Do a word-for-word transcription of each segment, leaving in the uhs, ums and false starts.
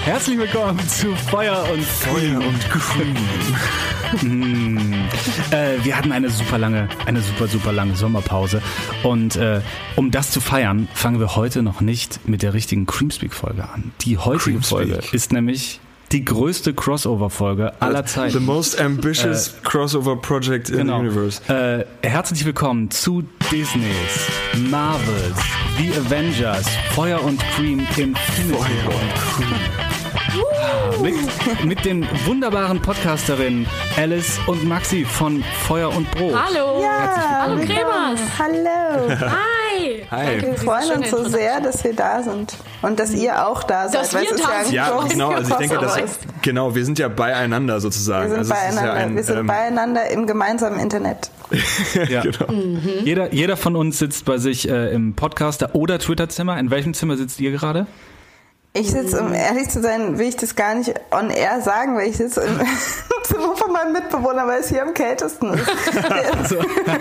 Herzlich willkommen zu Feuer und Feuer und Cream. mm. äh, wir hatten eine super lange, eine super, super lange Sommerpause. Und äh, um das zu feiern, fangen wir heute noch nicht mit der richtigen Creamspeak-Folge an. Die heutige Creamspeak. Folge ist nämlich die größte Crossover-Folge aller Zeiten. The most ambitious äh, crossover project in genau. the universe. Äh, herzlich willkommen zu Disneys, Marvels, The Avengers, Feuer und Cream, Infinity Feuer und Cream. Mit, mit den wunderbaren Podcasterinnen Alice und Maxi von Feuer und Brot. Hallo. Ja, Hallo Kremas. Hallo. Hi. Hi. Wir freuen uns so sehr, dass wir da sind und dass ihr auch da seid. Dass wir es ist da sind. Ja, ein genau. Also ich denke, dass Crossover ist. genau, wir sind ja beieinander sozusagen. Wir sind also es ist beieinander. ja ein, wir sind ähm, beieinander im gemeinsamen Internet. Ja. genau. Mhm. Jeder, jeder von uns sitzt bei sich äh, im Podcaster- oder Twitter-Zimmer. In welchem Zimmer sitzt ihr gerade? Ich sitze, um ehrlich zu sein, will ich das gar nicht on air sagen, weil ich sitze im Zimmer von meinem Mitbewohner, weil es hier am kältesten ist. Der ist,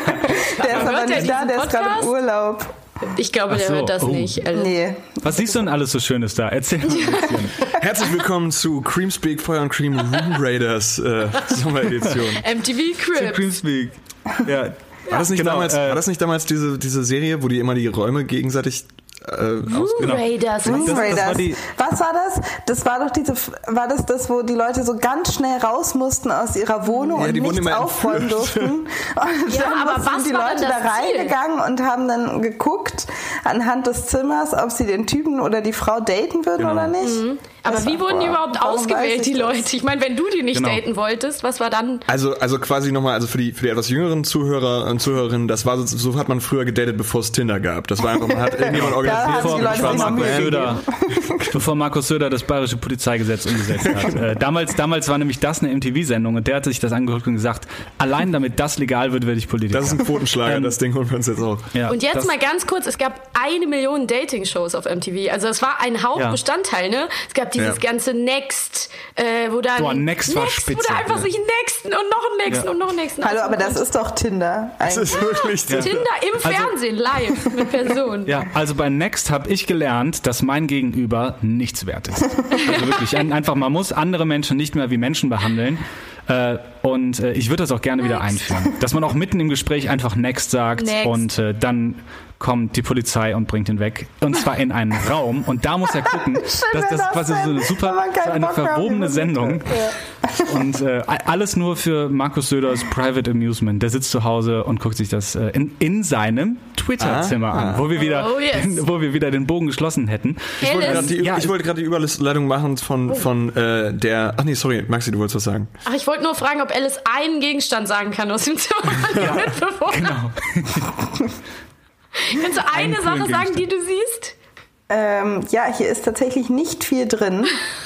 der ist aber nicht da, der ist gerade im Urlaub. Ich glaube, der so. hört das Oh. nicht. Alice. Nee. Was siehst du denn alles so Schönes da? Erzähl mal ein bisschen. Herzlich willkommen zu Creamspeak, Feuer und Cream Room Raiders äh, Sommeredition. M T V Cribs. Creamspeak. Ja. War das nicht, Genau, damals, äh, war das nicht damals diese, diese Serie, wo die immer die Räume gegenseitig äh, Room genau. Raiders. Room das war Raiders. die- Was war das? Das war doch diese, war das das, wo die Leute so ganz schnell raus mussten aus ihrer Wohnung Ja, und die wurden nichts immer aufräumen entführt. durften? Und Ja, dann aber mussten was die war Leute denn da das Ziel? reingegangen und haben dann geguckt anhand des Zimmers, ob sie den Typen oder die Frau daten würden Genau. oder nicht. Aber Das wie war- wurden die überhaupt warum weiß ausgewählt, ich die das? Leute? Ich meine, wenn du die nicht Genau. daten wolltest, was war dann? Also, also quasi nochmal, also für die, für die etwas jüngeren Zuhörer und Zuhörerinnen, das war so, so hat man früher gedatet, bevor es Tinder gab. Das war einfach, man hat irgendjemand organisiert. haben die Bevor, Leute bevor, sich noch Markus Mühe Söder, bevor Markus Söder das bayerische Polizeigesetz umgesetzt hat. Äh, damals, damals war nämlich das eine M T V-Sendung und der hat sich das angeguckt und gesagt, allein damit das legal wird, werde ich Politiker. Das ist ein Quotenschlager, Ähm, das Ding holen wir uns jetzt auch. Ja, Und jetzt das, mal ganz kurz, es gab eine Million Dating-Shows auf M T V. Also es war ein Hauptbestandteil, ne? Es gab dieses Ja. ganze Next, äh, wo dann... Boah, Next war Wo spitze. da einfach sich Nexten und noch einen Nexten Ja. und noch einen Nexten. Hallo, aber das aussuchen ist doch Tinder Das eigentlich. ist wirklich Ja. Tinder im Fernsehen, live, mit Personen. Ja, also bei Next habe ich gelernt, dass mein Gegenüber nichts wert ist. Also wirklich, ein- einfach, man muss andere Menschen nicht mehr wie Menschen behandeln. Äh, und äh, ich würde das auch gerne wieder Next. einführen. Dass man auch mitten im Gespräch einfach Next sagt Next. und äh, dann kommt die Polizei und bringt ihn weg. Und zwar in einen Raum. Und da muss er gucken, dass das wär ist das quasi so eine denn, super, wenn man keinen so eine Bock mehr auf die verwobene Musik Sendung. hat. Und äh, alles nur für Markus Söders Private Amusement. Der sitzt zu Hause und guckt sich das äh, in, in seinem Twitter-Zimmer Ah. an, wo wir wieder, Oh, yes. wo wir wieder den Bogen geschlossen hätten. Ich wollte Alice. gerade die, Ja, ich wollte gerade die Überleitung machen von, von äh, der... Ach nee, sorry, Maxi, du wolltest was sagen. Ach, ich wollte nur fragen, ob Alice einen Gegenstand sagen kann aus dem Zimmer von ihrem Mitbewohner. Genau. Kannst du eine coolen Sache sagen, die du siehst? Ähm, ja, hier ist tatsächlich nicht viel drin.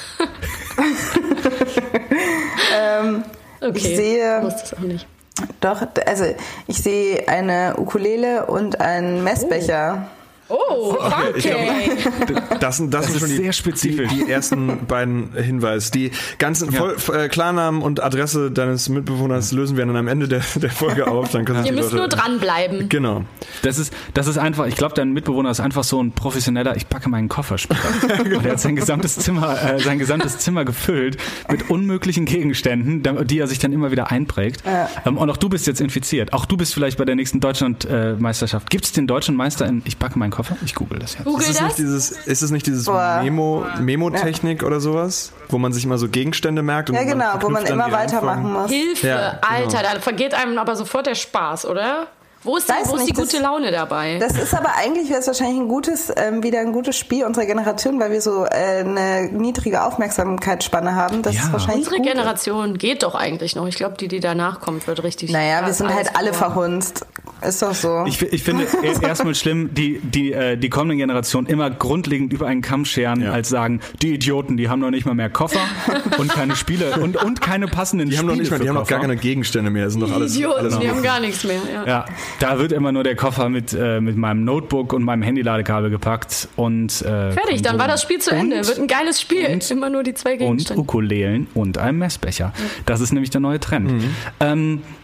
ähm, Okay, ich sehe, ich wusste es auch nicht. doch, also ich sehe eine Ukulele und einen Messbecher. Oh, ich glaube, okay. Das sind, das Das sind schon ist die, sehr spezifisch. Die, die ersten beiden Hinweise. Die ganzen Ja. Voll, äh, Klarnamen und Adresse deines Mitbewohners lösen wir dann am Ende der, der Folge auf. Dann können Ihr die müsst Leute, nur dranbleiben. Genau. Das ist, das ist einfach, ich glaube, dein Mitbewohner ist einfach so ein professioneller, ich packe meinen Koffer Spieler. Der hat sein gesamtes Zimmer, äh, sein gesamtes Zimmer gefüllt mit unmöglichen Gegenständen, da- die er sich dann immer wieder einprägt. Ja. Ähm, und auch du bist jetzt infiziert. Auch du bist vielleicht bei der nächsten Deutschlandmeisterschaft. Gibt es den deutschen Meister in Ich packe meinen Koffer? Ich google das jetzt. Google Ist es das. nicht dieses, ist es nicht dieses Boah. Memo, Memo-Technik oder sowas? Wo man sich immer so Gegenstände merkt? Und Ja, genau, wo man verknüpft dann immer die weitermachen Reihenfolgen? muss. Hilfe, Ja, genau. Alter, da vergeht einem aber sofort der Spaß, oder? Wo ist, die, Weiß wo ist die nicht, das- gute Laune dabei? Das ist aber eigentlich, wäre es wahrscheinlich ein gutes, ähm, wieder ein gutes Spiel unserer Generation, weil wir so äh, eine niedrige Aufmerksamkeitsspanne haben. Das Ja. ist wahrscheinlich Unsere gut. Generation geht doch eigentlich noch. Ich glaube, die, die danach kommt, wird richtig... Naja, wir krass sind halt alles alle verloren. verhunzt. Ist doch so. Ich, ich finde e- erstmal schlimm, die, die, äh, die kommende Generation immer grundlegend über einen Kamm scheren, Ja. als sagen, die Idioten, die haben noch nicht mal mehr Koffer und keine Spiele und, und keine passenden Die haben Spiele noch nicht mal, für die haben noch gar Koffer. keine Gegenstände mehr. Das sind doch alles, Idioten, alles die haben gar nichts mehr. Ja. Ja, da wird immer nur der Koffer mit, äh, mit meinem Notebook und meinem Handyladekabel gepackt und äh, Fertig, dann war das Spiel zu Und- Ende. Wird ein geiles Spiel. und- Immer nur die zwei und Gegenstände. Ukulelen und einem Messbecher. Das ist nämlich der neue Trend. Mhm. Ähm,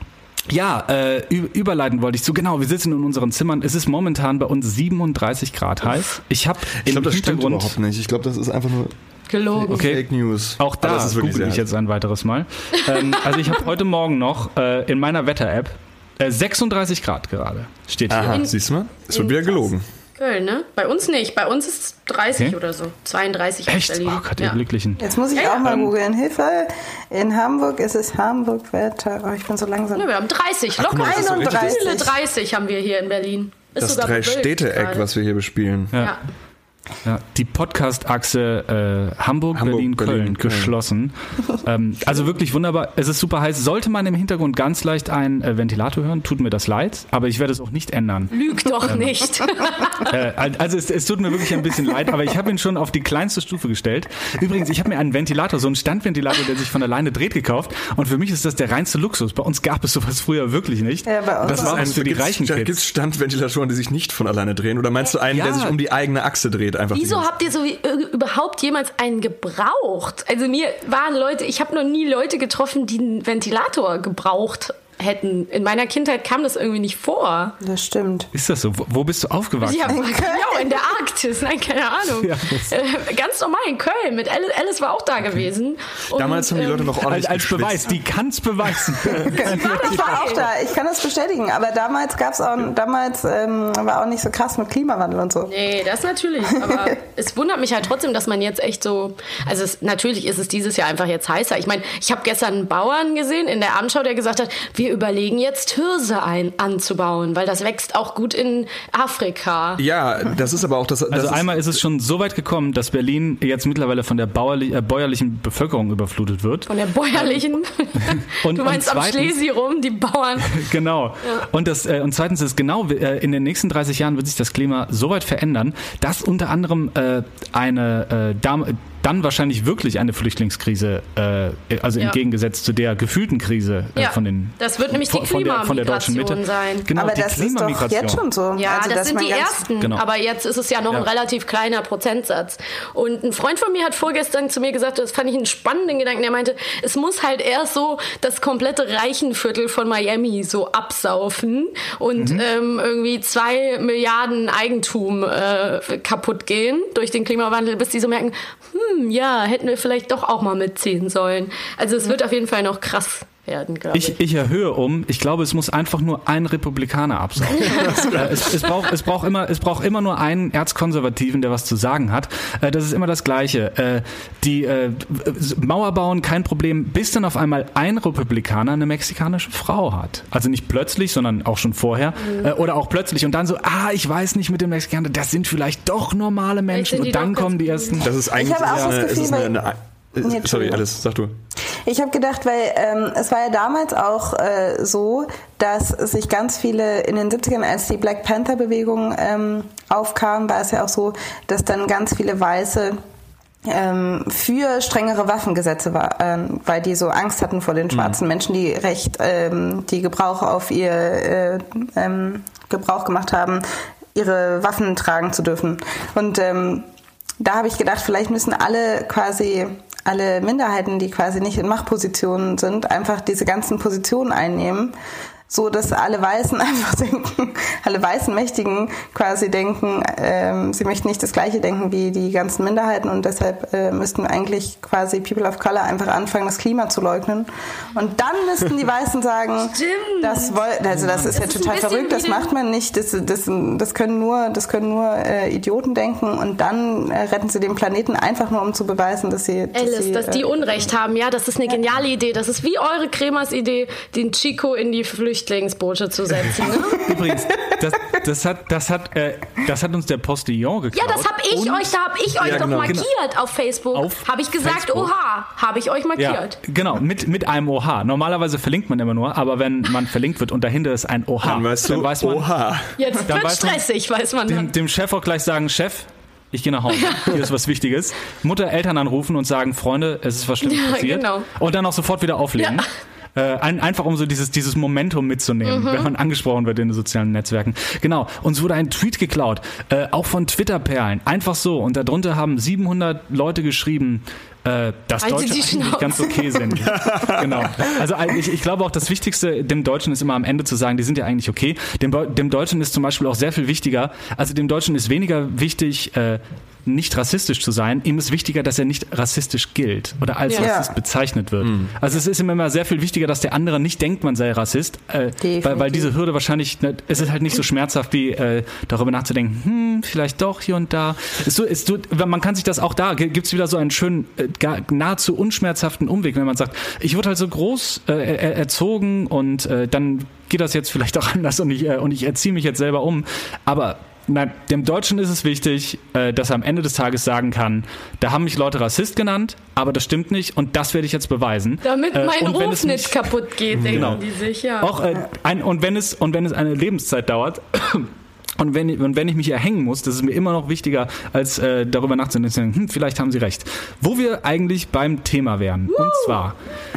Ja, äh, überleiten wollte ich zu. Genau, wir sitzen in unseren Zimmern. Es ist momentan bei uns siebenunddreißig Grad heiß. Ich habe Ich glaube, das stimmt überhaupt nicht. Ich glaube, das ist einfach nur gelogen. Okay. Fake News. Auch da google ich jetzt ein weiteres Mal. ähm, also ich habe heute Morgen noch äh, in meiner Wetter-App äh, sechsunddreißig Grad gerade. Steht hier. Aha, siehst du mal? Es wird wieder gelogen. Köln, ne? Bei uns nicht. Bei uns ist es dreißig okay. oder so. zweiunddreißig. Echt? Oh Gott, ihr ja. Glücklichen. Jetzt muss ich ja, auch mal ähm, googeln. Hilfe. In Hamburg ist es Hamburg-Wetter. Oh, ich bin so langsam. Ja, wir haben dreißig. Locker. Ach, mal, einunddreißig. Viele dreißig haben wir hier in Berlin. Ist das Drei-Städte-Eck, was wir hier bespielen. Ja. ja. Ja, die Podcast-Achse äh, Hamburg, Hamburg, Berlin, Berlin Köln, Köln geschlossen. ähm, also wirklich wunderbar. Es ist super heiß. Sollte man im Hintergrund ganz leicht einen äh, Ventilator hören, tut mir das leid, aber ich werde es auch nicht ändern. Lüg doch ähm, nicht. äh, also es, es tut mir wirklich ein bisschen leid, aber ich habe ihn schon auf die kleinste Stufe gestellt. Übrigens, ich habe mir einen Ventilator, so einen Standventilator, der sich von alleine dreht, gekauft und für mich ist das der reinste Luxus. Bei uns gab es sowas früher wirklich nicht. Ja, bei uns das war ein, für die reichen Kids. Gibt es Standventilatoren, die sich nicht von alleine drehen? Oder meinst du einen, ja. der sich um die eigene Achse dreht? Einfach Wieso habt ihr so wie, überhaupt jemals einen gebraucht? Also mir waren Leute, ich habe noch nie Leute getroffen, die einen Ventilator gebraucht hätten. In meiner Kindheit kam das irgendwie nicht vor. Das stimmt. Ist das so? Wo, wo bist du aufgewachsen? Ja, genau, in der Arktis. Nein, keine Ahnung. Ja, äh, ganz normal in Köln. Mit Alice, Alice war auch da gewesen. Und, damals haben die Leute noch ordentlich Als, als Beweis, die kann es beweisen. Ich war auch da, ich kann das bestätigen. Aber damals gab's auch, damals ähm, war auch nicht so krass mit Klimawandel und so. Nee, das natürlich. Aber es wundert mich halt trotzdem, dass man jetzt echt so, also es, natürlich ist es dieses Jahr einfach jetzt heißer. Ich meine, ich habe gestern einen Bauern gesehen in der Abendschau, der gesagt hat, wir überlegen jetzt Hirse ein, anzubauen, weil das wächst auch gut in Afrika. Ja, das ist aber auch das. das also ist einmal ist es schon so weit gekommen, dass Berlin jetzt mittlerweile von der bauerli- äh, bäuerlichen Bevölkerung überflutet wird. Von der bäuerlichen? und, du meinst und zweitens, am Schlesi rum, die Bauern. Genau. Ja. Und, das, äh, und zweitens ist genau, äh, in den nächsten dreißig Jahren wird sich das Klima so weit verändern, dass unter anderem äh, eine äh, Dame, dann wahrscheinlich wirklich eine Flüchtlingskrise, äh, also ja. entgegengesetzt zu der gefühlten Krise äh, ja. von den das wird nämlich die von der, von der deutschen Mitte sein. Genau, aber die das ist doch jetzt schon so. Ja, also, das sind die ersten. Genau. Aber jetzt ist es ja noch ja. ein relativ kleiner Prozentsatz. Und ein Freund von mir hat vorgestern zu mir gesagt, das fand ich einen spannenden Gedanken, der meinte, es muss halt erst so das komplette Reichenviertel von Miami so absaufen und mhm. ähm, irgendwie zwei Milliarden Eigentum äh, kaputt gehen durch den Klimawandel, bis die so merken, hm, ja, hätten wir vielleicht doch auch mal mitziehen sollen. Also es wird auf jeden Fall noch krass werden, glaube ich. ich. Ich erhöhe um. Ich glaube, es muss einfach nur ein Republikaner absaugen. äh, es, es, braucht, es, braucht immer, es braucht immer nur einen Erzkonservativen, der was zu sagen hat. Äh, das ist immer das Gleiche. Äh, die äh, Mauer bauen, kein Problem, bis dann auf einmal ein Republikaner eine mexikanische Frau hat. Also nicht plötzlich, sondern auch schon vorher. Mhm. Äh, oder auch plötzlich. Und dann so, ah, ich weiß nicht mit den Mexikanern, das sind vielleicht doch normale Menschen. Und dann kommen die ersten. Das ist eigentlich ich habe auch eine, das Gefühl, ist eine, eine, eine sorry, Alice, sag du. Ich habe gedacht, weil ähm, es war ja damals auch äh, so, dass sich ganz viele in den siebzigern, als die Black Panther-Bewegung ähm, aufkam, war es ja auch so, dass dann ganz viele Weiße ähm, für strengere Waffengesetze waren, weil die so Angst hatten vor den schwarzen mhm. Menschen, die Recht, ähm, die Gebrauch auf ihr äh, ähm, Gebrauch gemacht haben, ihre Waffen tragen zu dürfen. Und ähm, da habe ich gedacht, vielleicht müssen alle quasi alle Minderheiten, die quasi nicht in Machtpositionen sind, einfach diese ganzen Positionen einnehmen, so dass alle Weißen einfach denken, alle weißen Mächtigen quasi denken, ähm, sie möchten nicht das Gleiche denken wie die ganzen Minderheiten und deshalb äh, müssten eigentlich quasi People of Color einfach anfangen, das Klima zu leugnen. Und dann müssten die Weißen sagen, Stimmt. das woll- also das ist das ja ist total verrückt, das macht man nicht, das, das, das können nur, das können nur äh, Idioten denken und dann äh, retten sie den Planeten einfach nur, um zu beweisen, dass sie... Dass Alice, sie, dass die äh, Unrecht haben, ja, das ist eine geniale Idee. Das ist wie eure Kremers Idee, den Chico in die Flüchtlinge Flüchtlingsboote zu setzen. Ne? Übrigens, das, das, hat, das, hat, äh, das hat uns der Postillon geklaut. Ja, das habe ich euch, da habe ich euch ja, doch genau. markiert auf Facebook. Habe ich gesagt, Facebook. Oha, habe ich euch markiert. Ja, genau, mit, mit einem Oha. Normalerweise verlinkt man immer nur, aber wenn man verlinkt wird und dahinter ist ein Oha, dann, weißt du, dann weiß man, Oha. Jetzt wird stressig, man, weiß man dem, dann. Dem Chef auch gleich sagen, Chef, ich gehe nach Hause. Hier ist was Wichtiges. Mutter, Eltern anrufen und sagen, Freunde, es ist was Schlimmes ja, passiert. Genau. Und dann auch sofort wieder auflegen. Ja. Äh, ein, einfach um so dieses, dieses Momentum mitzunehmen, mhm. wenn man angesprochen wird in den sozialen Netzwerken. Genau, uns wurde ein Tweet geklaut, äh, auch von Twitter-Perlen, einfach so. Und darunter haben siebenhundert Leute geschrieben, äh, dass Halt Deutsche eigentlich ganz okay sind. Genau. Also ich, ich glaube auch, das Wichtigste dem Deutschen ist immer am Ende zu sagen, die sind ja eigentlich okay. Dem, dem Deutschen ist zum Beispiel auch sehr viel wichtiger, also dem Deutschen ist weniger wichtig, äh, nicht rassistisch zu sein, ihm ist wichtiger, dass er nicht rassistisch gilt oder als ja. Rassist bezeichnet wird. Mhm. Also es ist ihm immer sehr viel wichtiger, dass der andere nicht denkt, man sei Rassist, äh, weil, weil diese Hürde wahrscheinlich, ne, es ist halt nicht so schmerzhaft, wie äh, darüber nachzudenken, hm, vielleicht doch hier und da. Es, es, man kann sich das auch da, gibt es wieder so einen schönen, äh, gar, nahezu unschmerzhaften Umweg, wenn man sagt, ich wurde halt so groß äh, erzogen und äh, dann geht das jetzt vielleicht auch anders und ich, äh, und ich erziehe mich jetzt selber um, aber nein, dem Deutschen ist es wichtig, äh, dass er am Ende des Tages sagen kann, da haben mich Leute Rassist genannt, aber das stimmt nicht und das werde ich jetzt beweisen. Damit äh, mein Ruf nicht kaputt geht, denken genau. die sich, ja. Auch, äh, ein, und, wenn es, und wenn es eine Lebenszeit dauert und wenn, und wenn ich mich erhängen muss, das ist mir immer noch wichtiger, als äh, darüber nachzudenken, hm, vielleicht haben sie recht. Wo wir eigentlich beim Thema wären, Woo! Und zwar,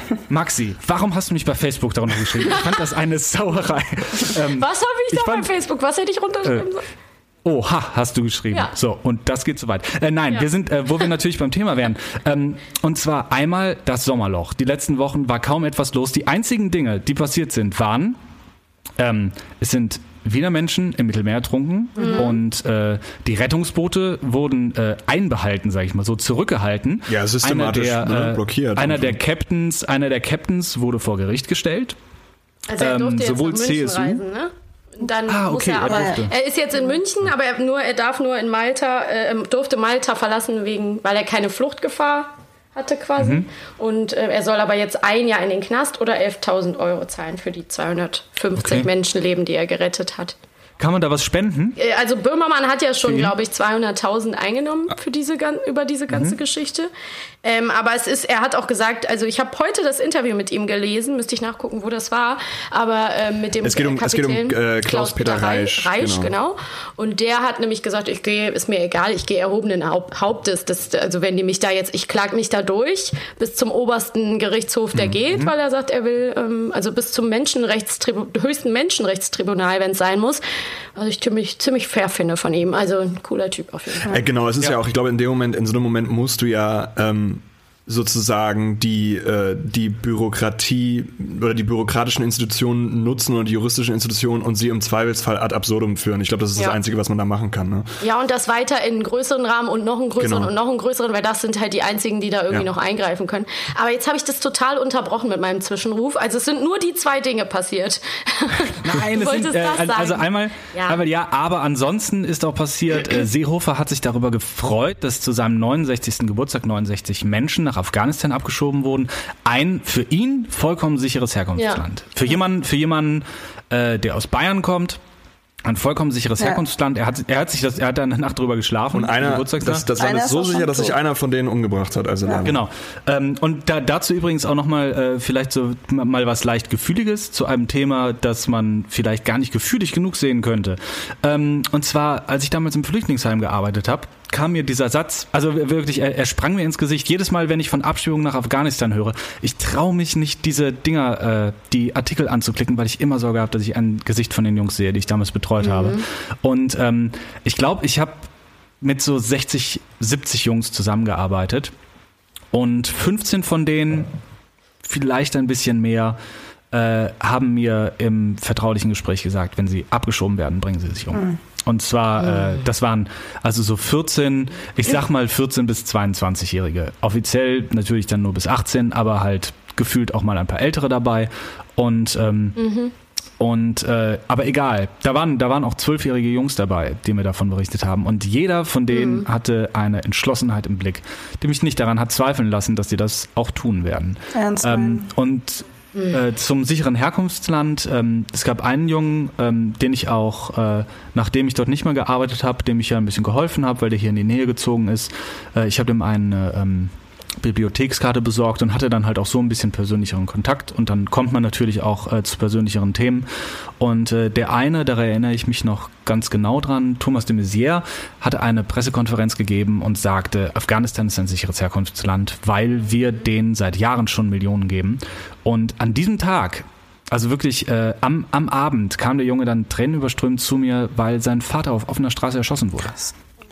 Maxi, warum hast du mich bei Facebook darunter geschrieben? Ich fand das eine Sauerei. Ähm, Was habe ich, ich da fand, bei Facebook? Was hätte ich runtergeschrieben sollen? Äh, Oha, hast du geschrieben. Ja. So, und das geht so weit. Äh, nein, ja. wir sind, äh, wo wir natürlich beim Thema wären. Ähm, und zwar einmal das Sommerloch. Die letzten Wochen war kaum etwas los. Die einzigen Dinge, die passiert sind, waren, ähm, es sind wieder Menschen im Mittelmeer ertrunken mhm. und äh, die Rettungsboote wurden äh, einbehalten, sage ich mal, so zurückgehalten. Ja, systematisch einer der, ne, blockiert. Äh, einer der Captains, einer der Captains wurde vor Gericht gestellt. Also er durfte ähm, sowohl jetzt nach München C S U reisen, ne? Dann ah, muss okay, er aber, er, er ist jetzt in München, aber er, nur, er darf nur in Malta, äh, durfte Malta verlassen, wegen, weil er keine Fluchtgefahr hatte quasi. Mhm. Und äh, er soll aber jetzt ein Jahr in den Knast oder elftausend Euro zahlen für die zweihundertfünfzig okay. Menschenleben, die er gerettet hat. Kann man da was spenden? Also Böhmermann hat ja schon, glaube ich, zweihunderttausend eingenommen für diese, über diese ganze mhm. Geschichte. Ähm, aber es ist, er hat auch gesagt, also ich habe heute das Interview mit ihm gelesen, müsste ich nachgucken, wo das war, aber äh, mit dem es geht um, Kapitän es geht um äh, Klaus-Peter Reisch. Reisch, genau. genau. Und der hat nämlich gesagt, ich gehe, ist mir egal, ich gehe erhobenen Haupt, Hauptes. Das, also wenn die mich da jetzt, ich klag mich da durch bis zum obersten Gerichtshof, der mhm. geht, weil er sagt, er will, ähm, also bis zum Menschenrechtstribu- höchsten Menschenrechtstribunal, wenn es sein muss. Also ich ziemlich, ziemlich fair finde von ihm. Also ein cooler Typ auf jeden Fall. Äh, genau, es ist ja. ja auch, ich glaube, in dem Moment, in so einem Moment musst du ja ähm, sozusagen die, äh, die Bürokratie oder die bürokratischen Institutionen nutzen oder die juristischen Institutionen und sie im Zweifelsfall ad absurdum führen. Ich glaube, das ist ja. das Einzige, was man da machen kann. Ne? Ja, und das weiter in einen größeren Rahmen und noch einen größeren genau. und noch einen größeren, weil das sind halt die einzigen, die da irgendwie ja. noch eingreifen können. Aber jetzt habe ich das total unterbrochen mit meinem Zwischenruf. Also es sind nur die zwei Dinge passiert. Nein, es sind, äh, also einmal, ja. einmal ja, aber ansonsten ist auch passiert, äh, Seehofer hat sich darüber gefreut, dass zu seinem neunundsechzigsten Geburtstag neunundsechzig Menschen nach Afghanistan abgeschoben wurden. Ein für ihn vollkommen sicheres Herkunftsland. Ja. Für jemanden, für jemanden, äh, der aus Bayern kommt, ein vollkommen sicheres ja. Herkunftsland. Er hat, er hat sich das, er hat da eine Nacht drüber geschlafen. Und einer, das, das Land ist so sicher, dass sich einer von denen umgebracht hat. Also ja. Genau. Ähm, und da, dazu übrigens auch nochmal äh, vielleicht so mal was leicht Gefühliges zu einem Thema, das man vielleicht gar nicht gefühlig genug sehen könnte. Ähm, und zwar, als ich damals im Flüchtlingsheim gearbeitet habe, kam mir dieser Satz, also wirklich, er, er sprang mir ins Gesicht. Jedes Mal, wenn ich von Abschiebung nach Afghanistan höre, ich traue mich nicht, diese Dinger, äh, die Artikel anzuklicken, weil ich immer Sorge habe, dass ich ein Gesicht von den Jungs sehe, die ich damals betreut mhm. habe. Und ähm, ich glaube, ich habe mit so sechzig, siebzig Jungs zusammengearbeitet und fünfzehn von denen, vielleicht ein bisschen mehr, äh, haben mir im vertraulichen Gespräch gesagt, wenn sie abgeschoben werden, bringen sie sich um. Mhm. Und zwar, äh, das waren also so vierzehn, ich sag mal vierzehn bis zweiundzwanzigjährige. Offiziell natürlich dann nur bis achtzehn, aber halt gefühlt auch mal ein paar Ältere dabei. Und ähm, mhm. und äh, aber egal, da waren da waren auch zwölfjährige Jungs dabei, die mir davon berichtet haben. Und jeder von denen mhm. hatte eine Entschlossenheit im Blick, die mich nicht daran hat zweifeln lassen, dass sie das auch tun werden. Ernst ähm, und Äh, zum sicheren Herkunftsland. Ähm, es gab einen Jungen, ähm, den ich auch, äh, nachdem ich dort nicht mehr gearbeitet habe, dem ich ja ein bisschen geholfen habe, weil der hier in die Nähe gezogen ist. Äh, ich habe ihm eine ähm, Bibliothekskarte besorgt und hatte dann halt auch so ein bisschen persönlicheren Kontakt. Und dann kommt man natürlich auch äh, zu persönlicheren Themen. Und äh, der eine, da erinnere ich mich noch ganz genau dran, Thomas de Maizière, hatte eine Pressekonferenz gegeben und sagte, Afghanistan ist ein sicheres Herkunftsland, weil wir denen seit Jahren schon Millionen geben. Und an diesem Tag, also wirklich äh, am, am Abend, kam der Junge dann tränenüberströmt zu mir, weil sein Vater auf offener Straße erschossen wurde.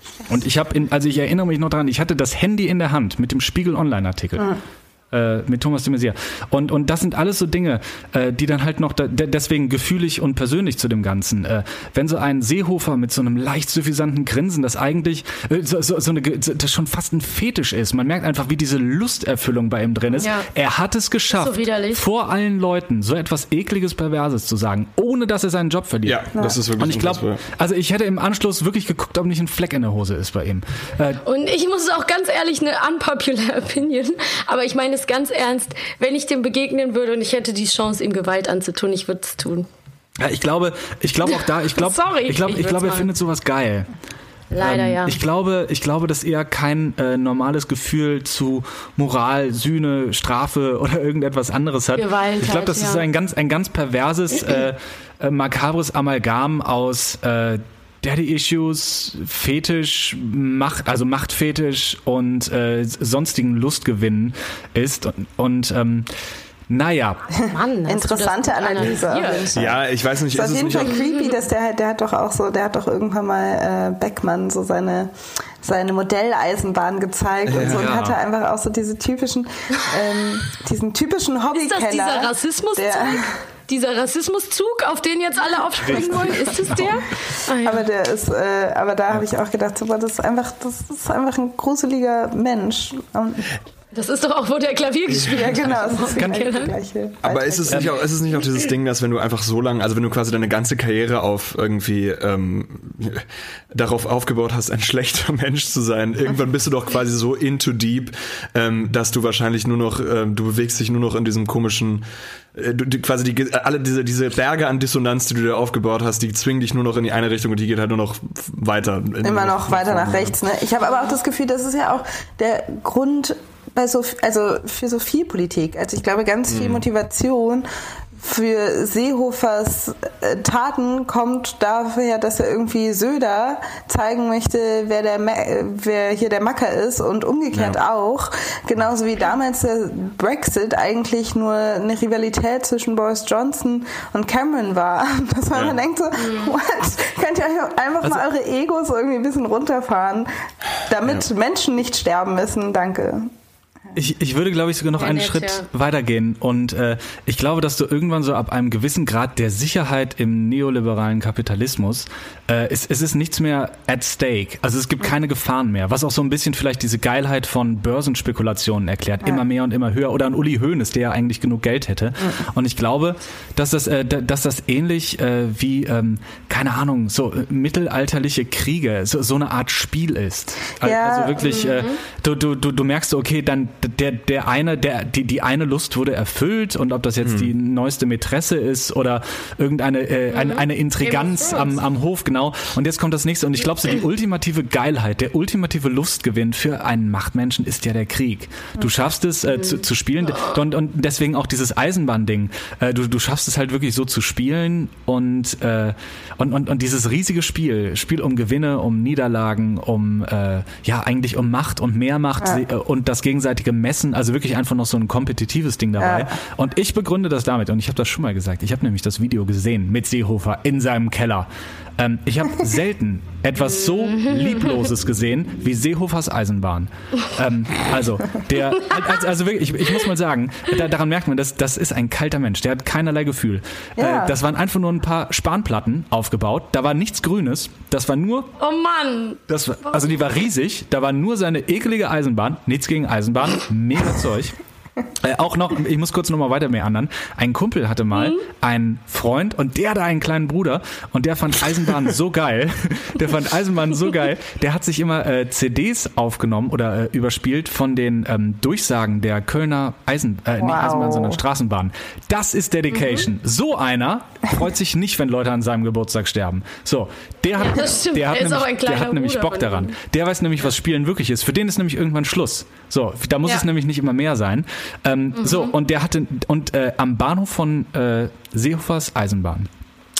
Und ich habe, also ich erinnere mich noch dran, ich hatte das Handy in der Hand mit dem Spiegel Online-Artikel. Mhm. Mit Thomas de Maizière. Und, und das sind alles so Dinge, äh, die dann halt noch, da, deswegen gefühlig und persönlich zu dem Ganzen. Äh, wenn so ein Seehofer mit so einem leicht suffisanten Grinsen, das eigentlich äh, so, so, so eine, das schon fast ein Fetisch ist. Man merkt einfach, wie diese Lusterfüllung bei ihm drin ist. Ja. Er hat es geschafft, so vor allen Leuten so etwas Ekliges, Perverses zu sagen, ohne dass er seinen Job verliert. Ja, das ist wirklich. Und ich glaube, also ich hätte im Anschluss wirklich geguckt, ob nicht ein Fleck in der Hose ist bei ihm. Äh, und ich muss auch ganz ehrlich, eine unpopular Opinion, aber ich meine es ganz ernst, wenn ich dem begegnen würde und ich hätte die Chance, ihm Gewalt anzutun, ich würde es tun. Ja, ich glaube, ich glaube auch da, ich glaube, ich glaube, ich, ich glaube, er findet sowas geil. Leider, ähm, ja. Ich glaube, ich glaube, dass er kein äh, normales Gefühl zu Moral, Sühne, Strafe oder irgendetwas anderes hat. Gewalt ich glaube, das halt, ist ja. ein ganz, ein ganz perverses, äh, äh, makabres Amalgam aus äh, Daddy-Issues, Fetisch, Macht, also Machtfetisch und äh, sonstigen Lustgewinnen ist. Und, und ähm, naja. Mann, interessante Analyse. Ja, ich weiß nicht. Es ist auf jeden Fall creepy, dass der halt, der hat doch auch so, der hat doch irgendwann mal äh, Beckmann so seine seine Modelleisenbahn gezeigt und so und ja. hatte einfach auch so diese typischen, ähm, diesen typischen Hobbykeller. Ist das dieser Rassismuszug? Dieser Rassismuszug, auf den jetzt alle aufspringen wollen, ist es der? Ah, ja. Aber der ist, äh, aber da habe ich auch gedacht, so, das ist einfach, das ist einfach ein gruseliger Mensch. Und das ist doch auch, wo der Klavier gespielt hat. Ja, genau. Das ist Kann die gleiche. Aber ist es, nicht auch, ist es nicht auch dieses Ding, dass wenn du einfach so lange, also wenn du quasi deine ganze Karriere auf irgendwie ähm, darauf aufgebaut hast, ein schlechter Mensch zu sein, irgendwann bist du doch quasi so into deep, ähm, dass du wahrscheinlich nur noch, ähm, du bewegst dich nur noch in diesem komischen, äh, du, quasi die, alle diese, diese Berge an Dissonanz, die du dir aufgebaut hast, die zwingen dich nur noch in die eine Richtung und die geht halt nur noch weiter. Immer noch weiter nach rechts, ne? Ich habe aber auch das Gefühl, das ist ja auch der Grund, bei so, also für so viel Politik. Also ich glaube, ganz viel Motivation für Seehofers äh, Taten kommt daher, dass er irgendwie Söder zeigen möchte, wer der wer hier der Macker ist und umgekehrt ja. auch. Genauso wie damals der Brexit eigentlich nur eine Rivalität zwischen Boris Johnson und Cameron war. Dass man ja. denkt so, what? Könnt ihr euch einfach also, mal eure Egos irgendwie ein bisschen runterfahren, damit ja. Menschen nicht sterben müssen? Danke. Ich, ich würde, glaube ich, sogar noch ja, einen nett, Schritt ja. weitergehen und äh, ich glaube, dass du irgendwann so ab einem gewissen Grad der Sicherheit im neoliberalen Kapitalismus, äh, es, es ist nichts mehr at stake, also es gibt keine Gefahren mehr, was auch so ein bisschen vielleicht diese Geilheit von Börsenspekulationen erklärt, ja. immer mehr und immer höher, oder an Uli Hoeneß, der ja eigentlich genug Geld hätte mhm. und ich glaube, dass das, äh, dass das ähnlich äh, wie, ähm, keine Ahnung, so äh, mittelalterliche Kriege, so, so eine Art Spiel ist. Ja. Also wirklich, mhm. äh, du, du, du, du merkst so, okay, dann der, der eine, der, die, die eine Lust wurde erfüllt und ob das jetzt mhm. die neueste Mätresse ist oder irgendeine äh, mhm. eine, eine Intriganz am, am Hof, genau. Und jetzt kommt das nächste und ich glaube so die ultimative Geilheit, der ultimative Lustgewinn für einen Machtmenschen ist ja der Krieg. Du schaffst es äh, zu, zu spielen und, und deswegen auch dieses Eisenbahnding. Äh, du, du schaffst es halt wirklich so zu spielen und, äh, und, und, und dieses riesige Spiel, Spiel um Gewinne, um Niederlagen, um äh, ja eigentlich um Macht und mehr Macht ja. und das gegenseitige Messen, also wirklich einfach noch so ein kompetitives Ding dabei. Ja. Und ich begründe das damit, und ich habe das schon mal gesagt, ich habe nämlich das Video gesehen mit Seehofer in seinem Keller. Ähm, ich habe selten etwas so Liebloses gesehen wie Seehofers Eisenbahn. Ähm, also, der, also, also wirklich, ich, ich muss mal sagen, da, daran merkt man, dass, das ist ein kalter Mensch, der hat keinerlei Gefühl. Ja. Äh, das waren einfach nur ein paar Spanplatten aufgebaut, da war nichts Grünes, das war nur... Oh Mann! Das war, also die war riesig, da war nur seine ekelige Eisenbahn, nichts gegen Eisenbahn, mega Zeug. Äh, auch noch, ich muss kurz nochmal weiter mehr anderen. Ein Kumpel hatte mal mhm. einen Freund und der hatte einen kleinen Bruder und der fand Eisenbahn so geil. Der fand Eisenbahn so geil. Der hat sich immer äh, C Ds aufgenommen oder äh, überspielt von den ähm, Durchsagen der Kölner Eisen, äh, wow. nicht Eisenbahn, sondern Straßenbahn. Das ist Dedication. Mhm. So einer freut sich nicht, wenn Leute an seinem Geburtstag sterben. So, der hat, ja, der hat der nämlich, der hat nämlich Bock daran. Der weiß nämlich, was Spielen wirklich ist. Für den ist nämlich irgendwann Schluss. So, da muss ja. es nämlich nicht immer mehr sein. Ähm, mhm. So, und der hatte, und äh, am Bahnhof von äh, Seehofers Eisenbahn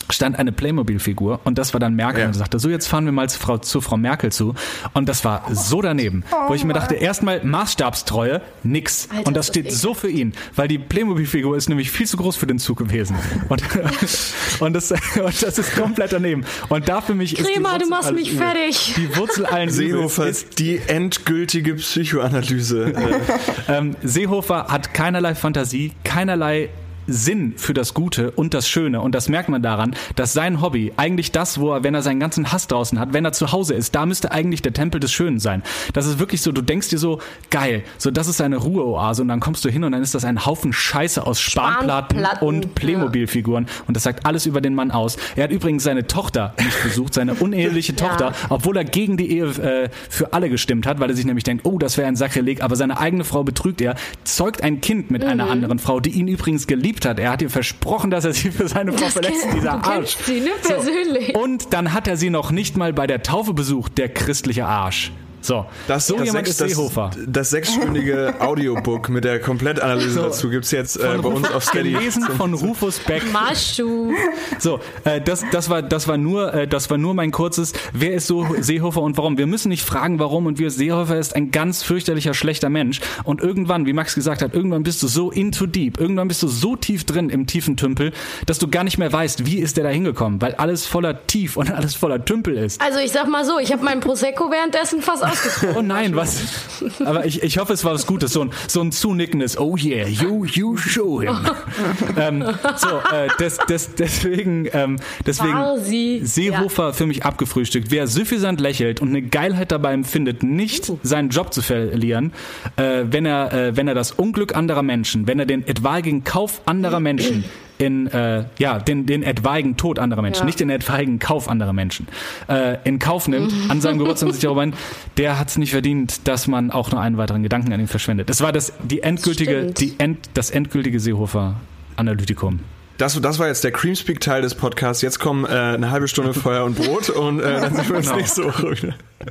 stand eine Playmobil-Figur und das war dann Merkel ja. und sagte, so jetzt fahren wir mal zu Frau, zu Frau Merkel zu und das war so daneben, oh, wo ich mir dachte, erstmal Maßstabstreue, nix Alter, und das steht das so für ihn, weil die Playmobil-Figur ist nämlich viel zu groß für den Zug gewesen und, und, das, und das ist komplett daneben und da für mich ist Crema, die Wurzel, du machst also, mich fertig. Die Wurzel allen Seehofer ist die endgültige Psychoanalyse. ähm, Seehofer hat keinerlei Fantasie, keinerlei Sinn für das Gute und das Schöne und das merkt man daran, dass sein Hobby eigentlich das, wo er, wenn er seinen ganzen Hass draußen hat, wenn er zu Hause ist, da müsste eigentlich der Tempel des Schönen sein. Das ist wirklich so, du denkst dir so, geil, so das ist eine Ruheoase und dann kommst du hin und dann ist das ein Haufen Scheiße aus Spanplatten, Spanplatten und Playmobil-Figuren und das sagt alles über den Mann aus. Er hat übrigens seine Tochter nicht besucht, seine uneheliche Tochter, ja. obwohl er gegen die Ehe äh, für alle gestimmt hat, weil er sich nämlich denkt, oh, das wäre ein Sakrileg, aber seine eigene Frau betrügt er, zeugt ein Kind mit mhm. einer anderen Frau, die ihn übrigens geliebt hat. Er hat ihr versprochen, dass er sie für seine Frau verletzt, dieser Arsch. Sie, ne, persönlich. So. Und dann hat er sie noch nicht mal bei der Taufe besucht, der christliche Arsch. So, das, so das jemand sechs, ist Seehofer. Das, das sechsstündige Audiobook mit der Komplettanalyse so, dazu gibt's jetzt äh, bei uns auf Steady. Gelesen von Rufus Beck. Maschu. So, äh, das, das war, das war nur, äh, das war nur mein kurzes. Wer ist so Seehofer und warum? Wir müssen nicht fragen, warum. Und wir Seehofer ist ein ganz fürchterlicher, schlechter Mensch. Und irgendwann, wie Max gesagt hat, irgendwann bist du so into deep. Irgendwann bist du so tief drin im tiefen Tümpel, dass du gar nicht mehr weißt, wie ist der da hingekommen, weil alles voller Tief und alles voller Tümpel ist. Also ich sag mal so, ich habe meinen Prosecco währenddessen fast ausgetrunken. Oh nein, was? Aber ich, ich hoffe, es war was Gutes. So ein, so ein zunickendes, oh yeah, you, you show him. ähm, so, äh, des, des, deswegen, ähm, deswegen Seehofer ja. für mich abgefrühstückt. Wer süffisant lächelt und eine Geilheit dabei empfindet, nicht seinen Job zu verlieren, äh, wenn er, äh, wenn er das Unglück anderer Menschen, wenn er den etwaigen Kauf anderer Menschen in, äh, ja, den, den etwaigen Tod anderer Menschen, ja. nicht den etwaigen Kauf anderer Menschen, äh, in Kauf nimmt, an seinem Geburtstag sich darüber ein, der hat es nicht verdient, dass man auch nur einen weiteren Gedanken an ihn verschwendet. Es war das, die endgültige, das die end, das endgültige Seehofer-Analytikum. Das, das war jetzt der Creamspeak-Teil des Podcasts. Jetzt kommen äh, eine halbe Stunde Feuer und Brot und äh, dann sind wir uns genau. nicht so ruhig.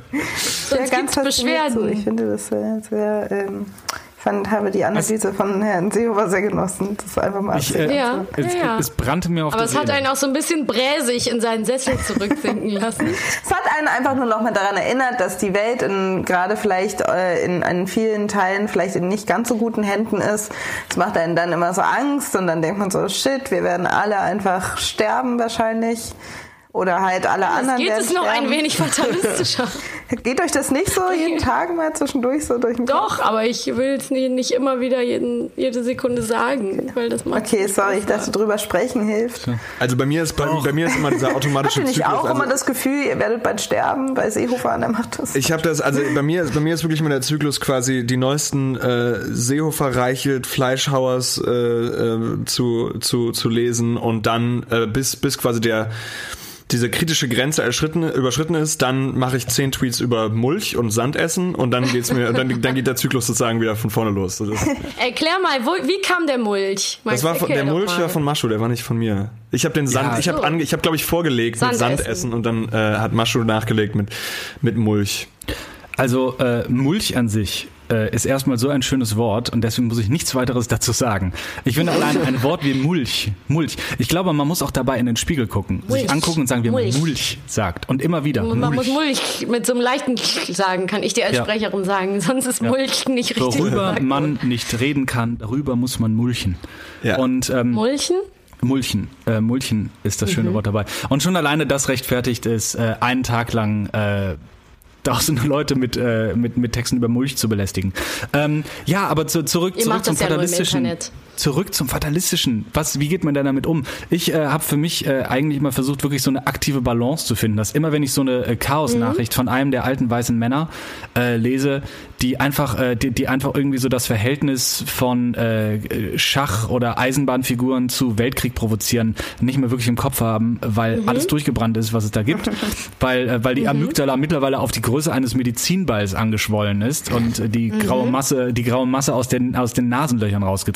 Ja, ganz Beschwerden. So. Ich finde das sehr, sehr ähm, ich fand, habe die Analyse also, von Herrn Seehofer sehr genossen. Das einfach mal ich, äh, ja, es, ja. es brannte mir auf Aber der es hat Seele. einen auch so ein bisschen bräsig in seinen Sessel zurücksinken lassen. Es hat einen einfach nur noch mal daran erinnert, dass die Welt in, gerade vielleicht äh, in, in vielen Teilen vielleicht in nicht ganz so guten Händen ist. Das macht einen dann immer so Angst und dann denkt man so, shit, wir werden alle einfach sterben wahrscheinlich. Oder halt alle das anderen geht werden es noch sterben. ein wenig fatalistischer. Geht euch das nicht so jeden Tag mal zwischendurch so durch den Kopf? Doch, aber ich will es nicht, nicht immer wieder jeden, jede Sekunde sagen, weil das macht Okay, sorry, ich dachte, drüber sprechen hilft. Also bei mir ist bei, bei mir ist immer dieser automatische Habt ihr nicht Zyklus. auch also immer das Gefühl, ihr werdet bald sterben, weil Seehofer an der Macht ist? Ich habe das, also bei mir, bei mir ist wirklich immer der Zyklus quasi die neuesten äh, Seehofer Reichelt Fleischhauers äh, äh, zu, zu, zu lesen und dann äh, bis, bis quasi der diese kritische Grenze erschritten, überschritten ist, dann mache ich zehn Tweets über Mulch und Sandessen und dann geht's mir, dann, dann geht der Zyklus sozusagen wieder von vorne los. Das Erklär mal, wo, wie kam der Mulch? Max, das war von, der Mulch mal. war von Maschu, der war nicht von mir. Ich habe den Sand, ja, ich habe so. ich habe glaube ich vorgelegt Sandessen. mit Sandessen und dann äh, hat Maschu nachgelegt mit mit Mulch. Also äh, Mulch an sich äh, ist erstmal so ein schönes Wort und deswegen muss ich nichts weiteres dazu sagen. Ich finde allein ein Wort wie Mulch, Mulch. Ich glaube, man muss auch dabei in den Spiegel gucken, Mulch. sich angucken und sagen, wie man Mulch. Mulch sagt und immer wieder. Man Mulch. muss Mulch mit so einem leichten sagen, kann ich dir als ja. Sprecherin sagen, sonst ist ja. Mulch nicht richtig. Worüber man nicht reden kann, darüber muss man mulchen. Ja. Und, ähm, mulchen? Mulchen, äh, Mulchen ist das schöne mhm. Wort dabei. Und schon alleine das rechtfertigt es, äh, einen Tag lang äh, tausende Leute mit, äh, mit, mit Texten über Mulch zu belästigen. Ähm, ja, aber zu, zurück, zurück zum fatalistischen. Ja zurück zum fatalistischen. Was, wie geht man denn damit um? Ich äh, habe für mich äh, eigentlich immer versucht, wirklich so eine aktive Balance zu finden, dass immer, wenn ich so eine äh, Chaos-Nachricht mhm. von einem der alten weißen Männer äh, lese, die einfach, äh, die, die einfach irgendwie so das Verhältnis von äh, Schach- oder Eisenbahnfiguren zu Weltkrieg provozieren, nicht mehr wirklich im Kopf haben, weil mhm. alles durchgebrannt ist, was es da gibt, weil, äh, weil die mhm. Amygdala mittlerweile auf die Größe eines Medizinballs angeschwollen ist und die mhm. graue Masse, die graue Masse aus den, aus den Nasenlöchern rausgedrängt hat.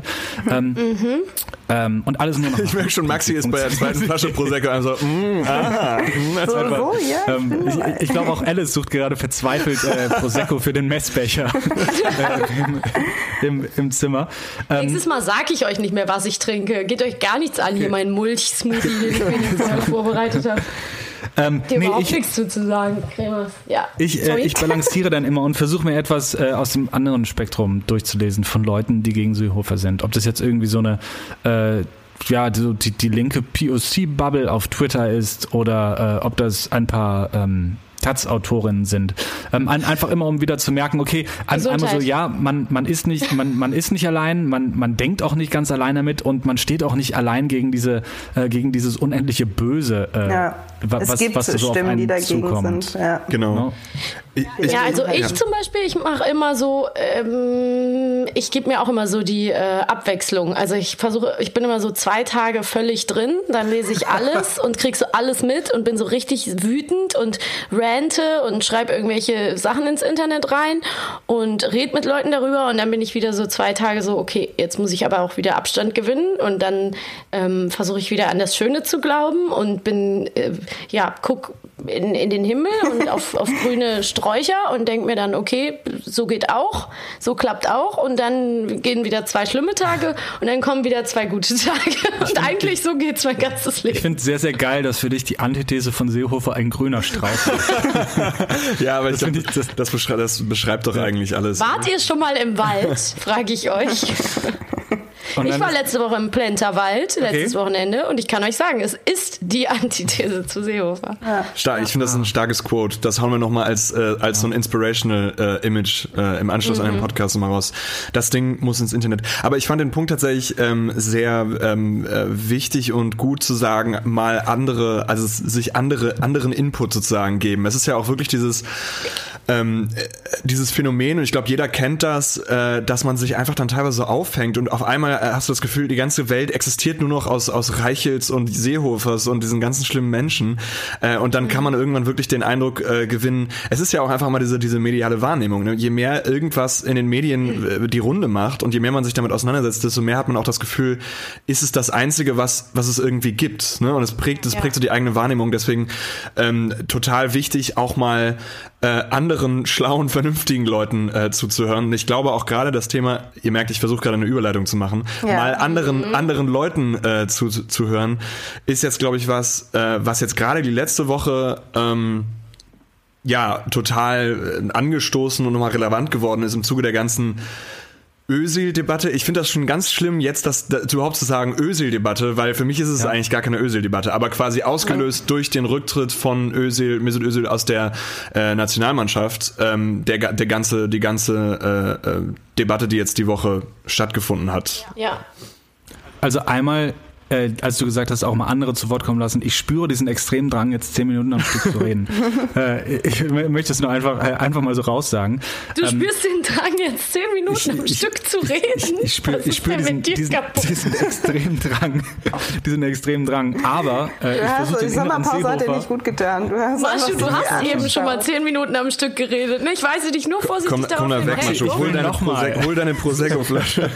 Ähm, mhm. ähm, und alles nur noch. Ich merke schon, Maxi ist bei der zweiten Flasche Prosecco also, mm, aha, mm, so, einfach, so, ja, ähm, ich ich glaube auch Alice sucht gerade verzweifelt äh, Prosecco für den Messbecher äh, im, im, im Zimmer. Ähm, Nächstes Mal sage ich euch nicht mehr, was ich trinke. Geht euch gar nichts an, okay. Hier mein Mulch-Smoothie, den ich mir vorher vorbereitet habe. Ähm, Dir nee, überhaupt ich, nichts zu, zu sagen, Kremers. Ja. Ich, äh, ich balanciere dann immer und versuche mir etwas äh, aus dem anderen Spektrum durchzulesen von Leuten, die gegen Seehofer sind. Ob das jetzt irgendwie so eine äh, ja, die, die, die linke P O C-Bubble auf Twitter ist oder äh, ob das ein paar ähm, Taz-Autorinnen sind. Ähm, ein, einfach immer, um wieder zu merken, okay, ein, einmal so, ja, man, man ist nicht, man, man ist nicht allein, man, man denkt auch nicht ganz allein damit und man steht auch nicht allein gegen diese, äh, gegen dieses unendliche Böse, äh, ja. was, es gibt was so Stimmen, auf einen die dagegen zukommt. sind. Ja. Genau. No? Ich, ich, ja, also ich ja. zum Beispiel, ich mache immer so, ähm, ich gebe mir auch immer so die äh, Abwechslung. Also ich versuche, ich bin immer so zwei Tage völlig drin, dann lese ich alles und krieg so alles mit und bin so richtig wütend und rante und schreibe irgendwelche Sachen ins Internet rein und red mit Leuten darüber und dann bin ich wieder so zwei Tage so, okay, jetzt muss ich aber auch wieder Abstand gewinnen und dann ähm, versuche ich wieder an das Schöne zu glauben und bin, äh, ja, guck in, in den Himmel und auf, auf grüne Sträucher und denke mir dann, okay, so geht auch, so klappt auch und dann gehen wieder zwei schlimme Tage und dann kommen wieder zwei gute Tage und eigentlich so geht's mein ganzes Leben. Ich finde es sehr, sehr geil, dass für dich die Antithese von Seehofer ein grüner Strauch ist. Ja, aber ich glaub, das, das, beschreibt, das beschreibt doch eigentlich alles. Wart ihr schon mal im Wald, frage ich euch. Ich war letzte Woche im Plenterwald, letztes okay. Wochenende, und ich kann euch sagen, es ist die Antithese zu Seehofer. Ja. Stark, ich finde das ein starkes Quote. Das hauen wir nochmal als, äh, als so ein inspirational äh, Image äh, im Anschluss mhm. an den Podcast mal raus. Das Ding muss ins Internet. Aber ich fand den Punkt tatsächlich ähm, sehr ähm, äh, wichtig und gut zu sagen, mal andere, also sich andere, anderen Input sozusagen geben. Es ist ja auch wirklich dieses Ähm, dieses Phänomen, und ich glaube, jeder kennt das, äh, dass man sich einfach dann teilweise so aufhängt und auf einmal äh, hast du das Gefühl, die ganze Welt existiert nur noch aus, aus Reichels und Seehofers und diesen ganzen schlimmen Menschen, äh, und dann kann man irgendwann wirklich den Eindruck äh, gewinnen, es ist ja auch einfach mal diese, diese mediale Wahrnehmung, ne? Je mehr irgendwas in den Medien äh, die Runde macht und je mehr man sich damit auseinandersetzt, desto mehr hat man auch das Gefühl, ist es das Einzige, was, was es irgendwie gibt, ne? Und es prägt, es ja. prägt so die eigene Wahrnehmung, deswegen ähm, total wichtig, auch mal äh, andere schlauen, vernünftigen Leuten äh, zuzuhören. Und ich glaube auch gerade das Thema, ihr merkt, ich versuche gerade eine Überleitung zu machen, ja. mal anderen mhm. anderen Leuten äh, zu, zu, zu hören, ist jetzt, glaube ich, was, äh, was jetzt gerade die letzte Woche ähm, ja total äh, angestoßen und nochmal relevant geworden ist im Zuge der ganzen Özil-Debatte. Ich finde das schon ganz schlimm, jetzt das, das überhaupt zu sagen Özil-Debatte, weil für mich ist es ja. eigentlich gar keine Özil-Debatte, aber quasi ausgelöst ja. durch den Rücktritt von Özil, Mesut Özil aus der äh, Nationalmannschaft, ähm, der der ganze die ganze äh, äh, Debatte, die jetzt die Woche stattgefunden hat. Ja. Also einmal, äh, als du gesagt hast, auch mal andere zu Wort kommen lassen, ich spüre diesen extremen Drang, jetzt zehn Minuten am Stück zu reden. äh, ich m- möchte es nur einfach, äh, einfach mal so raussagen. Du ähm, spürst den Drang, jetzt zehn Minuten ich, am ich, Stück zu reden? Ich, ich, ich spüre ich spür diesen, diesen, diesen extremen Drang. diesen extremen Drang. Aber äh, ich versuche den die Sommerpause hat dir nicht gut getan. Du hast, Maschu, du hast eben schon mal zehn Minuten am Stück geredet. Ne? Ich weise dich nur vorsichtig komm, darauf komm da weg, Maschu. Hol deine, Prose- hol deine Prosecco-Flasche.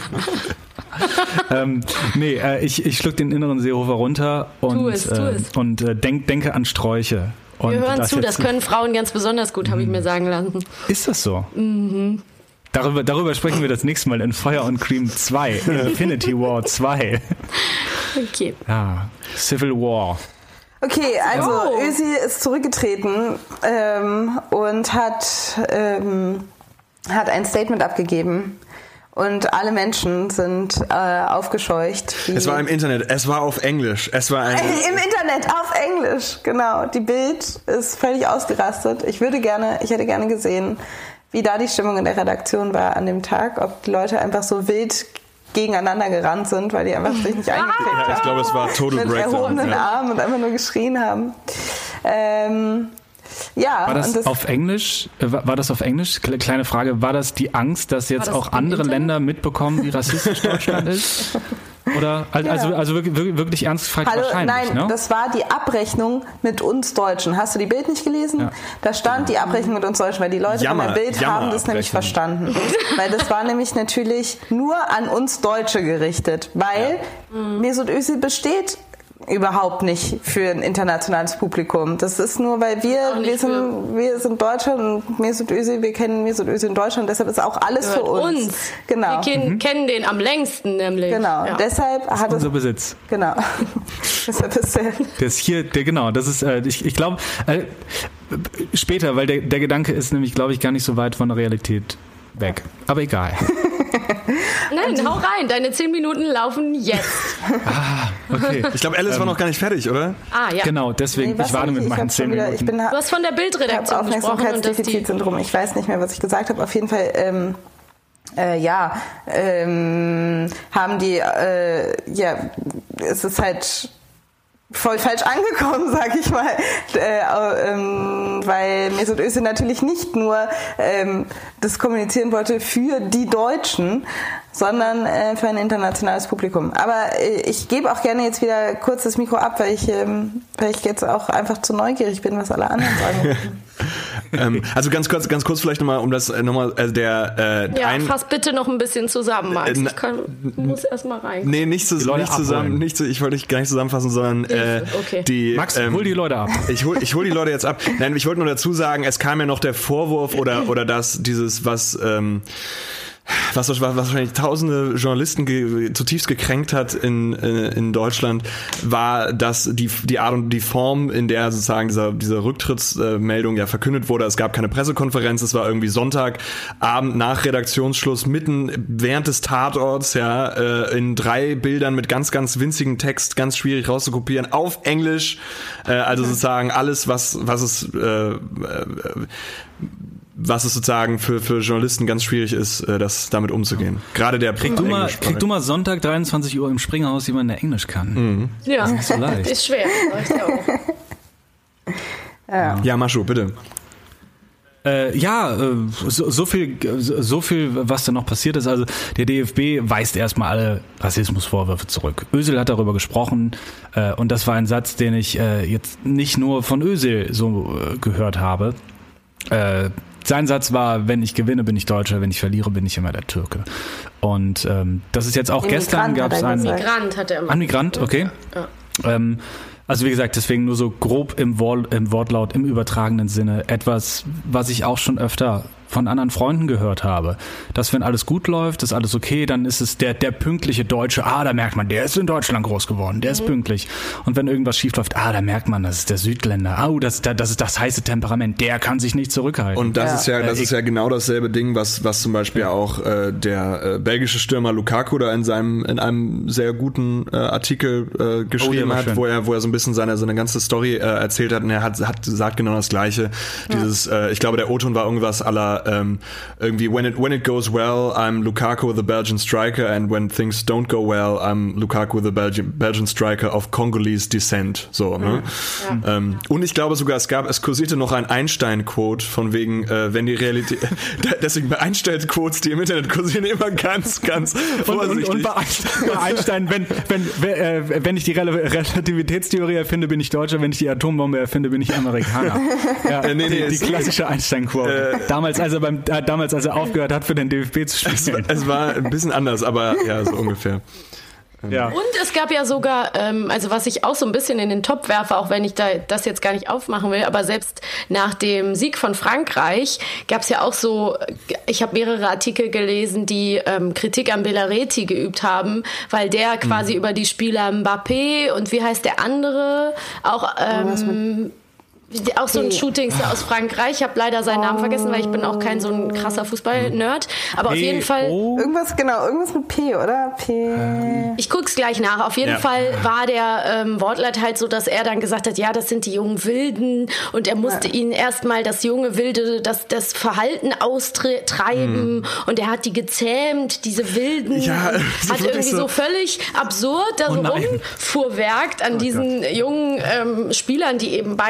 ähm, nee, äh, ich, ich schluck den inneren Seehofer runter und, tu es, tu äh, es. und äh, denk, denke an Sträuche. Und wir hören das zu, das können Frauen ganz besonders gut, habe ich mir sagen lassen. Ist das so? Mhm. Darüber, darüber sprechen wir das nächste Mal in Fire and Cream zwei, Infinity War zwei. Okay. Ja, Civil War. Okay, also oh. Özil ist zurückgetreten ähm, und hat, ähm, hat ein Statement abgegeben. Und alle Menschen sind äh, aufgescheucht. Es war im Internet, es war auf Englisch. Es war ein Im Internet, auf Englisch, genau. Die Bild ist völlig ausgerastet. Ich würde gerne, ich hätte gerne gesehen, wie da die Stimmung in der Redaktion war an dem Tag. Ob die Leute einfach so wild gegeneinander gerannt sind, weil die einfach sich nicht eingekriegt haben. Ja, ich glaube, es war Total Breakdown. Mit erhobenen ja. Armen und einfach nur geschrien haben. Ähm... Ja, war das, und das auf Englisch? War, war das auf Englisch? Kleine Frage. War das die Angst, dass jetzt das auch andere Internet? Länder mitbekommen, wie rassistisch Deutschland ist? Oder? Also, ja. also wirklich, wirklich ernst gefragt, Hallo, wahrscheinlich, nein, ne? das war die Abrechnung mit uns Deutschen. Hast du die Bild nicht gelesen? Ja. Da stand die Abrechnung mit uns Deutschen, weil die Leute Jammer, von der Bild haben das nämlich verstanden. Weil das war nämlich natürlich nur an uns Deutsche gerichtet. Weil ja. Mesut Özil besteht überhaupt nicht für ein internationales Publikum. Das ist nur, weil wir wir sind, wir sind Deutschland und Mesut Özil, wir kennen Mesut Özil in Deutschland, deshalb ist auch alles für uns. uns. Genau. Wir kennen, mhm. kennen den am längsten nämlich. Genau, ja. deshalb das hat ist unser es, Besitz. Genau. Deshalb ist der, der ist hier, der genau, das ist, äh, ich, ich glaube, äh, später, weil der, der Gedanke ist nämlich, glaube ich, gar nicht so weit von der Realität weg. Aber egal. Nein, hau rein. Deine zehn Minuten laufen jetzt. Ah, okay. Ich glaube, Alice ähm, war noch gar nicht fertig, oder? Ah, ja. Genau, deswegen, nee, ich warte mit meinen zehn Minuten. Ich bin, du hast von der Bildredaktion Aufmerksamkeitsdefizitsyndrom. Ich weiß nicht mehr, was ich gesagt habe. Auf jeden Fall, ähm, äh, ja, ähm, haben die, äh, ja, es ist halt voll falsch angekommen, sag ich mal, äh, ähm, weil Mesut Özil natürlich nicht nur ähm, das kommunizieren wollte für die Deutschen, sondern äh, für ein internationales Publikum. Aber äh, ich gebe auch gerne jetzt wieder kurz das Mikro ab, weil ich, ähm, weil ich jetzt auch einfach zu neugierig bin, was alle anderen sagen. ähm, also ganz kurz, ganz kurz vielleicht nochmal, um das äh, nochmal, also der äh, ja, ein, fass bitte noch ein bisschen zusammen, Max. Ich kann, muss erst mal rein. Nee, nicht, zu, nicht zusammen, nicht zu, ich wollte dich gar nicht zusammenfassen, sondern äh, okay. die. Max, ähm, hol die Leute ab. Ich hol, ich hol die Leute jetzt ab. Nein, ich wollte nur dazu sagen, es kam ja noch der Vorwurf oder oder das dieses was. Ähm, Was, was wahrscheinlich tausende Journalisten ge, zutiefst gekränkt hat in, in, in Deutschland, war, dass die, die Art und die Form, in der sozusagen dieser, diese Rücktrittsmeldung ja verkündet wurde. Es gab keine Pressekonferenz, es war irgendwie Sonntagabend nach Redaktionsschluss, mitten während des Tatorts, ja, äh, in drei Bildern mit ganz, ganz winzigen Text, ganz schwierig rauszukopieren, auf Englisch, äh, also sozusagen alles, was, was es, äh, äh, was es sozusagen für, für Journalisten ganz schwierig ist, das damit umzugehen. Gerade der krieg du mal, krieg du mal Sonntag dreiundzwanzig Uhr im Springhaus jemanden, der Englisch kann. Mhm. Ja, das ist nicht so leicht. Ist schwer, weiß ich auch. Ja, ja Maschu, bitte. Äh, ja, äh, so, so viel, so viel, was da noch passiert ist. Also der D F B weist erstmal alle Rassismusvorwürfe zurück. Özil hat darüber gesprochen äh, und das war ein Satz, den ich äh, jetzt nicht nur von Özil so äh, gehört habe. Äh, Sein Satz war, wenn ich gewinne, bin ich Deutscher, wenn ich verliere, bin ich immer der Türke. Und ähm, das ist jetzt auch Immigrant gestern, gab es einen... Migrant hat er immer. Ein Migrant, okay. Ja. Ähm, also wie gesagt, deswegen nur so grob im, Wort, im Wortlaut, im übertragenen Sinne. Etwas, was ich auch schon öfter von anderen Freunden gehört habe, dass wenn alles gut läuft, ist alles okay, dann ist es der der pünktliche Deutsche, ah, da merkt man, der ist in Deutschland groß geworden, der mhm. ist pünktlich. Und wenn irgendwas schief läuft, ah, da merkt man, das ist der Südländer, ah, oh, das, das ist das heiße Temperament, der kann sich nicht zurückhalten. Und das ja. ist ja das äh, ist ja genau dasselbe Ding, was was zum Beispiel ja. auch äh, der äh, belgische Stürmer Lukaku da in seinem in einem sehr guten äh, Artikel äh, geschrieben oh, hat, schön. wo er wo er so ein bisschen seine seine ganze Story äh, erzählt hat und er hat hat sagt genau das Gleiche. Ja. Dieses, äh, ich glaube, der O-Ton war irgendwas à la Um, irgendwie when it when it goes well, I'm Lukaku the Belgian striker, and when things don't go well, I'm Lukaku the Belgian Belgian striker of Congolese descent. So, ne? Ja. Ähm, und ich glaube sogar, es gab, es kursierte noch ein Einstein-Quote von wegen, äh, wenn die Realität, deswegen bei Einstein-Quotes, die im Internet kursieren, immer ganz, ganz vorsichtig. Und, und, und bei Einstein, bei Einstein wenn wenn äh, wenn ich die Relativitätstheorie erfinde, bin ich Deutscher, wenn ich die Atombombe erfinde, bin ich Amerikaner. Ja, äh, nee, nee, die, die klassische Einstein-Quote. Äh, Damals, als er beim damals, als er aufgehört hat, für den D F B zu spielen. Es, es war ein bisschen anders, aber ja, so ungefähr. Ja. Und es gab ja sogar, ähm, also was ich auch so ein bisschen in den Topf werfe, auch wenn ich da das jetzt gar nicht aufmachen will, aber selbst nach dem Sieg von Frankreich gab es ja auch so, ich habe mehrere Artikel gelesen, die ähm, Kritik an Belareti geübt haben, weil der quasi mhm. über die Spieler Mbappé und wie heißt der andere auch ähm, auch so ein Shootingstar aus Frankreich. Ich habe leider seinen Namen vergessen, weil ich bin auch kein so ein krasser Fußball-Nerd. Aber auf jeden Fall... Irgendwas, genau, irgendwas mit P, oder? P. Ich guck's gleich nach. Auf jeden ja. Fall war der ähm, Wortlaut halt so, dass er dann gesagt hat, ja, das sind die jungen Wilden. Und er musste ja. ihnen erstmal das junge Wilde, das, das Verhalten austreiben. Mhm. Und er hat die gezähmt, diese Wilden. Ja, hat irgendwie so. so völlig absurd da so oh rumfuhrwerkt an oh diesen Gott. jungen ähm, Spielern, die eben beide ihre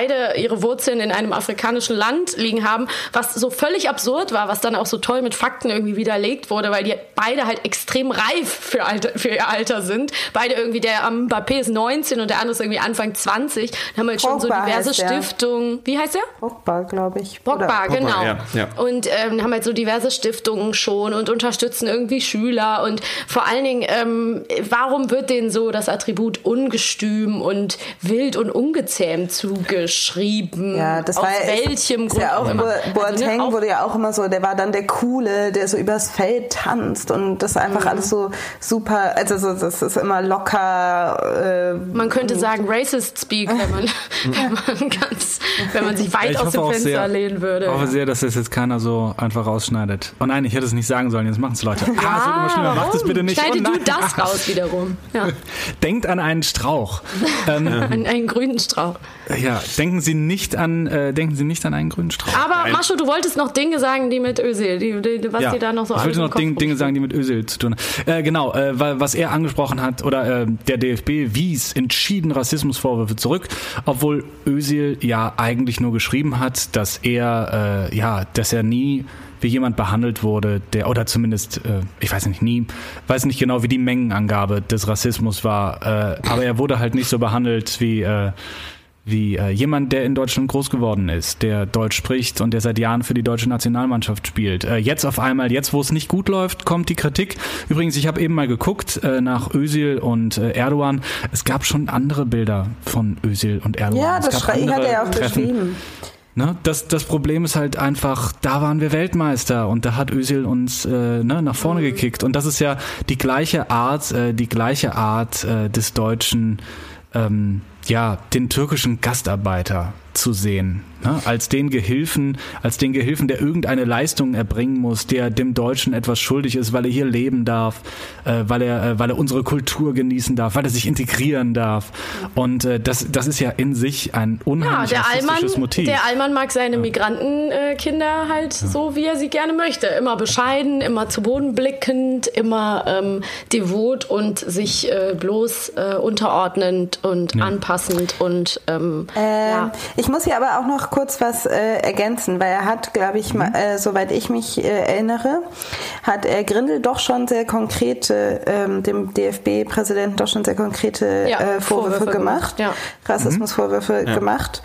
ihre Wurzeln in einem afrikanischen Land liegen haben, was so völlig absurd war, was dann auch so toll mit Fakten irgendwie widerlegt wurde, weil die beide halt extrem reif für, Alter, für ihr Alter sind. Beide irgendwie, der Mbappé ist neunzehn und der andere ist irgendwie Anfang zwanzig. Da haben wir jetzt schon Pogba so diverse Stiftungen. Wie heißt der? Pogba, glaube ich. Pogba, Oder? genau. Pogba, ja, ja. Und ähm, haben halt so diverse Stiftungen schon und unterstützen irgendwie Schüler und vor allen Dingen, ähm, warum wird denen so das Attribut ungestüm und wild und ungezähmt zugeschrieben? Ja, das Aus war welchem Grund ja auch immer? Boateng Also, ne, auch wurde ja auch immer so, der war dann der Coole, der so übers Feld tanzt und das einfach mhm. alles so super, also so, das ist immer locker. Äh, man könnte sagen Racist Speak, wenn man, wenn man ganz, wenn man sich weit ich aus dem Fenster sehr, lehnen würde. Ich hoffe ja. sehr, dass das jetzt keiner so einfach rausschneidet. Oh nein, ich hätte es nicht sagen sollen, jetzt machen es Leute. Ah, es wird immer schlimmer, macht es bitte nicht. Schneide oh du das raus wiederum. Ja. Denkt an einen Strauch. ähm, an einen grünen Strauch. Ja, denken Sie nicht an, äh, denken Sie nicht an einen grünen Strauch. Aber Nein. Mascho, du wolltest noch Dinge sagen, die mit Özil, die, die, was ja, dir da noch so ich wollte noch Ding, Dinge sagen, die mit Özil zu tun haben. Äh, genau, äh, was er angesprochen hat, oder äh, der D F B wies entschieden Rassismusvorwürfe zurück, obwohl Özil ja eigentlich nur geschrieben hat, dass er, äh, ja, dass er nie wie jemand behandelt wurde, der, oder zumindest, äh, ich weiß nicht, nie, weiß nicht genau, wie die Mengenangabe des Rassismus war, äh, aber er wurde halt nicht so behandelt wie, äh, wie äh, jemand, der in Deutschland groß geworden ist, der Deutsch spricht und der seit Jahren für die deutsche Nationalmannschaft spielt. Äh, jetzt auf einmal, jetzt wo es nicht gut läuft, kommt die Kritik. Übrigens, ich habe eben mal geguckt äh, nach Özil und äh, Erdogan. Es gab schon andere Bilder von Özil und Erdogan. Ja, das hat er ja auch geschrieben. Ne, das, das Problem ist halt einfach, da waren wir Weltmeister und da hat Özil uns äh, ne, nach vorne mhm. gekickt. Und das ist ja die gleiche Art, äh, die gleiche Art äh, des deutschen, ähm, ja, den türkischen Gastarbeiter zu sehen, ne? als den Gehilfen, als den Gehilfen, der irgendeine Leistung erbringen muss, der dem Deutschen etwas schuldig ist, weil er hier leben darf, äh, weil er, äh, weil er unsere Kultur genießen darf, weil er sich integrieren darf. Und äh, das, das ist ja in sich ein unheimlich ja, rassistisches Motiv. Der Allmann mag seine Migrantenkinder halt ja. so, wie er sie gerne möchte. Immer bescheiden, immer zu Boden blickend, immer ähm, devot und sich äh, bloß äh, unterordnend und ja. anpassend und ähm, ähm, ja. Ich muss hier aber auch noch kurz was äh, ergänzen, weil er hat, glaube ich, mhm. äh, soweit ich mich äh, erinnere, hat er Grindel doch schon sehr konkrete, ähm, dem D F B-Präsidenten doch schon sehr konkrete ja, äh, Vorwürfe, Vorwürfe gemacht, ja. Rassismusvorwürfe ja. gemacht.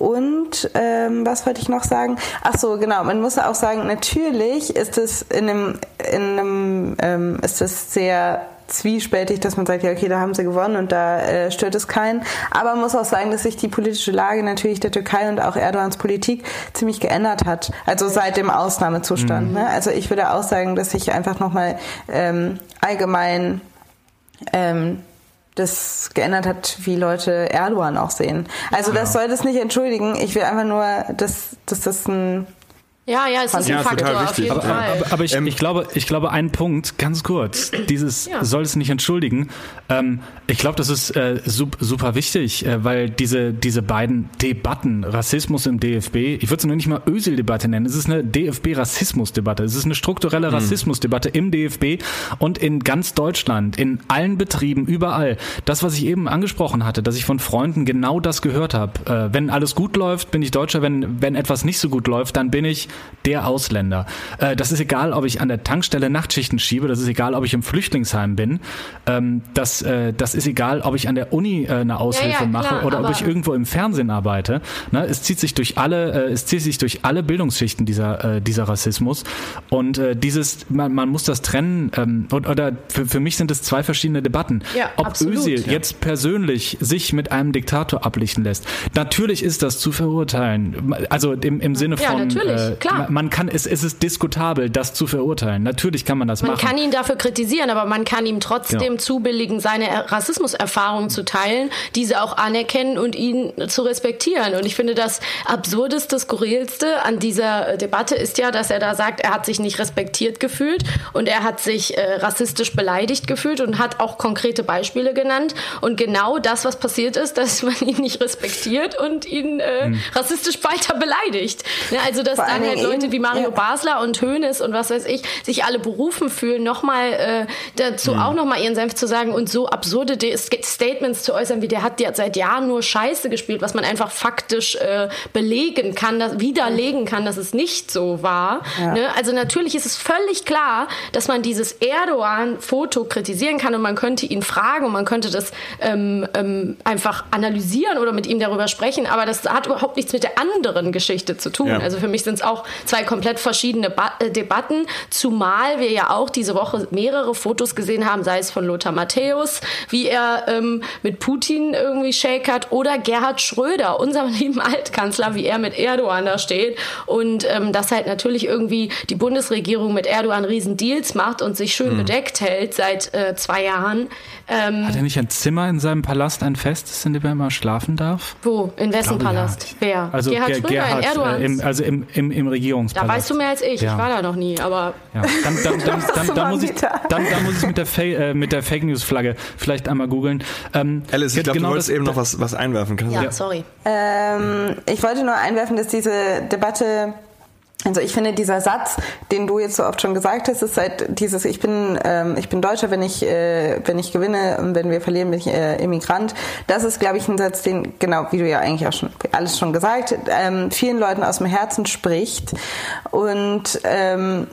Und ähm, was wollte ich noch sagen? Ach so, genau, man muss auch sagen, natürlich ist es in einem, in einem ähm, ist es sehr zwiespältig, dass man sagt, ja okay, da haben sie gewonnen und da äh, stört es keinen. Aber man muss auch sagen, dass sich die politische Lage natürlich der Türkei und auch Erdogans Politik ziemlich geändert hat. Also seit dem Ausnahmezustand. Mhm. Ne? Also ich würde auch sagen, dass sich einfach nochmal ähm, allgemein ähm, das geändert hat, wie Leute Erdogan auch sehen. Also ja. das soll das nicht entschuldigen. Ich will einfach nur, dass, dass das ein Ja, ja, es ist ja, ein Faktor auf jeden aber, Fall. Aber, aber ich, ähm, ich glaube, ich glaube, ein Punkt, ganz kurz, dieses ja. soll es nicht entschuldigen. Ähm, ich glaube, das ist äh, super, super wichtig, äh, weil diese diese beiden Debatten, Rassismus im D F B, ich würde es noch nicht mal Özil-Debatte nennen, es ist eine D F B-Rassismus-Debatte, es ist eine strukturelle mhm. Rassismus-Debatte im D F B und in ganz Deutschland, in allen Betrieben, überall. Das, was ich eben angesprochen hatte, dass ich von Freunden genau das gehört habe. Äh, wenn alles gut läuft, bin ich Deutscher, wenn wenn etwas nicht so gut läuft, dann bin ich der Ausländer. Äh, das ist egal, ob ich an der Tankstelle Nachtschichten schiebe, das ist egal, ob ich im Flüchtlingsheim bin, ähm, das, äh, das ist egal, ob ich an der Uni äh, eine Aushilfe ja, ja, mache klar, oder ob ich irgendwo im Fernsehen arbeite. Ne? Es zieht sich durch alle, äh, es zieht sich durch alle Bildungsschichten dieser, äh, dieser Rassismus und äh, dieses, man, man muss das trennen ähm, und, oder für, für mich sind es zwei verschiedene Debatten. Ja, ob absolut, Özil ja. jetzt persönlich sich mit einem Diktator ablichten lässt. Natürlich ist das zu verurteilen. Also im, im Sinne ja, von natürlich, äh, klar. Man kann, es, es ist diskutabel, das zu verurteilen. Natürlich kann man das man machen. Man kann ihn dafür kritisieren, aber man kann ihm trotzdem genau. zubilligen, seine Rassismuserfahrungen zu teilen, diese auch anerkennen und ihn zu respektieren. Und ich finde, das Absurdeste, Skurrilste an dieser Debatte ist ja, dass er da sagt, er hat sich nicht respektiert gefühlt und er hat sich äh, rassistisch beleidigt gefühlt und hat auch konkrete Beispiele genannt. Und genau das, was passiert ist, dass man ihn nicht respektiert und ihn äh, hm. rassistisch weiter beleidigt. Ja, also, dass dann halt Leute wie Mario ja. Basler und Hoeneß und was weiß ich, sich alle berufen fühlen, nochmal äh, dazu mhm. auch nochmal ihren Senf zu sagen und so absurde De- Statements zu äußern, wie der hat der seit Jahren nur Scheiße gespielt, was man einfach faktisch äh, belegen kann, dass, widerlegen kann, dass es nicht so war. Ja. Ne? Also natürlich ist es völlig klar, dass man dieses Erdogan-Foto kritisieren kann und man könnte ihn fragen und man könnte das ähm, ähm, einfach analysieren oder mit ihm darüber sprechen, aber das hat überhaupt nichts mit der anderen Geschichte zu tun. Ja. Also für mich sind es auch zwei komplett verschiedene ba- äh, Debatten, zumal wir ja auch diese Woche mehrere Fotos gesehen haben, sei es von Lothar Matthäus, wie er ähm, mit Putin irgendwie shakert, oder Gerhard Schröder, unserem lieben Altkanzler, wie er mit Erdogan da steht und ähm, dass halt natürlich irgendwie die Bundesregierung mit Erdogan riesen Deals macht und sich schön mhm. bedeckt hält seit äh, zwei Jahren. Ähm, Hat er nicht ein Zimmer in seinem Palast, ein festes, in dem er immer schlafen darf? Wo? In wessen glaube, Palast? Ja. Wer? Also Gerhard Ger- Schröder Gerhard, in Erdogans? Äh, im, also im, im, im Regierungspalast. Da weißt du mehr als ich. Ja. Ich war da noch nie, aber... Ja. Dann, dann, dann, dann, dann, muss ich, dann, dann muss ich mit der, Fa- äh, mit der Fake-News-Flagge vielleicht einmal googeln. Ähm, Alice, ich glaube, genau du wolltest eben noch was, was einwerfen. Kannst ja, ja, sorry. Ähm, ich wollte nur einwerfen, dass diese Debatte... Also ich finde, dieser Satz, den du jetzt so oft schon gesagt hast, ist halt dieses, ich bin ähm, ich bin Deutscher, wenn ich äh, wenn ich gewinne und wenn wir verlieren, bin ich äh, Immigrant. Das ist, glaube ich, ein Satz, den, genau, wie du ja eigentlich auch schon alles schon gesagt, ähm, vielen Leuten aus dem Herzen spricht. Und ähm,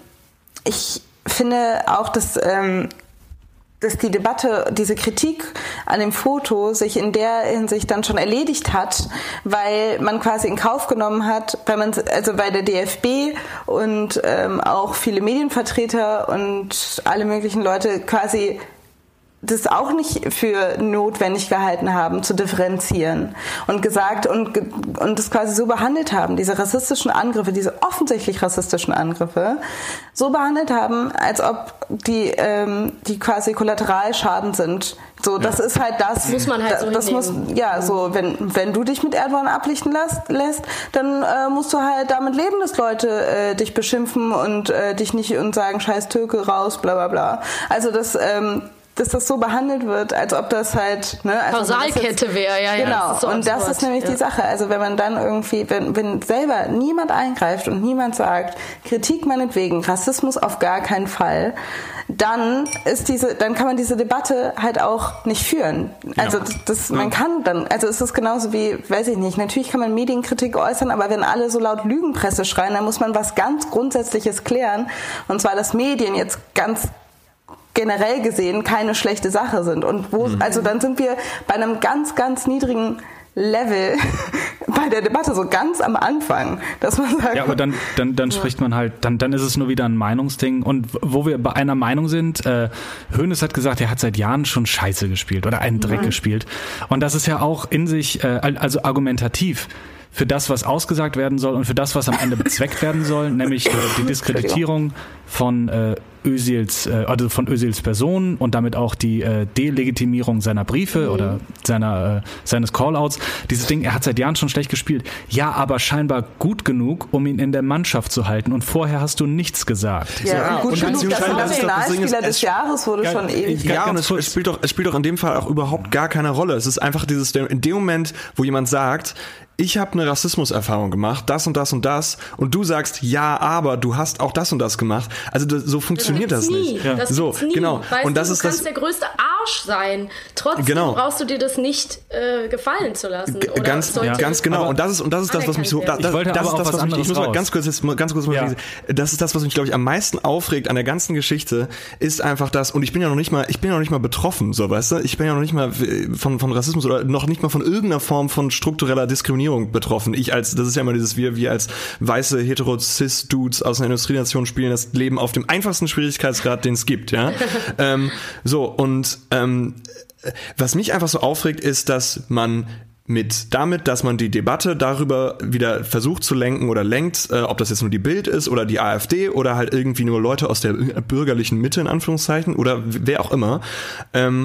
ich finde auch, dass... Ähm, dass die Debatte, diese Kritik an dem Foto sich in der Hinsicht dann schon erledigt hat, weil man quasi in Kauf genommen hat, weil man, also bei der D F B und ähm, auch viele Medienvertreter und alle möglichen Leute quasi das auch nicht für notwendig gehalten haben, zu differenzieren und gesagt und und das quasi so behandelt haben, diese rassistischen Angriffe, diese offensichtlich rassistischen Angriffe, so behandelt haben, als ob die ähm, die quasi Kollateralschaden sind. So, das ja. ist halt das. Das muss man halt so das muss, ja, so, wenn wenn du dich mit Erdogan ablichten lässt, lässt dann äh, musst du halt damit leben, dass Leute äh, dich beschimpfen und äh, dich nicht und sagen, scheiß Türke raus, bla bla bla. Also das ähm, dass das so behandelt wird, als ob das halt... Ne, also Kausalkette wäre, ja, ja. Genau, das ist so und das absurd. ist nämlich ja. die Sache. Also wenn man dann irgendwie, wenn, wenn selber niemand eingreift und niemand sagt, Kritik meinetwegen, Rassismus auf gar keinen Fall, dann ist diese, dann kann man diese Debatte halt auch nicht führen. Also ja. das, das man ja. kann dann, also es ist genauso wie, weiß ich nicht, natürlich kann man Medienkritik äußern, aber wenn alle so laut Lügenpresse schreien, dann muss man was ganz Grundsätzliches klären. Und zwar, dass Medien jetzt ganz generell gesehen keine schlechte Sache sind. Und wo, mhm. also dann sind wir bei einem ganz, ganz niedrigen Level bei der Debatte, so ganz am Anfang, dass man sagt... Ja, aber dann, dann, dann ja. spricht man halt, dann, dann ist es nur wieder ein Meinungsding. Und wo wir bei einer Meinung sind, äh, Hoeneß hat gesagt, er hat seit Jahren schon Scheiße gespielt oder einen Dreck mhm. gespielt. Und das ist ja auch in sich, äh, also argumentativ, für das, was ausgesagt werden soll und für das, was am Ende bezweckt werden soll, nämlich äh, die Diskreditierung von äh, Özils, äh, also von Özils Person und damit auch die äh, Delegitimierung seiner Briefe mhm. oder seiner äh, seines Callouts. Dieses Ding, er hat seit Jahren schon schlecht gespielt. Ja, aber scheinbar gut genug, um ihn in der Mannschaft zu halten. Und vorher hast du nichts gesagt. Ja, ja und gut und genug, dass er Nationalspieler des Jahres wurde ja, schon ewig. Ja, und es, es spielt doch, es spielt doch in dem Fall auch überhaupt gar keine Rolle. Es ist einfach dieses, in dem Moment, wo jemand sagt, ich habe eine Rassismuserfahrung gemacht, das und das und das, und du sagst, ja, aber du hast auch das und das gemacht. Also das, so funktioniert das, das nie. nicht. Ja. Das so, nie. genau. Weißt und das du, ist du kannst das, der größte Arsch sein. Trotzdem genau. brauchst du dir das nicht äh, gefallen zu lassen. G- oder ganz, ja. ganz genau. Und das ist und das ist das, was mich so. Da, das, ich wollte das aber ist das, was was mich. Ich muss mal ganz kurz jetzt ganz kurz mal. Ja. Das ist das, was mich, glaube ich, am meisten aufregt an der ganzen Geschichte, ist einfach das. Und ich bin ja noch nicht mal, ich bin ja noch nicht mal betroffen, so, weißt du. Ich bin ja noch nicht mal von von Rassismus oder noch nicht mal von irgendeiner Form von struktureller Diskriminierung betroffen. Ich als, das ist ja immer dieses wir wir als weiße hetero cis Dudes aus einer Industrienation spielen das Leben auf dem einfachsten Schwierigkeitsgrad, den es gibt, ja. ähm, so und ähm, was mich einfach so aufregt, ist, dass man mit damit, dass man die Debatte darüber wieder versucht zu lenken oder lenkt, äh, ob das jetzt nur die Bild ist oder die AfD oder halt irgendwie nur Leute aus der bürgerlichen Mitte in Anführungszeichen oder wer auch immer, ähm,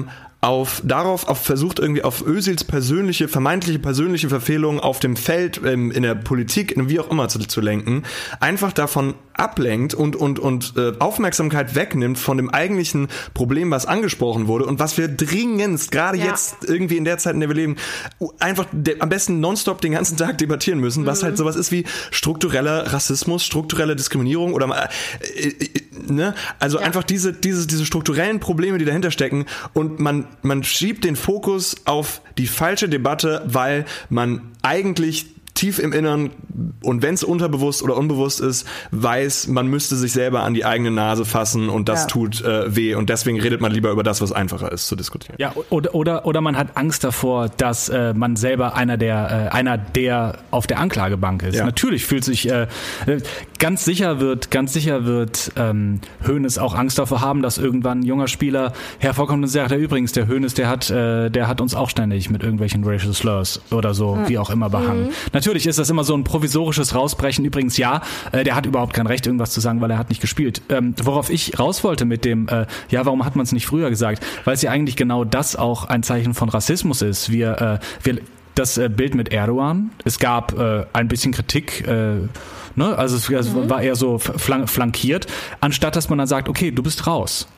auf darauf auf versucht irgendwie auf Özils persönliche, vermeintliche persönliche Verfehlungen auf dem Feld, ähm, in der Politik, wie auch immer zu, zu lenken, einfach davon ablenkt und und und äh, Aufmerksamkeit wegnimmt von dem eigentlichen Problem, was angesprochen wurde und was wir dringendst, gerade ja. jetzt irgendwie in der Zeit, in der wir leben, einfach de- am besten nonstop den ganzen Tag debattieren müssen, mhm. was halt sowas ist wie struktureller Rassismus, strukturelle Diskriminierung oder äh, äh, ne? Also ja. einfach diese diese diese strukturellen Probleme, die dahinter stecken und man man schiebt den Fokus auf die falsche Debatte, weil man eigentlich tief im Innern und wenn es unterbewusst oder unbewusst ist, weiß, man müsste sich selber an die eigene Nase fassen und das ja. tut äh, weh und deswegen redet man lieber über das, was einfacher ist zu diskutieren. Ja, oder oder oder man hat Angst davor, dass äh, man selber einer der äh, einer der auf der Anklagebank ist. Ja. Natürlich fühlt sich äh, ganz sicher wird ganz sicher wird ähm, Hoeneß auch Angst davor haben, dass irgendwann ein junger Spieler hervorkommt und sagt, ja, übrigens der Hoeneß, der hat äh, der hat uns auch ständig mit irgendwelchen Racial Slurs oder so, mhm. wie auch immer behangen. Mhm. Natürlich ist das immer so ein provisorisches Rausbrechen. Übrigens, ja, äh, der hat überhaupt kein Recht, irgendwas zu sagen, weil er hat nicht gespielt. Ähm, worauf ich raus wollte mit dem, äh, ja, warum hat man es nicht früher gesagt? Weil es ja eigentlich genau das auch ein Zeichen von Rassismus ist. Wir, äh, wir das äh, Bild mit Erdogan, es gab äh, ein bisschen Kritik, äh, ne? Also es, es mhm. war eher so flank- flankiert, anstatt dass man dann sagt, okay, du bist raus.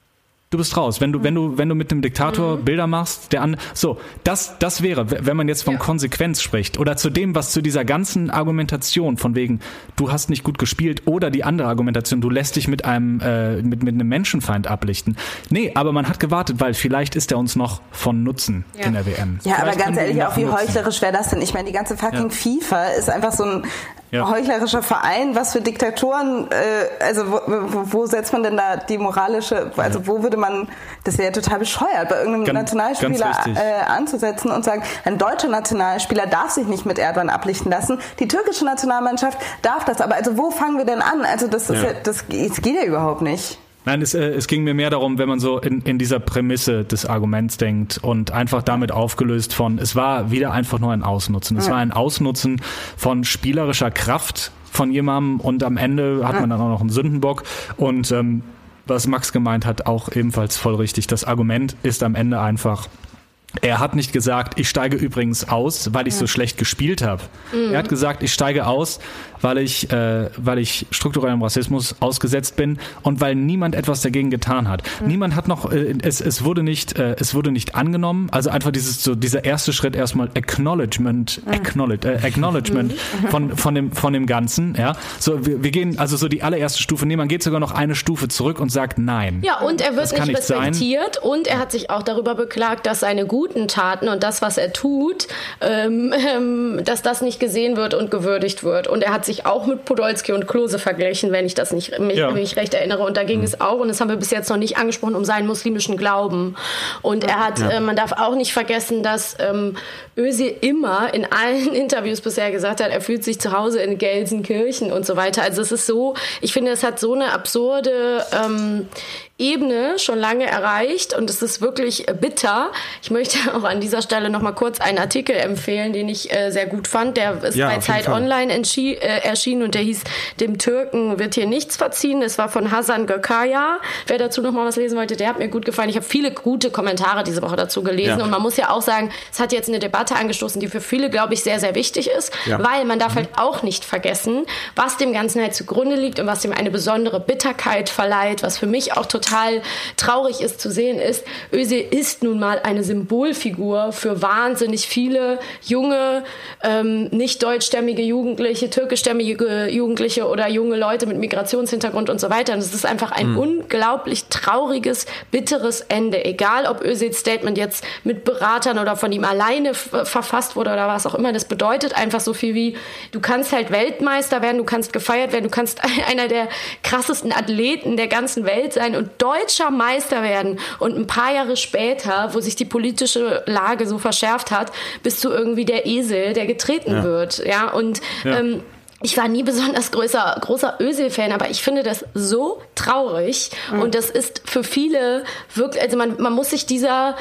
Du bist raus. Wenn du, wenn du, wenn du mit dem Diktator mhm. Bilder machst, der an, so, das, das wäre, wenn man jetzt von ja. Konsequenz spricht oder zu dem, was zu dieser ganzen Argumentation von wegen, du hast nicht gut gespielt oder die andere Argumentation, du lässt dich mit einem, äh, mit, mit einem Menschenfeind ablichten. Nee, aber man hat gewartet, weil vielleicht ist er uns noch von Nutzen ja. in der W M. Ja, vielleicht aber ganz ehrlich, auch wie nutzen. heuchlerisch wäre das denn? Ich meine, die ganze fucking ja. FIFA ist einfach so ein ja. heuchlerischer Verein, was für Diktatoren, äh, also wo, wo, wo setzt man denn da die moralische, also wo würde man, das wäre ja total bescheuert, bei irgendeinem ganz, Nationalspieler ganz äh, anzusetzen und sagen, ein deutscher Nationalspieler darf sich nicht mit Erdogan ablichten lassen, die türkische Nationalmannschaft darf das, aber also wo fangen wir denn an? Also das, ist ja. Ja, das, das geht ja überhaupt nicht. Nein, es, äh, es ging mir mehr darum, wenn man so in, in dieser Prämisse des Arguments denkt und einfach damit aufgelöst von, es war wieder einfach nur ein Ausnutzen. Es ja. war ein Ausnutzen von spielerischer Kraft von jemandem und am Ende hat man dann auch noch einen Sündenbock und ähm, was Max gemeint hat, auch ebenfalls voll richtig. Das Argument ist am Ende einfach, er hat nicht gesagt, ich steige übrigens aus, weil ich ja. so schlecht gespielt habe. Mhm. Er hat gesagt, ich steige aus, weil ich, äh, weil ich strukturellem Rassismus ausgesetzt bin und weil niemand etwas dagegen getan hat. Mhm. Niemand hat noch, äh, es, es wurde nicht, äh, es wurde nicht angenommen. Also einfach dieses, so dieser erste Schritt erstmal Acknowledgement, mhm. Acknowledge, äh, Acknowledgement mhm. von, von dem, von dem Ganzen, ja. So, wir, wir gehen, also so die allererste Stufe, nee, man geht sogar noch eine Stufe zurück und sagt nein. Ja, und er wird nicht respektiert sein. Und er hat sich auch darüber beklagt, dass seine guten Taten und das, was er tut, ähm, ähm, dass das nicht gesehen wird und gewürdigt wird. Und er hat sich auch mit Podolski und Klose verglichen, wenn ich das nicht mich, ja. mich recht erinnere. Und da ging mhm. es auch, und das haben wir bis jetzt noch nicht angesprochen, um seinen muslimischen Glauben. Und er hat, ja. äh, man darf auch nicht vergessen, dass ähm, Özil immer in allen Interviews bisher gesagt hat, er fühlt sich zu Hause in Gelsenkirchen und so weiter. Also es ist so, ich finde, es hat so eine absurde ähm, Ebene schon lange erreicht und es ist wirklich bitter. Ich möchte auch an dieser Stelle noch mal kurz einen Artikel empfehlen, den ich äh, sehr gut fand. Der ist ja, bei Zeit Online entschi- äh, erschienen und der hieß, dem Türken wird hier nichts verziehen. Das war von Hasan Gökaya. Wer dazu noch mal was lesen wollte, der hat mir gut gefallen. Ich habe viele gute Kommentare diese Woche dazu gelesen ja. und man muss ja auch sagen, es hat jetzt eine Debatte angestoßen, die für viele, glaube ich, sehr, sehr wichtig ist, ja. weil man darf mhm. halt auch nicht vergessen, was dem Ganzen halt zugrunde liegt und was dem eine besondere Bitterkeit verleiht, was für mich auch total total traurig ist zu sehen, ist, Özil ist nun mal eine Symbolfigur für wahnsinnig viele junge, ähm, nicht deutschstämmige Jugendliche, türkischstämmige Jugendliche oder junge Leute mit Migrationshintergrund und so weiter. Und es ist einfach ein mhm. unglaublich trauriges, bitteres Ende. Egal, ob Özils Statement jetzt mit Beratern oder von ihm alleine f- verfasst wurde oder was auch immer. Das bedeutet einfach so viel wie, du kannst halt Weltmeister werden, du kannst gefeiert werden, du kannst einer der krassesten Athleten der ganzen Welt sein und deutscher Meister werden und ein paar Jahre später, wo sich die politische Lage so verschärft hat, bist du irgendwie der Esel, der getreten ja. wird. Ja, und ja. Ähm, ich war nie besonders größer, großer Özil-Fan, aber ich finde das so traurig mhm. und das ist für viele wirklich, also man, man muss sich dieser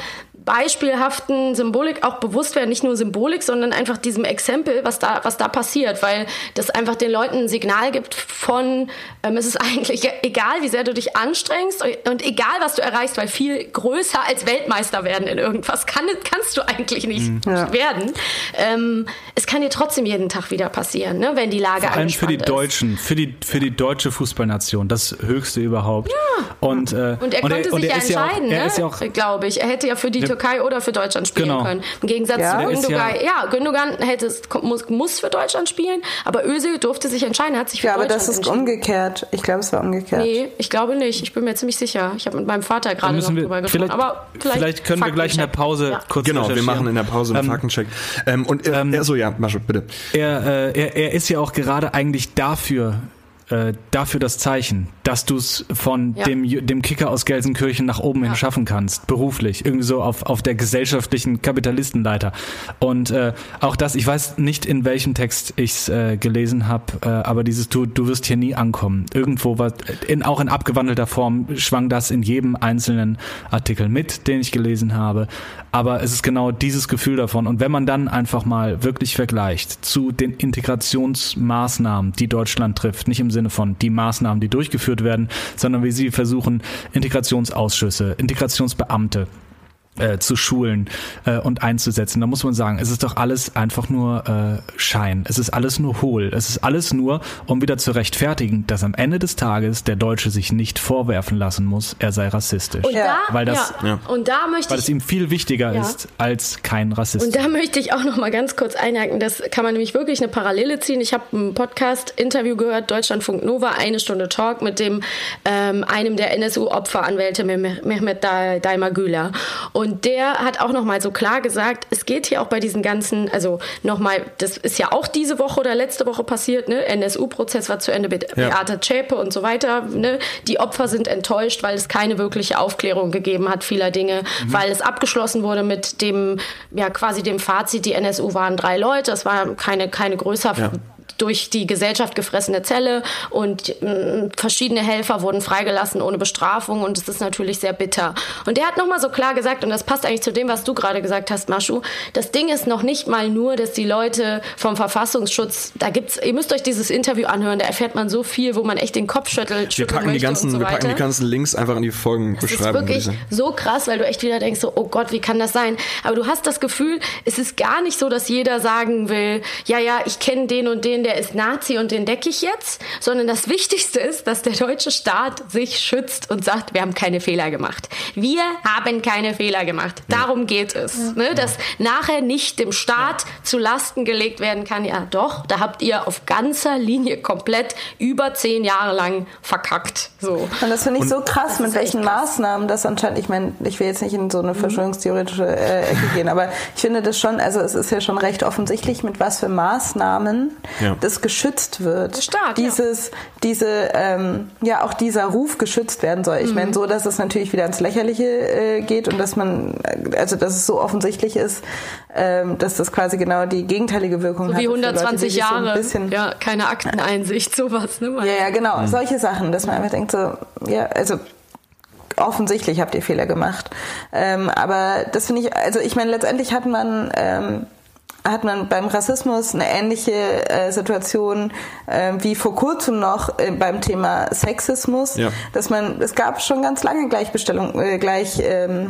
beispielhaften Symbolik auch bewusst werden, nicht nur Symbolik, sondern einfach diesem Exempel, was da, was da passiert, weil das einfach den Leuten ein Signal gibt von, ähm, es ist eigentlich egal, wie sehr du dich anstrengst und egal, was du erreichst, weil viel größer als Weltmeister werden in irgendwas kann, kannst du eigentlich nicht ja. werden. Ähm, es kann dir trotzdem jeden Tag wieder passieren, ne, wenn die Lage vor allem für die ist. Deutschen, für die, für die deutsche Fußballnation, das Höchste überhaupt. Ja. Und, äh, und er und konnte er, sich ja entscheiden, ja auch, ne, ja auch, glaube ich. Er hätte ja für die Türkei oder für Deutschland spielen genau. können. Im Gegensatz ja. zu Gündogan. Ja, ja, Gündogan hätte, muss, muss für Deutschland spielen, aber Özil durfte sich entscheiden, er hat sich für ja, Deutschland aber das ist entschieden. umgekehrt. Ich glaube, es war umgekehrt. Nee, ich glaube nicht. Ich bin mir ziemlich sicher. Ich habe mit meinem Vater gerade noch wir, drüber gesprochen. Vielleicht, aber vielleicht, vielleicht können wir gleich in der Pause ja. kurz Genau, wir machen in der Pause einen ähm, Faktencheck. Ähm, und er, ähm, er so, ja, Mascho, bitte. Er, äh, er, er ist ja auch gerade eigentlich dafür, äh, dafür das Zeichen, dass du es von Ja. dem, dem Kicker aus Gelsenkirchen nach oben hin schaffen kannst, beruflich, irgendwie so auf, auf der gesellschaftlichen Kapitalistenleiter. Und äh, auch das, ich weiß nicht, in welchem Text ich es äh, gelesen habe, äh, aber dieses du, du wirst hier nie ankommen. Irgendwo war, in, auch in abgewandelter Form schwang das in jedem einzelnen Artikel mit, den ich gelesen habe. Aber es ist genau dieses Gefühl davon. Und wenn man dann einfach mal wirklich vergleicht zu den Integrationsmaßnahmen, die Deutschland trifft, nicht im Sinne von die Maßnahmen, die durchgeführt werden, sondern wie sie versuchen, Integrationsausschüsse, Integrationsbeamte äh, zu schulen äh, und einzusetzen. Da muss man sagen, es ist doch alles einfach nur äh, Schein. Es ist alles nur hohl. Es ist alles nur, um wieder zu rechtfertigen, dass am Ende des Tages der Deutsche sich nicht vorwerfen lassen muss, er sei rassistisch. Und Ja. da, Weil das- ja. Ja. Und da möchte Weil ich es ihm viel wichtiger Ja. ist, als kein Rassist. Und da möchte ich auch noch mal ganz kurz einhaken, das kann man nämlich wirklich eine Parallele ziehen. Ich habe ein Podcast-Interview gehört, Deutschlandfunk Nova, eine Stunde Talk mit dem ähm, einem der N S U-Opferanwälte, Meh- Mehmet Da- Daimagüler. Und der hat auch noch mal so klar gesagt, es geht hier auch bei diesen ganzen, also noch mal, das ist ja auch diese Woche oder letzte Woche passiert, ne? N S U-Prozess war zu Ende, Be- Ja. Beate Zschäpe und so weiter. Ne? Die Opfer sind enttäuscht, weil es keine wirkliche Aufklärung gegeben hat vieler Dinge, Mhm. weil es abgeschlossen wurde mit dem, ja quasi dem Fazit, die N S U waren drei Leute, es war keine, keine größer Ja. durch die Gesellschaft gefressene Zelle und mh, verschiedene Helfer wurden freigelassen ohne Bestrafung und es ist natürlich sehr bitter. Und der hat nochmal so klar gesagt, und das passt eigentlich zu dem, was du gerade gesagt hast, Maschu, das Ding ist noch nicht mal nur, dass die Leute vom Verfassungsschutz, da gibt's, ihr müsst euch dieses Interview anhören, da erfährt man so viel, wo man echt den Kopf schüttelt, Wir packen, die ganzen, und so wir packen die weiter. ganzen Links einfach in die Folgenbeschreibung. Das ist wirklich würde ich so krass, weil du echt wieder denkst, so, oh Gott, wie kann das sein? Aber du hast das Gefühl, es ist gar nicht so, dass jeder sagen will, ja, ja, ich kenne den und den, der ist Nazi und den decke ich jetzt, sondern das Wichtigste ist, dass der deutsche Staat sich schützt und sagt, wir haben keine Fehler gemacht. Wir haben keine Fehler gemacht. Darum geht es. Ja. Ne? Dass nachher nicht dem Staat ja. zu Lasten gelegt werden kann, ja doch, da habt ihr auf ganzer Linie komplett über zehn Jahre lang verkackt. So. Und das finde ich Und so krass, mit welchen Maßnahmen das anscheinend, ich meine, ich will jetzt nicht in so eine verschwörungstheoretische äh, Ecke gehen, aber ich finde das schon, also es ist ja schon recht offensichtlich, mit was für Maßnahmen ja. das geschützt wird. Der Staat, Dieses, ja. diese, ähm, ja, auch dieser Ruf geschützt werden soll. Ich mhm. meine, so, dass es natürlich wieder ans Lächerliche äh, geht und dass man, also dass es so offensichtlich ist, ähm, dass das quasi genau die gegenteilige Wirkung so hat. Wie hundertzwanzig Leute, Jahre, so ein bisschen, ja, keine Akteneinsicht, sowas. Ne? Ja, ja, genau, mhm. solche Sachen, dass man einfach denkt so, ja, also offensichtlich habt ihr Fehler gemacht. Ähm, aber das finde ich, also ich meine, letztendlich hat man ähm, hat man beim Rassismus eine ähnliche äh, Situation äh, wie vor kurzem noch äh, beim Thema Sexismus, ja. dass man, es gab schon ganz lange Gleichbestellung, äh, gleich ähm,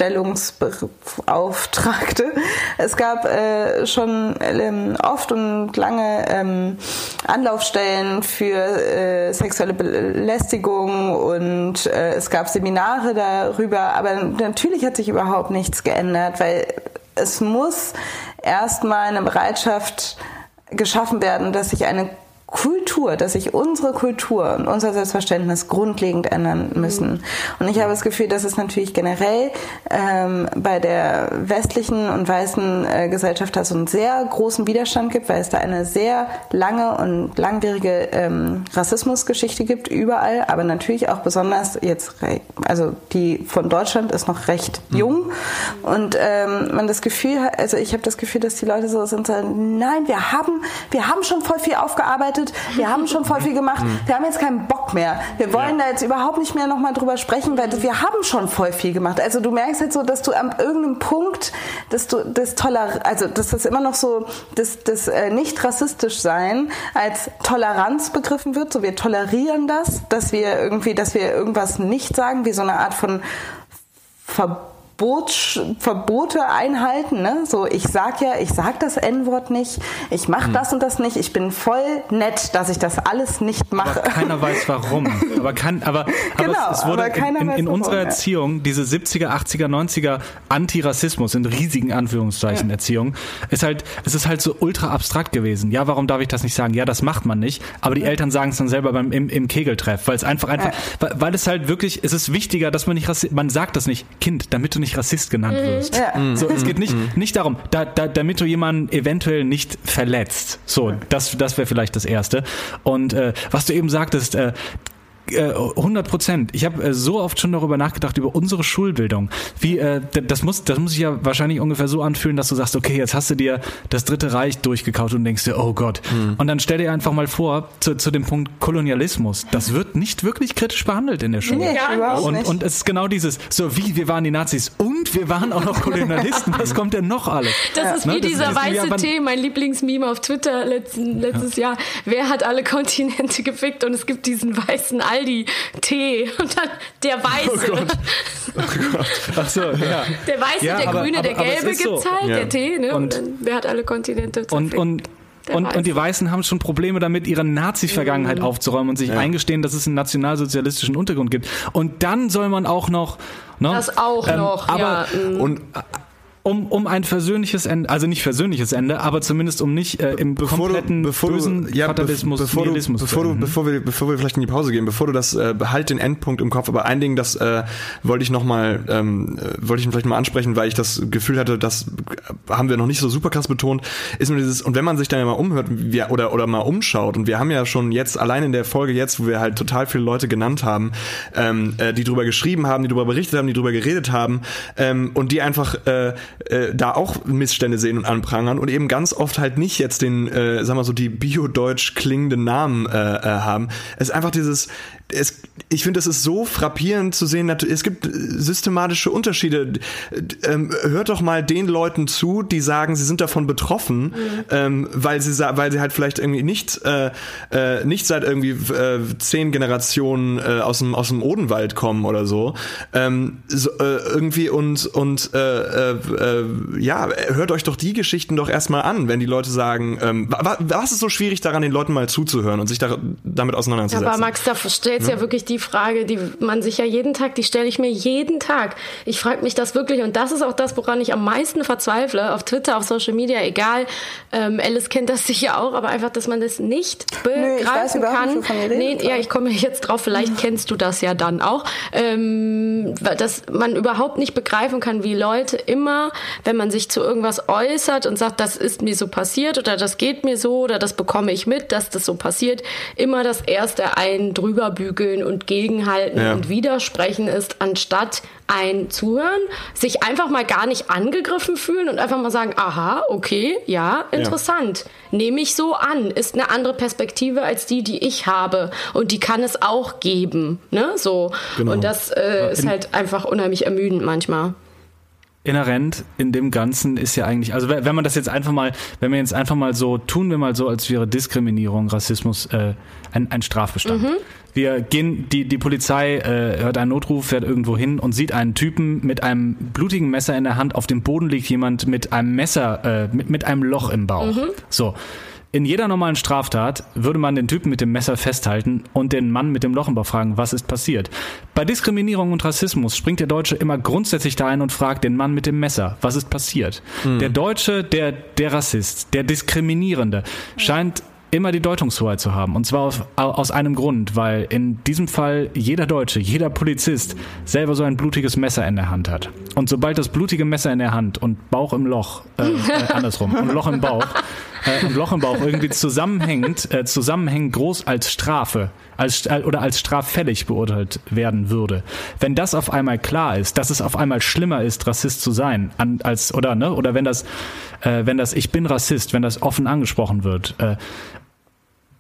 Stellungsbeauftragte. Es gab äh, schon ähm, oft und lange ähm, Anlaufstellen für äh, sexuelle Belästigung und äh, es gab Seminare darüber, aber natürlich hat sich überhaupt nichts geändert, weil es muss erstmal eine Bereitschaft geschaffen werden, dass sich eine Kultur, dass sich unsere Kultur und unser Selbstverständnis grundlegend ändern müssen. Und ich habe das Gefühl, dass es natürlich generell ähm, bei der westlichen und weißen äh, Gesellschaft da so einen sehr großen Widerstand gibt, weil es da eine sehr lange und langwierige ähm, Rassismusgeschichte gibt, überall, aber natürlich auch besonders jetzt, also die von Deutschland ist noch recht jung und ähm, man das Gefühl hat, also ich habe das Gefühl, dass die Leute so sind, so, nein, wir haben, wir haben schon voll viel aufgearbeitet, gearbeitet, wir haben schon voll viel gemacht, wir haben jetzt keinen Bock mehr. Wir wollen ja. da jetzt überhaupt nicht mehr nochmal drüber sprechen, weil wir haben schon voll viel gemacht. Also du merkst jetzt so, dass du an irgendeinem Punkt, dass du das Toler, also dass das immer noch so, das, das äh, nicht rassistisch sein als Toleranz begriffen wird, so wir tolerieren das, dass wir irgendwie, dass wir irgendwas nicht sagen, wie so eine Art von Verbot Verbote einhalten, ne? So, ich sag ja, ich sag das En-Wort nicht, ich mache hm. das und das nicht, ich bin voll nett, dass ich das alles nicht mache. Aber keiner weiß warum. Aber, kann, aber, genau, aber es, es wurde aber in, in, in warum, unserer ja. Erziehung, diese siebziger, achtziger, neunziger Antirassismus in riesigen Anführungszeichen ja. Erziehung, ist halt, es ist halt so ultra abstrakt gewesen. Ja, warum darf ich das nicht sagen? Ja, das macht man nicht. Aber die Eltern sagen es dann selber beim, im, im Kegeltreff, weil es einfach, einfach, ja. weil, weil es halt wirklich, es ist wichtiger, dass man nicht Rassist, man sagt das nicht, Kind, damit du nicht Rassist genannt wirst. Ja. So, es geht nicht, nicht darum, da, da, damit du jemanden eventuell nicht verletzt. So, das, das wäre vielleicht das Erste. Und äh, was du eben sagtest, äh, hundert Prozent. Ich habe äh, so oft schon darüber nachgedacht, über unsere Schulbildung. Wie, äh, das muss, das muss sich ja wahrscheinlich ungefähr so anfühlen, dass du sagst, okay, jetzt hast du dir das Dritte Reich durchgekaut und denkst dir, oh Gott. Mhm. Und dann stell dir einfach mal vor, zu, zu dem Punkt Kolonialismus. Das wird nicht wirklich kritisch behandelt in der Schule. Nee, überhaupt und, nicht. und es ist genau dieses, so wie, wir waren die Nazis und wir waren auch noch Kolonialisten. Was kommt denn noch alles? Das ja. ist wie ne? dieser das weiße ja, Tee, mein Lieblingsmeme auf Twitter letzten, letztes ja. Jahr. Wer hat alle Kontinente gefickt? Und es gibt diesen weißen Aldi-Tee. Und dann der Weiße. Oh Gott. Oh Gott. Ach so, ja. Der Weiße, ja, der aber, Grüne, aber, der aber Gelbe gibt's so. halt, ja. der Tee, ne? Und, und dann, wer hat alle Kontinente und, und, und, und die Weißen haben schon Probleme damit, ihre Nazi-Vergangenheit mhm. aufzuräumen und sich ja. eingestehen, dass es einen nationalsozialistischen Untergrund gibt. Und dann soll man auch noch... Ne, das auch ähm, noch, aber, ja. Und... Um, um ein versöhnliches Ende, also nicht versöhnliches Ende, aber zumindest um nicht äh, im bevor kompletten du, bevor bösen du, ja, Fatalismus, bevor du, Nihilismus bevor du, bevor wir, bevor wir vielleicht in die Pause gehen, bevor du das, äh, behalt den Endpunkt im Kopf, aber ein Ding, das äh, wollte ich nochmal, ähm, wollte ich vielleicht mal ansprechen, weil ich das Gefühl hatte, das haben wir noch nicht so super krass betont, ist nur dieses, und wenn man sich dann mal umhört, wir, oder, oder mal umschaut, und wir haben ja schon jetzt, allein in der Folge jetzt, wo wir halt total viele Leute genannt haben, ähm, äh, die drüber geschrieben haben, die drüber berichtet haben, die drüber geredet haben, ähm, und die einfach äh, äh, da auch Missstände sehen und anprangern und eben ganz oft halt nicht jetzt den, äh, sagen wir so, die bio-deutsch klingenden Namen äh, äh, haben. Es ist einfach dieses, es, ich finde, es ist so frappierend zu sehen, es gibt systematische Unterschiede. Ähm, hört doch mal den Leuten zu, die sagen, sie sind davon betroffen, mhm. ähm, weil sie weil sie halt vielleicht irgendwie nicht äh, äh, nicht seit irgendwie äh, zehn Generationen äh, aus dem aus dem Odenwald kommen oder so. Ähm, so äh, irgendwie und und äh, äh, ja, hört euch doch die Geschichten doch erstmal an, wenn die Leute sagen, ähm, was, was ist so schwierig daran, den Leuten mal zuzuhören und sich da, damit auseinanderzusetzen? Aber Max, da stellst ja. ja wirklich die Frage, die man sich ja jeden Tag, die stelle ich mir jeden Tag. Ich frage mich das wirklich, und das ist auch das, woran ich am meisten verzweifle, auf Twitter, auf Social Media, egal. Ähm, Alice kennt das sicher auch, aber einfach, dass man das nicht begreifen nee, kann. Nicht, nee, ja, ich komme jetzt drauf, vielleicht kennst du das ja dann auch, ähm, dass man überhaupt nicht begreifen kann, wie Leute immer, wenn man sich zu irgendwas äußert und sagt, das ist mir so passiert oder das geht mir so oder das bekomme ich mit, dass das so passiert, immer das erste ein drüber bügeln und gegenhalten ja. und widersprechen ist, anstatt ein Zuhören, sich einfach mal gar nicht angegriffen fühlen und einfach mal sagen, aha, okay, ja, interessant. Ja. Nehme ich so an, ist eine andere Perspektive als die, die ich habe und die kann es auch geben, ne, so. Genau. Und das äh, ist halt einfach unheimlich ermüdend manchmal. Inhärent in dem Ganzen ist ja eigentlich, also wenn man das jetzt einfach mal, wenn wir jetzt einfach mal so, tun wir mal so, als wäre Diskriminierung, Rassismus äh, ein, ein Strafbestand. Mhm. Wir gehen, die, die Polizei äh, hört einen Notruf, fährt irgendwo hin und sieht einen Typen mit einem blutigen Messer in der Hand, auf dem Boden liegt jemand mit einem Messer, äh, mit, mit einem Loch im Bauch. Mhm. So. In jeder normalen Straftat würde man den Typen mit dem Messer festhalten und den Mann mit dem Loch im Bauch fragen, was ist passiert. Bei Diskriminierung und Rassismus springt der Deutsche immer grundsätzlich da ein und fragt den Mann mit dem Messer, was ist passiert. Mhm. Der Deutsche, der, der Rassist, der Diskriminierende scheint immer die Deutungshoheit zu haben. Und zwar aus, aus einem Grund, weil in diesem Fall jeder Deutsche, jeder Polizist selber so ein blutiges Messer in der Hand hat. Und sobald das blutige Messer in der Hand und Bauch im Loch, äh, äh, andersrum, und Loch im Bauch, äh, und Loch im Bauch irgendwie zusammenhängend, äh, zusammenhängend groß als Strafe, als, äh, oder als straffällig beurteilt werden würde. Wenn das auf einmal klar ist, dass es auf einmal schlimmer ist, Rassist zu sein, an, als, oder, ne, oder wenn das, äh, wenn das, ich bin Rassist, wenn das offen angesprochen wird, äh,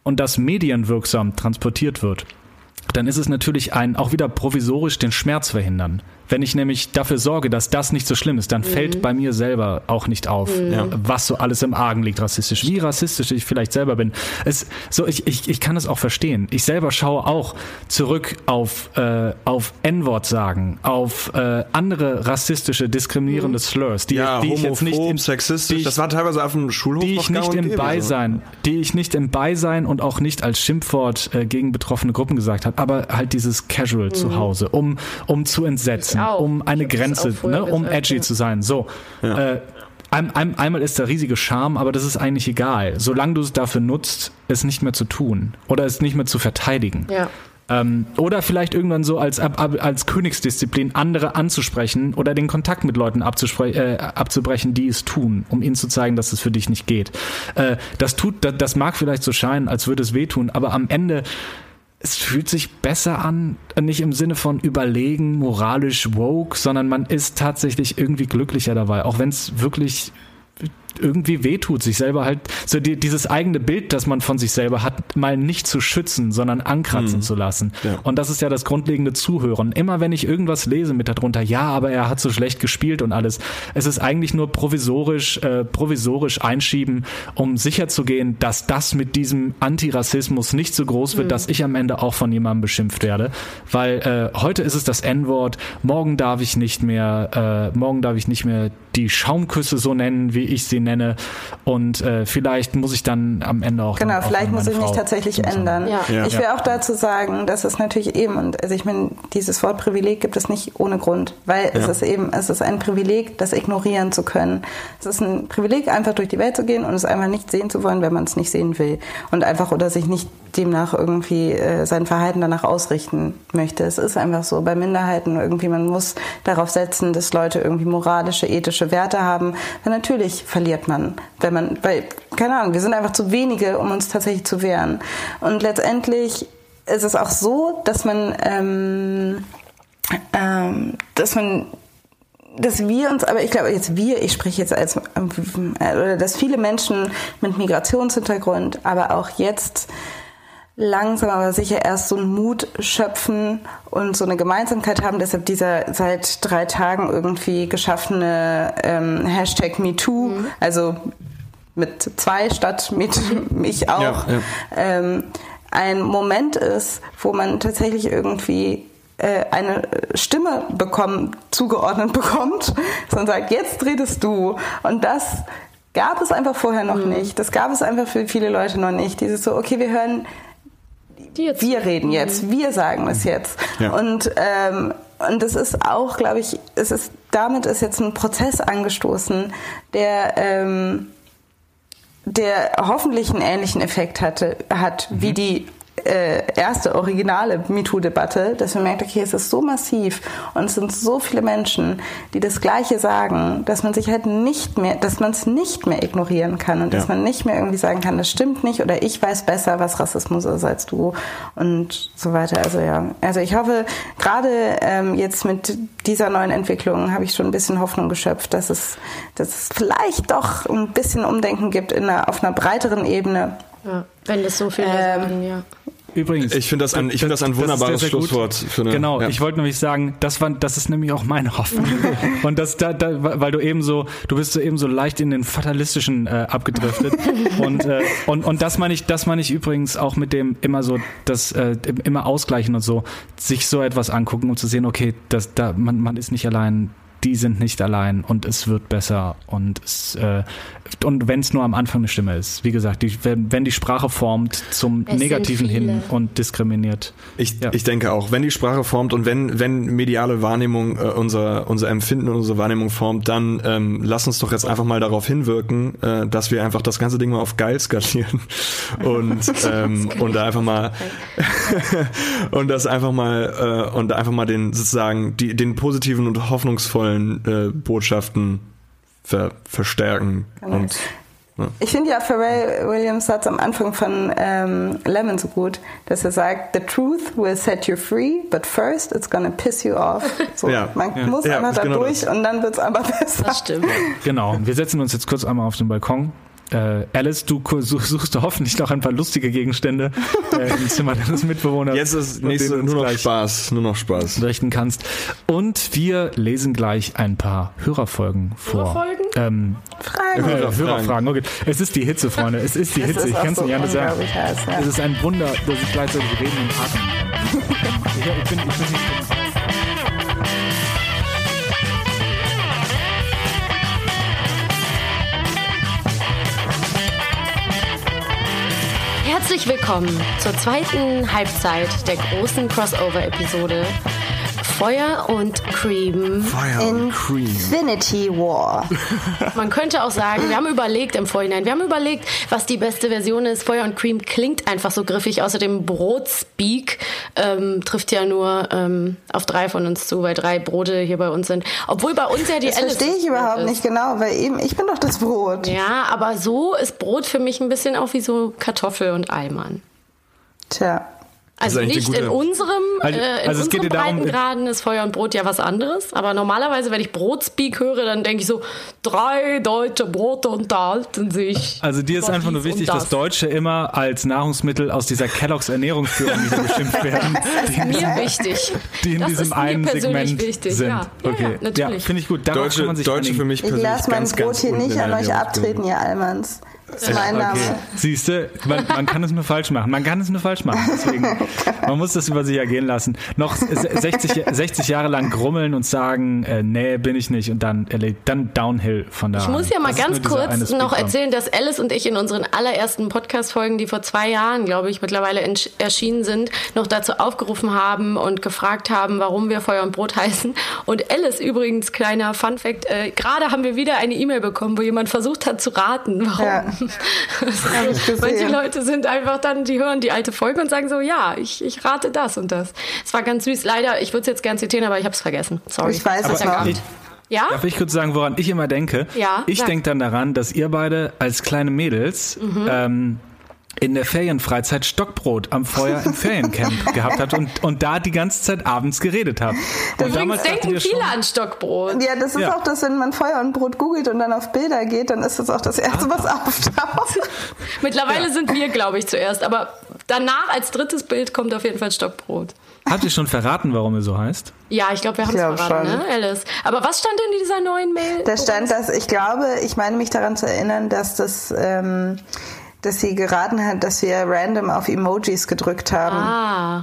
und das medienwirksam transportiert wird, dann ist es natürlich ein, auch wieder provisorisch den Schmerz verhindern. Wenn ich nämlich dafür sorge, dass das nicht so schlimm ist, dann mhm. fällt bei mir selber auch nicht auf, mhm. was so alles im Argen liegt rassistisch. Wie rassistisch ich vielleicht selber bin. Es, so ich, ich, ich kann es auch verstehen. Ich selber schaue auch zurück auf, äh, auf En-Wort sagen, auf äh, andere rassistische, diskriminierende mhm. Slurs, die, ja, die ich jetzt nicht im, sexistisch, ich, das war teilweise auf dem Schulhof die noch ich nicht im Beisein, so. die ich nicht im Beisein und auch nicht als Schimpfwort äh, gegen betroffene Gruppen gesagt habe, aber halt dieses Casual mhm. zu Hause, um, um zu entsetzen. Um eine Grenze, ne, um gesagt, edgy ja. zu sein. So, ja. äh, ein, ein, einmal ist der riesige Charme, aber das ist eigentlich egal. Solange du es dafür nutzt, es nicht mehr zu tun oder es nicht mehr zu verteidigen. Ja. Ähm, oder vielleicht irgendwann so als, als Königsdisziplin andere anzusprechen oder den Kontakt mit Leuten äh, abzubrechen, die es tun, um ihnen zu zeigen, dass es für dich nicht geht. Äh, das tut, das, das mag vielleicht so scheinen, als würde es wehtun, aber am Ende es fühlt sich besser an, nicht im Sinne von überlegen, moralisch woke, sondern man ist tatsächlich irgendwie glücklicher dabei, auch wenn es wirklich irgendwie wehtut, sich selber halt, so die, dieses eigene Bild, das man von sich selber hat, mal nicht zu schützen, sondern ankratzen mhm. zu lassen. Ja. Und das ist ja das grundlegende Zuhören. Immer wenn ich irgendwas lese mit darunter, ja, aber er hat so schlecht gespielt und alles, es ist eigentlich nur provisorisch, äh, provisorisch einschieben, um sicherzugehen, dass das mit diesem Antirassismus nicht so groß wird, mhm. dass ich am Ende auch von jemandem beschimpft werde. Weil äh, heute ist es das En-Wort, morgen darf ich nicht mehr, äh, morgen darf ich nicht mehr die Schaumküsse so nennen, wie ich sie nenne, und äh, vielleicht muss ich dann am Ende auch genau, vielleicht muss ich mich tatsächlich ändern. Ja. Ja. Ich will auch dazu sagen, dass es natürlich eben, und also ich meine, dieses Wort Privileg gibt es nicht ohne Grund, weil ja. es ist eben, es ist ein Privileg, das ignorieren zu können. Es ist ein Privileg, einfach durch die Welt zu gehen und es einfach nicht sehen zu wollen, wenn man es nicht sehen will, und einfach oder sich nicht demnach irgendwie äh, sein Verhalten danach ausrichten möchte. Es ist einfach so, bei Minderheiten irgendwie, man muss darauf setzen, dass Leute irgendwie moralische, ethische Werte haben, weil natürlich verliert man, wenn man, weil, keine Ahnung, wir sind einfach zu wenige, um uns tatsächlich zu wehren. Und letztendlich ist es auch so, dass man, ähm, ähm, dass man dass wir uns, aber ich glaube jetzt wir, ich spreche jetzt als, oder dass viele Menschen mit Migrationshintergrund, aber auch jetzt langsam aber sicher erst so einen Mut schöpfen und so eine Gemeinsamkeit haben. Deshalb dieser seit drei Tagen irgendwie geschaffene ähm, Hashtag MeToo, mhm. also mit zwei statt mit mich auch, ja, ja. Ähm, ein Moment ist, wo man tatsächlich irgendwie äh, eine Stimme bekommen, zugeordnet bekommt, sondern sagt, jetzt redest du. Und das gab es einfach vorher noch mhm. nicht. Das gab es einfach für viele Leute noch nicht. Dieses so, okay, wir hören wir reden jetzt, wir sagen es jetzt. Ja. Und ähm, und das ist auch, glaube ich, es ist damit ist jetzt ein Prozess angestoßen, der ähm, der hoffentlich einen ähnlichen Effekt hatte hat mhm. wie die äh, erste originale MeToo-Debatte, dass man merkt, okay, es ist so massiv und es sind so viele Menschen, die das Gleiche sagen, dass man sich halt nicht mehr, dass man es nicht mehr ignorieren kann und ja. dass man nicht mehr irgendwie sagen kann, das stimmt nicht oder ich weiß besser, was Rassismus ist als du und so weiter. Also ja, also ich hoffe, gerade ähm, jetzt mit dieser neuen Entwicklung habe ich schon ein bisschen Hoffnung geschöpft, dass es, dass es vielleicht doch ein bisschen Umdenken gibt in einer, auf einer breiteren Ebene. Ja, wenn das so viele ähm, sagen, ja. Übrigens, ich finde das ein, ich finde das ein wunderbares das Schlusswort. Für eine, genau, ja. ich wollte nämlich sagen, das war, das ist nämlich auch meine Hoffnung. Und das, da, da, weil du eben so, du bist so eben so leicht in den fatalistischen äh, abgedriftet. und, äh, und und das meine ich, das meine ich übrigens auch mit dem immer so, das äh, immer ausgleichen und so, sich so etwas angucken, um zu sehen, okay, das, da man, man ist nicht allein. Die sind nicht allein und es wird besser und es, äh, und wenn es nur am Anfang eine Stimme ist. Wie gesagt, die, wenn, wenn die Sprache formt zum es Negativen hin und diskriminiert. Ich, ja. ich denke auch, wenn die Sprache formt und wenn, wenn mediale Wahrnehmung äh, unser, unser Empfinden und unsere Wahrnehmung formt, dann ähm, lass uns doch jetzt einfach mal darauf hinwirken, äh, dass wir einfach das ganze Ding mal auf geil skalieren und, ähm, und da einfach mal und das einfach mal äh, und einfach mal den sozusagen die, den positiven und hoffnungsvollen Äh, Botschaften ver- verstärken. Genau. Und, ja. Ich finde ja Pharrell Williams Satz am Anfang von ähm, Lemon so gut, dass er sagt, the truth will set you free, but first it's gonna piss you off. So, ja. Man ja. muss ja, einfach da genau durch das. Und dann wird's aber besser. Das stimmt. Genau. Wir setzen uns jetzt kurz einmal auf den Balkon äh, Alice, du suchst, suchst du hoffentlich noch ein paar lustige Gegenstände äh, im Zimmer deines Mitbewohners. Jetzt ist nächste, nur noch Spaß, nur noch Spaß. Richten kannst. Und wir lesen gleich ein paar Hörerfolgen vor. Hörerfolgen? Ähm, Fragen. Äh, Hörerfragen. Hörerfragen, okay. Es ist die Hitze, Freunde. Es ist die Es Hitze. ist Ich kann es auch nicht so anders sagen. unglaublich heiß, ja. Es ist ein Wunder, dass ich gleichzeitig reden und atmen kann. Ich, ich bin, ich bin nicht Herzlich willkommen zur zweiten Halbzeit der großen Crossover-Episode Feuer und Cream. Feuer und Cream. Infinity War. Man könnte auch sagen, wir haben überlegt im Vorhinein, wir haben überlegt, was die beste Version ist. Feuer und Cream klingt einfach so griffig. Außerdem Brotspeak ähm, trifft ja nur ähm, auf drei von uns zu, weil drei Brote hier bei uns sind. Obwohl bei uns ja die Das Alice verstehe ich überhaupt ist. nicht genau, weil eben, ich bin doch das Brot. Ja, aber so ist Brot für mich ein bisschen auch wie so Kartoffel und Ei, Mann. Tja. Also eigentlich nicht eine in gute- unserem, Also- äh, in also es geht unserem dir darum- Breitengraden ist Feuer und Brot ja was anderes. Aber normalerweise, wenn ich Brotspeak höre, dann denke ich so, drei deutsche Brote unterhalten sich. Also dir ist über einfach nur dies und wichtig, das. dass Deutsche immer als Nahrungsmittel aus dieser Kelloggs Ernährungspyramide beschimpft werden, Das ist mir wichtig. die in das diesem ist mir einen persönlich Segment wichtig. sind. Ja, okay. ja, ja, natürlich. finde ich gut. Darauf kann Deutsche, man sich Deutsche einigen. für mich Ich persönlich lasse mein ganz, Brot ganz hier unten nicht in an der euch Ernährungspyramide. abtreten, ihr Allmanns. Das ist mein Name. Siehst du, man, man kann es nur falsch machen. Man kann es nur falsch machen. Deswegen, man muss das über sich ergehen lassen. Noch sechzig, sechzig Jahre lang grummeln und sagen, äh, nee, bin ich nicht. Und dann, äh, dann Downhill von da Ich an. muss ja mal Das ist ganz nur dieser eine kurz noch Speedbump. erzählen, dass Alice und ich in unseren allerersten Podcast-Folgen, die vor zwei Jahren, glaube ich, mittlerweile entsch- erschienen sind, noch dazu aufgerufen haben und gefragt haben, warum wir Feuer und Brot heißen. Und Alice, übrigens, kleiner Fun-Fact, äh, gerade haben wir wieder eine E-Mail bekommen, wo jemand versucht hat zu raten, warum. Ja. Hab ich gesehen. Manche Leute sind einfach dann, die hören die alte Folge und sagen so, ja, ich, ich rate das und das. Es war ganz süß. Leider, ich würde es jetzt gern zitieren, aber ich habe es vergessen. Sorry. Ich weiß Aber es noch. ich, Ja? darf ich kurz sagen, woran ich immer denke? Ja, Ich sag. denke dann daran, dass ihr beide als kleine Mädels ähm, in der Ferienfreizeit Stockbrot am Feuer im Feriencamp gehabt habt und, und da die ganze Zeit abends geredet habt. Und Übrigens dachtet denken ihr viele schon, an Stockbrot. Ja, das ist Ja. auch das, wenn man Feuer und Brot googelt und dann auf Bilder geht, dann ist das auch das Erste, was auftaucht. Mittlerweile sind wir, glaube ich, zuerst. Aber danach als drittes Bild kommt auf jeden Fall Stockbrot. habt ihr schon verraten, warum ihr so heißt? Ja, ich glaube, wir haben es glaub verraten, schon. ne, Alice? Aber was stand in dieser neuen Mail? Da stand das, ich glaube, ich meine mich daran zu erinnern, dass das, ähm, dass sie geraten hat, dass wir random auf Emojis gedrückt haben. Ah.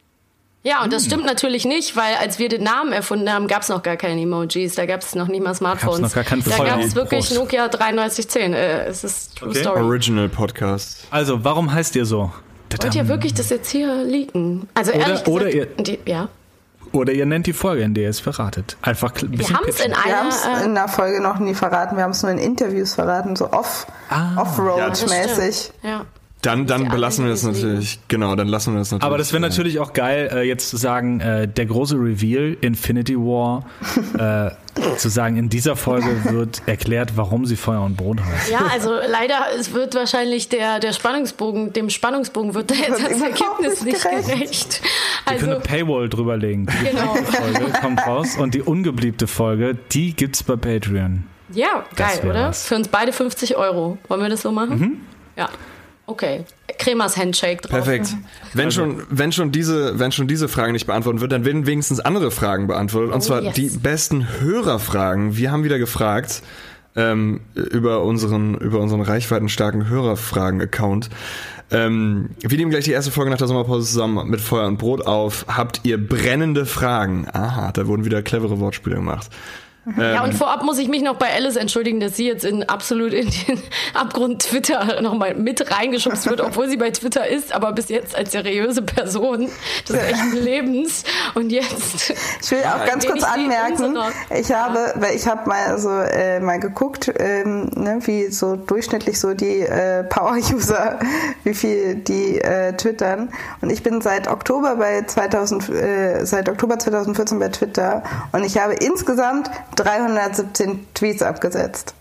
Ja, und das stimmt natürlich nicht, weil als wir den Namen erfunden haben, gab es noch gar keine Emojis. Da gab es noch nicht mal Smartphones. noch gar kein da Feuer gab es und wirklich Brot. Nokia dreiundneunzig zehn. Äh, es ist True Okay. Story. Original Podcast. Also, warum heißt ihr so? Wollt ihr wirklich das jetzt hier leaken? Also Oder- ehrlich gesagt, oder ihr- die, ja. Oder ihr nennt die Folge, in der ihr es verratet. Einfach ein Wir bisschen haben es pitchen. in Wir haben einer... es Äh, in der Folge noch nie verraten, wir haben es nur in Interviews verraten, so off, Ah. Off-Road-mäßig. ja. Dann, dann Sie belassen wir alle das natürlich. Genau, dann lassen wir das natürlich. Aber das wäre natürlich auch geil, äh, jetzt zu sagen, äh, der große Reveal, Infinity War, äh, zu sagen, in dieser Folge wird erklärt, warum sie Feuer und Brot heißt. Ja, also leider, es wird wahrscheinlich der, der Spannungsbogen, dem Spannungsbogen wird da jetzt Wird das überhaupt Ergebnis nicht nicht gerecht. gerecht. Wir können Also, eine Paywall drüberlegen. Die Genau. Folge kommt raus und die ungebliebte Folge, die gibt's bei Patreon. ja, Das geil, wär oder? was. Für uns beide fünfzig Euro. Wollen wir das so machen? Mhm. Ja. Okay. Cremas Handshake drauf. Perfekt. Wenn Also- schon, wenn schon diese, wenn schon diese Frage nicht beantwortet wird, dann werden wenigstens andere Fragen beantwortet. Und Oh, zwar yes. die besten Hörerfragen. Wir haben wieder gefragt ähm, über unseren, über unseren reichweitenstarken Hörerfragen-Account. Ähm, wir nehmen gleich die erste Folge nach der Sommerpause zusammen mit Feuer und Brot auf. Habt ihr brennende Fragen? Aha, da wurden wieder clevere Wortspiele gemacht. Ja, und vorab muss ich mich noch bei Alice entschuldigen, dass sie jetzt in absolut in den Abgrund Twitter nochmal mit reingeschubst wird, obwohl sie bei Twitter ist, aber bis jetzt als seriöse Person des echten Lebens. Und jetzt... Ich will auch ganz kurz Wenig die anmerken, unserer- ich habe, weil ich habe mal so äh, mal geguckt, ähm, ne, wie so durchschnittlich so die äh, Power-User, wie viel die äh, twittern. Und ich bin seit Oktober bei zweitausend, äh, seit Oktober zweitausendvierzehn bei Twitter und ich habe insgesamt dreihundertsiebzehn Tweets abgesetzt.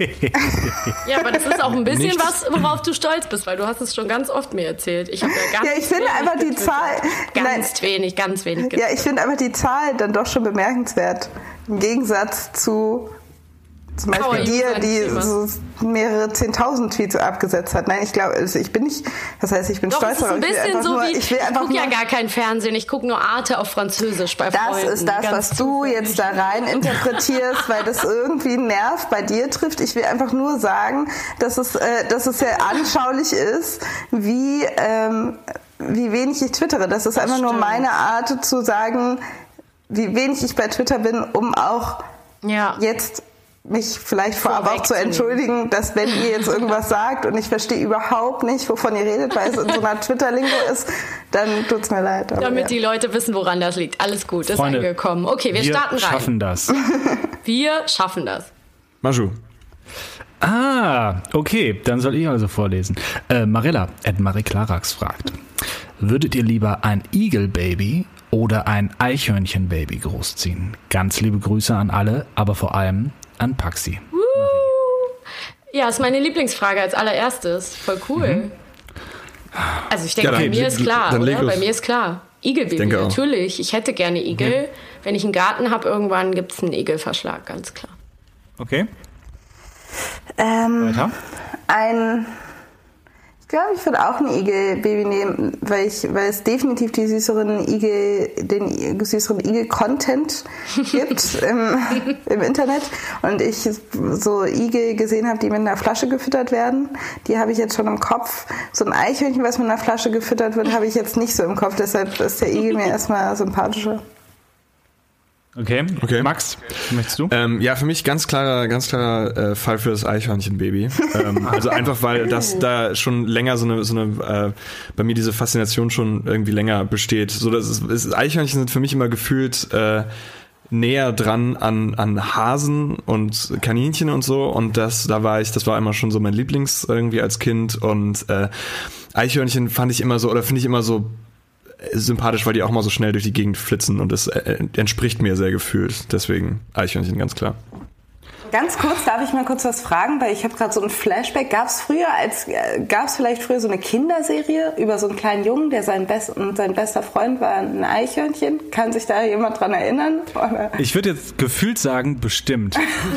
Ja, aber das ist auch ein bisschen Nichts. was, worauf du stolz bist, weil du hast es schon ganz oft mir erzählt. Ich habe ja ganz Ja, ich finde wenig einfach die getwittert. Zahl- Ganz Nein. wenig, ganz wenig. Ja, ich finde aber die Zahl dann doch schon bemerkenswert. Im Gegensatz zu zum Beispiel dir, die so mehrere zehntausend Tweets abgesetzt hat. Nein, ich glaube, also ich bin nicht, das heißt, ich bin Doch, stolz darauf. Ich will einfach so nur, wie, ich will einfach ich gucke ja nur, gar kein Fernsehen, ich gucke nur Arte auf Französisch bei Freunden. Das ist das, was du jetzt da rein interpretierst, weil das irgendwie einen Nerv bei dir trifft. Ich will einfach nur sagen, dass es, äh, dass es sehr anschaulich ist, wie, ähm, wie wenig ich twittere. Das ist einfach nur meine Art zu sagen, wie wenig ich bei Twitter bin, um auch ja. jetzt mich vielleicht vorab auch zu entschuldigen, dass wenn ihr jetzt irgendwas sagt und ich verstehe überhaupt nicht, wovon ihr redet, weil es in so einer Twitter-Lingo ist, dann tut's mir leid. Damit ja. die Leute wissen, woran das liegt. Alles gut, ist Freunde, angekommen. Okay, wir, wir starten rein. Wir schaffen das. Wir schaffen das. Maju. Ah, okay, dann soll ich also vorlesen. Äh, Marilla, at Mariklarax fragt, würdet ihr lieber ein Igel-Baby oder ein Eichhörnchen-Baby großziehen? Ganz liebe Grüße an alle, aber vor allem an Paxi. Ja, ist meine Lieblingsfrage als allererstes. Voll cool. Mhm. Also ich denke, ja, bei mir ist klar, oder? Bei mir ist klar. Igelbaby, natürlich. Ich hätte gerne Igel. Mhm. Wenn ich einen Garten habe, irgendwann gibt es einen Igelverschlag, ganz klar. Okay. Ähm, Weiter? Ein... Ich glaube, ich würde auch ein Igel-Baby nehmen, weil ich, weil es definitiv die süßeren Igel, den süßeren Igel-Content gibt im, im Internet und ich so Igel gesehen habe, die mit einer Flasche gefüttert werden. Die habe ich jetzt schon im Kopf. So ein Eichhörnchen, was mit einer Flasche gefüttert wird, habe ich jetzt nicht so im Kopf. Deshalb ist der Igel mir erstmal sympathischer. Okay. okay, Max, möchtest du? Ähm, ja, für mich ganz klarer, ganz klarer äh, Fall für das Eichhörnchen-Baby. ähm, also einfach, weil das da schon länger so eine, so eine äh, bei mir diese Faszination schon irgendwie länger besteht. So, das ist, ist, Eichhörnchen sind für mich immer gefühlt äh, näher dran an, an Hasen und Kaninchen und so. Und das, da war ich, das war immer schon so mein Lieblings irgendwie als Kind. Und äh, Eichhörnchen fand ich immer so, oder finde ich immer so sympathisch, weil die auch mal so schnell durch die Gegend flitzen und das äh, entspricht mir sehr gefühlt. Deswegen Eichhörnchen, ganz klar. Ganz kurz, darf ich mal kurz was fragen, weil ich habe gerade so ein Flashback. Gab es früher, als äh, gab es vielleicht früher so eine Kinderserie über so einen kleinen Jungen, der sein Best und sein bester Freund war ein Eichhörnchen? Kann sich da jemand dran erinnern? Oder? Ich würde jetzt gefühlt sagen, bestimmt.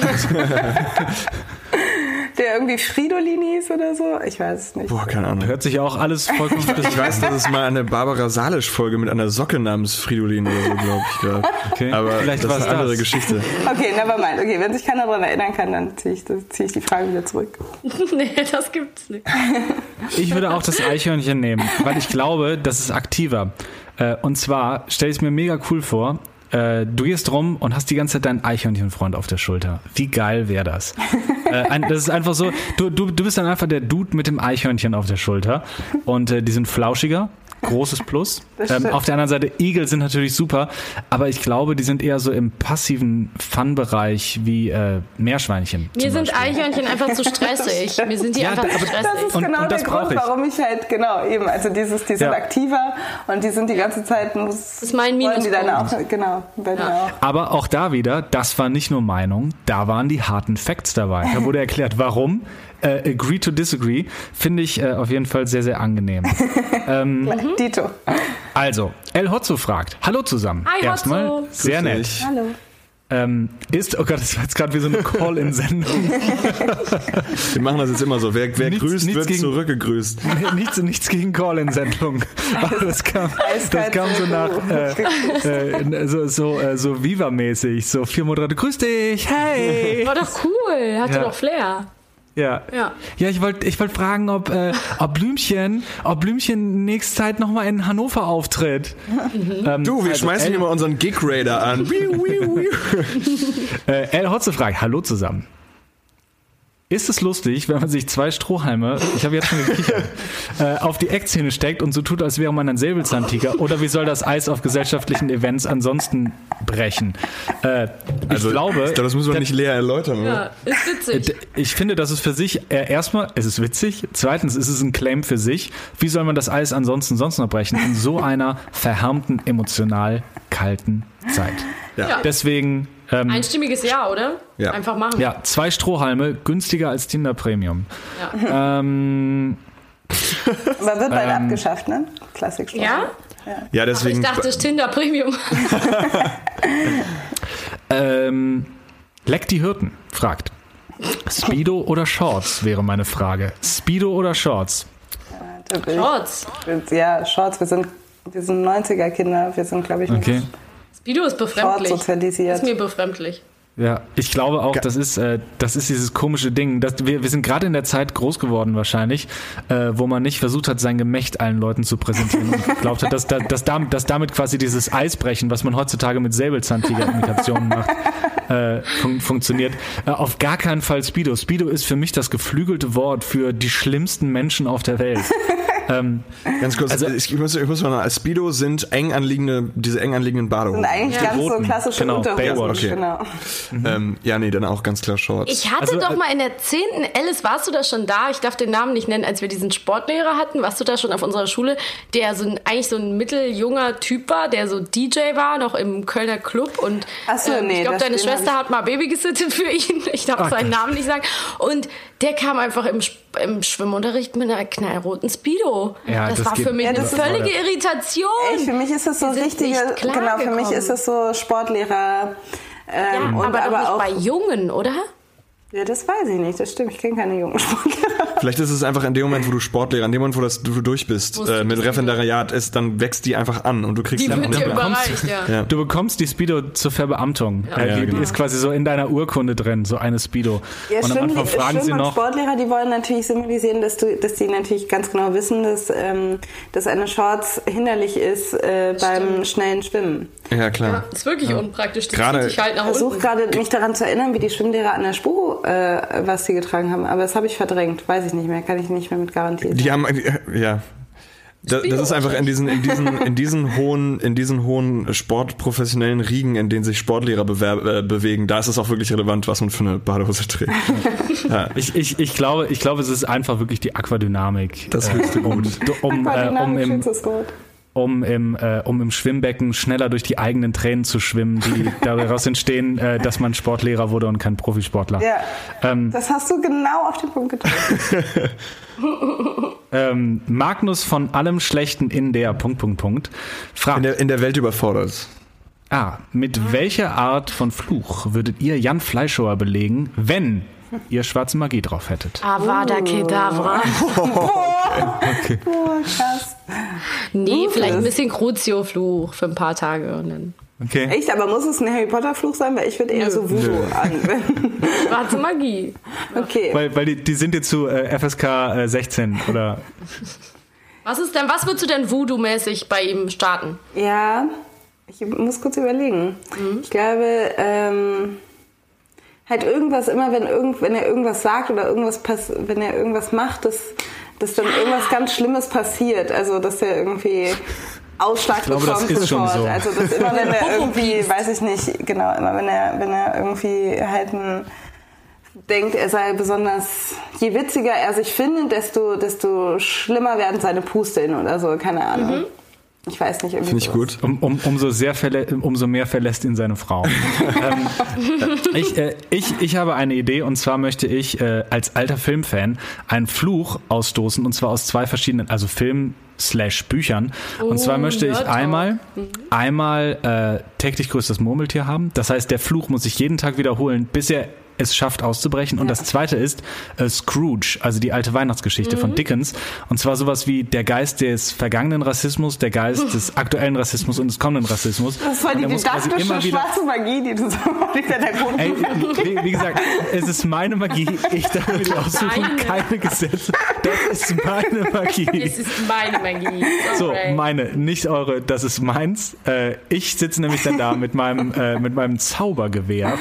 Der irgendwie Fridolin hieß oder so? Ich weiß es nicht. Boah, keine Ahnung. Hört sich ja auch alles vollkommen... Ich weiß, dass es mal eine Barbara Salisch-Folge mit einer Socke namens Fridolin oder so, glaube ich, gerade. Okay. Aber vielleicht das ist eine andere das. Geschichte. Okay, nevermind. Okay, wenn sich keiner daran erinnern kann, dann ziehe ich, zieh ich die Frage wieder zurück. Nee, das gibt's nicht. Ich würde auch das Eichhörnchen nehmen, weil ich glaube, das ist aktiver. Und zwar stelle ich es mir mega cool vor, du gehst rum und hast die ganze Zeit deinen Eichhörnchenfreund auf der Schulter. Wie geil wäre das? äh, ein, das ist einfach so, du, du, du bist dann einfach der Dude mit dem Eichhörnchen auf der Schulter und äh, die sind flauschiger. Großes Plus. Ähm, auf der anderen Seite, Igel sind natürlich super, aber ich glaube, die sind eher so im passiven Fun-Bereich wie äh, Meerschweinchen. Mir sind Beispiel. Eichhörnchen einfach zu stressig. Mir sind die ja, einfach zu stressig. Das ist genau und, und der Grund, ich. warum ich halt, genau, eben, also dieses, die sind ja. aktiver und die sind die ganze Zeit, muss, das ist mein Minuspunkt. Die dann auch, genau, bei ja. auch. Aber auch da wieder, das war nicht nur Meinung, da waren die harten Facts dabei. Da wurde erklärt, warum. Äh, agree to disagree, finde ich äh, auf jeden Fall sehr, sehr angenehm. ähm, Dito. Also, El Hotzo fragt, hallo zusammen. Hi, Erstmal Hotzo. sehr nett. Hallo. Ähm, ist, oh Gott, das war jetzt gerade wie so eine Call-in-Sendung. Wir machen das jetzt immer so. Wer, wer nichts, grüßt, nichts wird gegen, zurückgegrüßt. Nichts, nichts gegen Call-in-Sendung. Aber das kam, das kam so nach äh, äh, so, so, äh, so Viva-mäßig. So vier Monate, grüß dich, hey. War doch cool, hatte ja. doch Flair. Ja. ja, ja, ich wollte, ich wollte fragen, ob, äh, ob Blümchen, ob Blümchen nächste Zeit nochmal in Hannover auftritt. Mhm. Ähm, du, wir also schmeißen hier mal unseren Gig Raider an. äh, El Hotze fragt, hallo zusammen. Ist es lustig, wenn man sich zwei Strohhalme, ich habe jetzt schon gekichert, äh, auf die Eckzähne steckt und so tut, als wäre man ein Säbelzahntiger? Oder wie soll das Eis auf gesellschaftlichen Events ansonsten brechen? Äh, ich also, glaube... Ich glaube, das muss man nicht leer erläutern, oder? Ja, ist witzig. Ich finde, das ist für sich, äh, erstmal, es ist witzig, zweitens ist es ein Claim für sich. Wie soll man das Eis ansonsten sonst noch brechen? In so einer verhärmten, emotional kalten Zeit. Ja. Deswegen... Ähm, Einstimmiges Ja, oder? Ja. Einfach machen. Ja, zwei Strohhalme, günstiger als Tinder Premium. Ja. Ähm, Aber wird bald ähm, abgeschafft, ne? Klassik Ja? Ja, ja deswegen. Ach, ich dachte, Tinder Premium. ähm, Leck die Hirten fragt. Speedo oder Shorts wäre meine Frage. Speedo oder Shorts? Ja, Shorts. Ja, Shorts. Wir sind, wir sind neunziger-Kinder. Wir sind, glaube ich, nicht okay. Speedo ist befremdlich. Shorts sozialisiert. Ist mir befremdlich. Ja, ich glaube auch, das ist äh, das ist dieses komische Ding. Dass wir, wir sind gerade in der Zeit groß geworden wahrscheinlich, äh, wo man nicht versucht hat, sein Gemächt allen Leuten zu präsentieren und geglaubt hat, dass, dass, damit, dass damit quasi dieses Eisbrechen, was man heutzutage mit Säbelzahntiger-Imitationen macht, äh, fun- funktioniert. Äh, auf gar keinen Fall Speedo. Speedo ist für mich das geflügelte Wort für die schlimmsten Menschen auf der Welt. Ähm, Ganz kurz, also, ich, muss, ich muss mal sagen, Speedo sind eng anliegende, diese eng anliegenden Badehosen. Sind eigentlich ja. ganz Roten. so klassische Genau, Unterhosen. Baywatch. Okay. Genau. Mhm. Ähm, ja, nee, dann auch ganz klar Shorts. Ich hatte Also, doch äh, mal in der zehnten Alice, warst du da schon da? Ich darf den Namen nicht nennen, als wir diesen Sportlehrer hatten. Warst du da schon auf unserer Schule, der so ein, eigentlich so ein mitteljunger Typ war, der so D J war, noch im Kölner Club. Und Ach so, ähm, nee, ich glaube, das deine den Schwester hab hat mal Baby gesittet für ihn. Ich darf Ach, seinen Gott. Namen nicht sagen. Und der kam einfach im, im Schwimmunterricht mit einer knallroten Speedo. Ja, das, das war geht- für mich Ja, eine das ist- völlige Irritation. Echt, für mich ist das so Wir sind richtige, nicht genau, für mich klargekommen. ist das so Sportlehrer. Ähm, ja, und aber, aber doch auch, nicht bei Jungen, oder? ja, das weiß ich nicht, das stimmt, ich kenne keine jungen Sportlehrer. Vielleicht ist es einfach in dem Moment, wo du Sportlehrer, in dem Moment, wo das, du durch bist, Musst du äh, mit die Referendariat ist, dann wächst die einfach an und du kriegst Die einfach wird nicht dir mehr. überreicht, ja. Ja. Du bekommst die Speedo zur Verbeamtung. Äh, Ja, die, genau. die ist quasi so in deiner Urkunde drin, so eine Speedo. Ja, und am schlimm, Anfang die, fragen schlimm sie und noch, Sportlehrer, die wollen natürlich symbolisieren, dass du, dass die natürlich ganz genau wissen, dass, ähm, dass eine Shorts hinderlich ist äh, beim schnellen Schwimmen. Ja, klar. Ja, ist wirklich unpraktisch. Die Gerade- zieht sich halt nach Ich versuche unten. gerade mich daran zu erinnern, wie die Schwimmlehrer an der Spuro, äh, was sie getragen haben, aber das habe ich verdrängt, weiß ich nicht mehr, kann ich nicht mehr mit Garantie sagen. Die haben, äh, ja. Das, das ist einfach in diesen, in diesen, in diesen hohen, in diesen hohen sportprofessionellen Riegen, in denen sich Sportlehrer bewer- äh, bewegen, da ist es auch wirklich relevant, was man für eine Badehose trägt. Ja. ich, ich, ich, glaube, ich glaube, es ist einfach wirklich die Aquadynamik. Das höchste um, Gut. um, äh, um, im, Schützt das gut. um, im, äh, um im Schwimmbecken schneller durch die eigenen Tränen zu schwimmen, die daraus entstehen, äh, dass man Sportlehrer wurde und kein Profisportler. Ja, Ähm, das hast du genau auf den Punkt getroffen. ähm, Magnus von allem Schlechten in der Punkt, Punkt, Punkt fragt, In der, in der Welt überfordert. ah, mit welcher Art von Fluch würdet ihr Jan Fleischhauer belegen, wenn ihr schwarze Magie drauf hättet? Avada Kedavra. Okay. Oh, krass. Nee, Gut vielleicht ein ist. bisschen Crucio-Fluch für ein paar Tage und dann Okay. Echt, aber muss es ein Harry Potter Fluch sein? Weil ich würde eher Nö. so Voodoo anwenden. schwarze Magie. Okay. Weil, weil die, die sind jetzt zu äh, F S K äh, sechzehn oder Was ist denn, was würdest du denn Voodoo-mäßig bei ihm starten? Ja, ich muss kurz überlegen. Ich glaube, ähm, halt irgendwas, immer wenn, irgend, wenn er irgendwas sagt oder irgendwas pass- wenn er irgendwas macht, dass, dass dann irgendwas ganz Schlimmes passiert. Also, dass er irgendwie Ausschlag glaube, das bekommt ist schon sofort. so. Also, dass immer wenn er irgendwie, weiß ich nicht, genau, immer wenn er, wenn er irgendwie halt ein, denkt, er sei besonders, je witziger er sich findet, desto, desto schlimmer werden seine Pusteln oder so, keine Ahnung. Mhm. Ich weiß nicht, irgendwie Finde ich sowas. gut. um, um, umso, sehr verlä- umso mehr verlässt ihn seine Frau. ähm, äh, ich, äh, ich, ich habe eine Idee und zwar möchte ich äh, als alter Filmfan einen Fluch ausstoßen und zwar aus zwei verschiedenen, also Film slash Büchern. Oh, und zwar möchte ich Nerd einmal, mhm. einmal äh, täglich grüßt das Murmeltier haben. Das heißt, der Fluch muss sich jeden Tag wiederholen, bis er es schafft auszubrechen. Und Ja. das zweite ist äh, Scrooge, also die alte Weihnachtsgeschichte mhm. von Dickens. Und zwar sowas wie der Geist des vergangenen Rassismus, der Geist des aktuellen Rassismus und des kommenden Rassismus. Das war Und die er muss quasi didaktische immer wieder- schwarze Magie, die du so die Pädagogen. Ey, wie, wie gesagt, es ist meine Magie. Ich darf mir die aussuchen, Deine. keine Gesetze. Das ist meine Magie. Es ist meine Magie. So, Alright. meine, nicht eure, das ist meins. Äh, ich sitze nämlich dann da mit meinem, äh, mit meinem Zaubergewehr,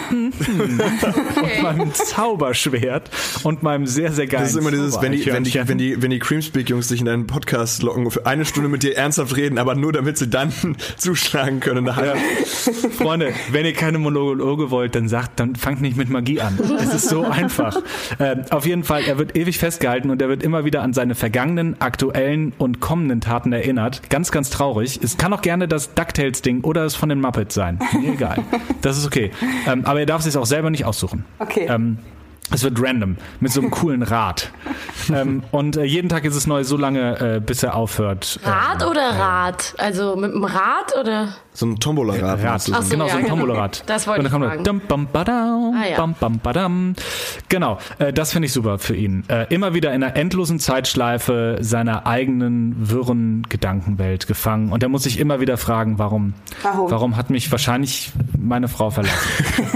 Okay. meinem Zauberschwert und meinem sehr, sehr geilen Das ist immer dieses, wenn die, wenn die, Zaubereichhörnchen. wenn die, wenn die Creamspeak-Jungs sich in einen Podcast locken, für eine Stunde mit dir ernsthaft reden, aber nur damit sie dann zuschlagen können. Ja. Freunde, wenn ihr keine Monologe wollt, dann sagt, dann fangt nicht mit Magie an. Es ist so einfach. Ähm, auf jeden Fall, er wird ewig festgehalten und er wird immer wieder an seine vergangenen, aktuellen und kommenden Taten erinnert. Ganz, ganz traurig. Es kann auch gerne das DuckTales-Ding oder es von den Muppets sein. Mir egal. Das ist okay. Ähm, aber er darf es sich auch selber nicht aussuchen. Okay. Ähm, Es wird random, mit so einem coolen Rad. ähm, und äh, jeden Tag ist es neu, so lange, äh, bis er aufhört. Rad äh, oder Rad? Also mit dem Rad oder? So ein Tombola-Rad. Rad. So, genau, ja, so ein genau. Tombola-Rad. Das wollte und dann ich kommt fragen. Dum, bam, badam, Ah, ja. bam, bam, badam. Genau, äh, das finde ich super für ihn. Äh, immer wieder in einer endlosen Zeitschleife seiner eigenen wirren Gedankenwelt gefangen. Und er muss sich immer wieder fragen, warum? Warum? Warum hat mich wahrscheinlich meine Frau verlassen?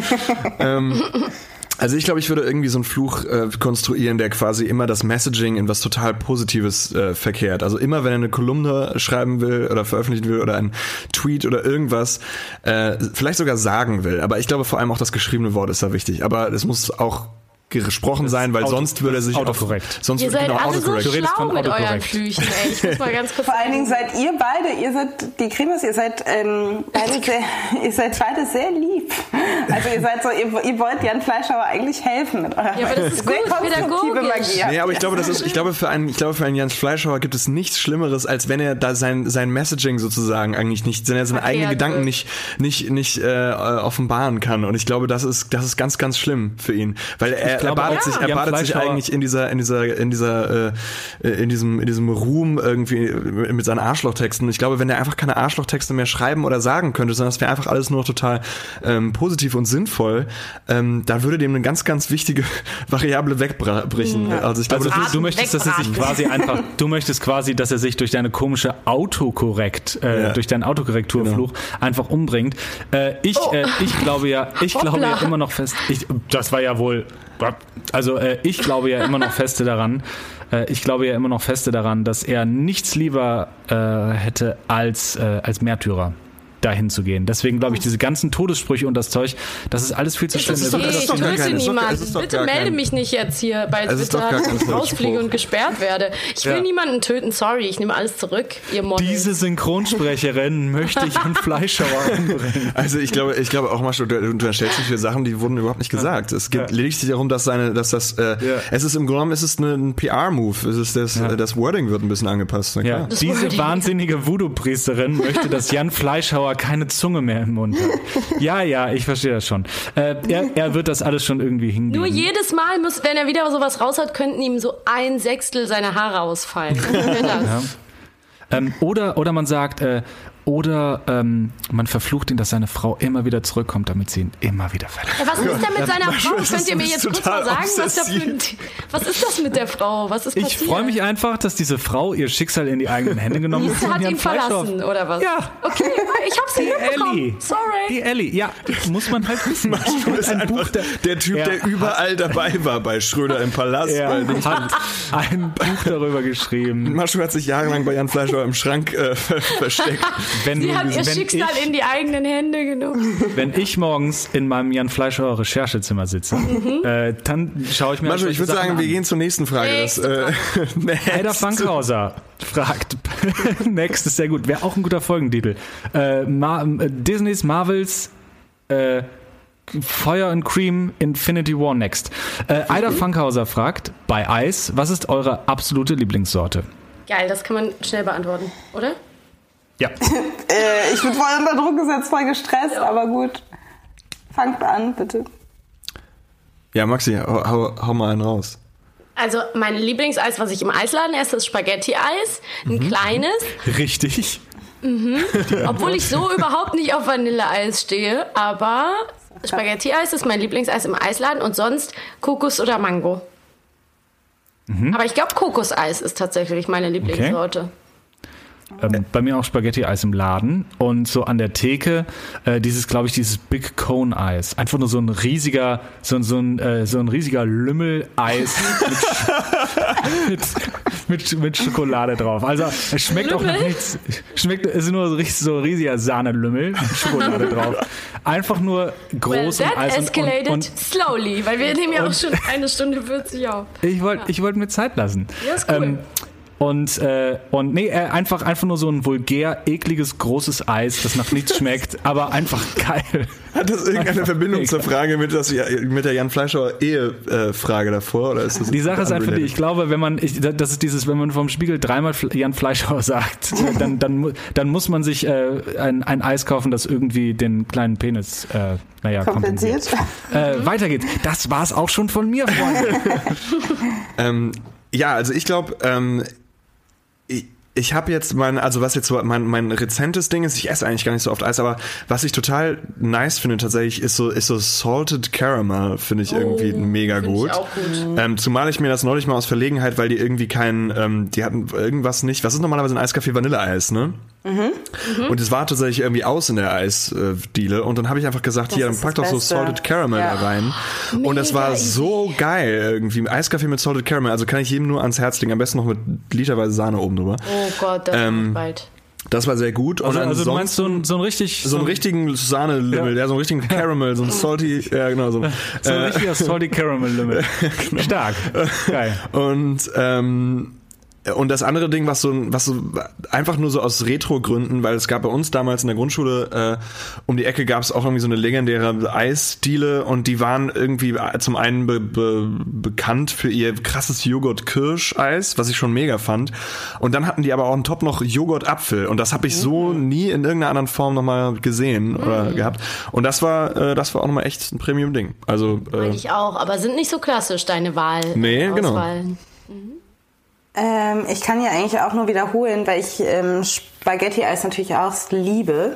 ähm, Also ich glaube, ich würde irgendwie so einen Fluch äh, konstruieren, der quasi immer das Messaging in was total Positives äh, verkehrt. Also immer, wenn er eine Kolumne schreiben will oder veröffentlichen will oder einen Tweet oder irgendwas, äh, vielleicht sogar sagen will. Aber ich glaube vor allem auch das geschriebene Wort ist da wichtig. Aber es muss auch gesprochen Das sein, weil Auto, sonst würde er sich autokorrekt. Auf, sonst Ihr seid genau, alle so autokorrekt. schlau mit euren autokorrekt. Flüchen, ey. Ich muss mal ganz kurz... Vor allen Dingen seid ihr beide, ihr seid die Cremas, ihr seid ähm, beide sehr, ihr seid beide sehr lieb. Also ihr seid so, ihr, ihr wollt Jan Fleischhauer eigentlich helfen mit eurer Ja, aber das ist sehr gut, konstruktive pädagogisch. Magie. Nee, aber ich glaube, das ist, ich glaube, für einen, ich glaube, für einen Jens Fleischhauer gibt es nichts Schlimmeres, als wenn er da sein, sein Messaging sozusagen eigentlich nicht, wenn er seine eigenen Verkehrt Gedanken wird. nicht, nicht, nicht, äh, offenbaren kann. Und ich glaube, das ist, das ist ganz, ganz schlimm für ihn. Weil er, er glaube, badet ja. sich, er Jan badet sich Fleischhauer- eigentlich in dieser, in dieser, in dieser, äh, in diesem, in diesem Ruhm irgendwie mit seinen Arschlochtexten. Und ich glaube, wenn er einfach keine Arschlochtexte mehr schreiben oder sagen könnte, sondern es wäre einfach alles nur total, ähm, positiv und sinnvoll, ähm, da würde dem eine ganz, ganz wichtige Variable wegbrechen. Ja. Also ich glaube, Also das du, ist, du möchtest, dass er sich quasi einfach, du möchtest quasi, dass er sich durch deine komische Autokorrekt, äh, Ja. durch deinen Autokorrekturfluch einfach umbringt. Äh, ich, Oh. äh, ich glaube ja, ich Hoppla. glaube ja immer noch fest, ich, das war ja wohl, also äh, ich glaube ja immer noch feste daran, äh, ich glaube ja immer noch feste daran, dass er nichts lieber äh, hätte als, äh, als Märtyrer dahin zu gehen. Deswegen glaube ich, diese ganzen Todessprüche und das Zeug, das ist alles viel zu schlimm. Das ist doch- Nee, das ich ist doch gar töte kein- das ist doch- niemanden. es ist doch Bitte gar melde kein- mich nicht jetzt hier bei Es ist doch Twitter, gar kein rausfliege Spruch. und gesperrt werde. Ich will Ja. niemanden töten, sorry, ich nehme alles zurück, ihr Model. Diese Synchronsprecherin möchte ich an Fleischhauer umbringen. Also ich glaube, ich glaube auch mal, du, du erstellst nicht viele Sachen, die wurden überhaupt nicht gesagt. Es geht Ja. lediglich darum, dass seine, dass das, äh, Ja. es ist im Grunde genommen, es ist eine, ein P R-Move. Es ist das, Ja. äh, das Wording wird ein bisschen angepasst. Na klar. Ja, Das diese Wording. wahnsinnige Voodoo-Priesterin möchte, dass Jan Fleischhauer keine Zunge mehr im Mund hat. Ja, ja, ich verstehe das schon. Äh, er, er wird das alles schon irgendwie hinkriegen. Nur jedes Mal, muss, wenn er wieder sowas raus hat, könnten ihm so ein Sechstel seiner Haare ausfallen. Wer das? Ja. Ähm, oder, oder man sagt, äh, oder ähm, man verflucht ihn, dass seine Frau immer wieder zurückkommt, damit sie ihn immer wieder verlässt. Ja, was ist denn mit seiner Frau? das Könnt ihr mir ist jetzt kurz total mal sagen, was, da für, obsessiv. was ist das mit der Frau? Was ist Ich passiert? freue mich einfach, dass diese Frau ihr Schicksal in die eigenen Hände genommen hat. Sie hat und Jan ihn Fleischhauer- verlassen, oder was? Ja. Okay, ich hab's nicht mitbekommen. Ellie. Sorry. Die Ellie, ja, muss man halt wissen. Du bist Ein einfach Buch, der, der Typ, Ja. der überall dabei war bei Schröder im Palast. er Weil nicht hat ein Buch darüber geschrieben. Maschu hat sich jahrelang bei Jan Fleischhauer im Schrank äh, ver- versteckt. Wenn, Sie hat ihr wenn, Schicksal ich, in die eigenen Hände genommen. wenn ich morgens in meinem Jan Fleischhauer Recherchezimmer sitze, äh, dann schaue ich mir Maschu, solche ich würde Sachen sagen, wir an. gehen zur nächsten Frage. Das, äh, next. Heider Fankhauser fragt, next ist sehr gut, wäre auch ein guter Folgentitel. Äh, Ma äh, Disneys, Marvels, äh, Fire and Cream, Infinity War Next. Äh, Heider Fankhauser fragt, bei Eis, was ist eure absolute Lieblingssorte? Geil, das kann man schnell beantworten, oder? Ja. Äh, ich bin voll unter Druck gesetzt, voll gestresst, aber gut. Fangt an, bitte. Ja, Maxi, hau, hau, hau mal einen raus. Also mein Lieblingseis, was ich im Eisladen esse, ist Spaghetti-Eis. Ein Mhm. kleines. Richtig. Obwohl ich so überhaupt nicht auf Vanilleeis stehe. Aber Spaghetti-Eis ist mein Lieblingseis im Eisladen. Und sonst Kokos oder Mango. Mhm. Aber ich glaube, Kokoseis ist tatsächlich meine Lieblingssorte. Ähm, bei mir auch Spaghetti-Eis im Laden und so an der Theke äh, dieses, glaube ich, dieses Big Cone Eis. Einfach nur so ein riesiger, so, so, ein, äh, so ein riesiger Lümmel-Eis mit, mit, mit Schokolade drauf. Also es schmeckt auch nach Lümmel? nichts. Schmeckt, es ist nur so richtig so ein riesiger Sahnelümmel mit Schokolade drauf. Einfach nur Well, groß that und Eis und, escalated und, und slowly, weil wir nehmen ja auch schon eine Stunde vierzig auf. ich wollte ich wollt mir Zeit lassen. Ja, ist cool. Ähm, Und, äh, und nee, äh, einfach, einfach nur so ein vulgär, ekliges, großes Eis, das nach nichts schmeckt, aber einfach geil. Hat das irgendeine Verbindung zur Frage mit, das, mit der Jan Fleischhauer Ehefrage davor? Oder ist das die Sache ist einfach die, ich glaube, wenn man, ich, das ist dieses, wenn man vom Spiegel dreimal Jan Fleischhauer sagt, dann, dann, dann muss man sich äh, ein, ein Eis kaufen, das irgendwie den kleinen Penis äh, naja, kompensiert. kompensiert. Äh, weiter geht's. Das war's auch schon von mir, Freunde. ähm, ja, also ich glaube, ähm, ich, ich habe jetzt mein, also was jetzt so mein, mein rezentes Ding ist, ich esse eigentlich gar nicht so oft Eis, aber was ich total nice finde tatsächlich, ist so, ist so Salted Caramel, finde ich irgendwie oh, mega gut. Ich auch gut. Ähm, zumal ich mir das neulich mal aus Verlegenheit, weil die irgendwie keinen, ähm, die hatten irgendwas nicht, was ist normalerweise ein Eiskaffee? Vanilleeis, ne? Mhm. Und es war tatsächlich irgendwie aus in der Eisdiele und dann habe ich einfach gesagt, das hier, dann pack doch so Salted Caramel ja. da rein. Mega und das war so geil irgendwie. Eiskaffee mit Salted Caramel, also kann ich jedem nur ans Herz legen, am besten noch mit literweise Sahne oben drüber. Oh Gott, das ähm, bald. Das war sehr gut. Also, also du meinst so einen so ein richtig... So einen richtigen Sahne-Limmel, ja. ja, so einen richtigen Caramel, so ein salty... Ja, genau so. So ein richtiger salty Caramel-Limmel. Genau. Stark. Geil. Und, ähm... Und das andere Ding, was so, was so einfach nur so aus Retro-Gründen, weil es gab bei uns damals in der Grundschule, äh, um die Ecke gab es auch irgendwie so eine legendäre Eisdiele und die waren irgendwie zum einen be, be, bekannt für ihr krasses Joghurt-Kirsch-Eis, was ich schon mega fand. Und dann hatten die aber auch einen Top noch Joghurt-Apfel und das habe ich so nie in irgendeiner anderen Form nochmal gesehen oder mhm. gehabt. Und das war, äh, das war auch nochmal echt ein Premium-Ding. Also, äh, meine ich auch, aber sind nicht so klassisch deine Wahl. Nee, genau. Mhm. Ähm, ich kann ja eigentlich auch nur wiederholen, weil ich ähm, Spaghetti-Eis natürlich auch liebe.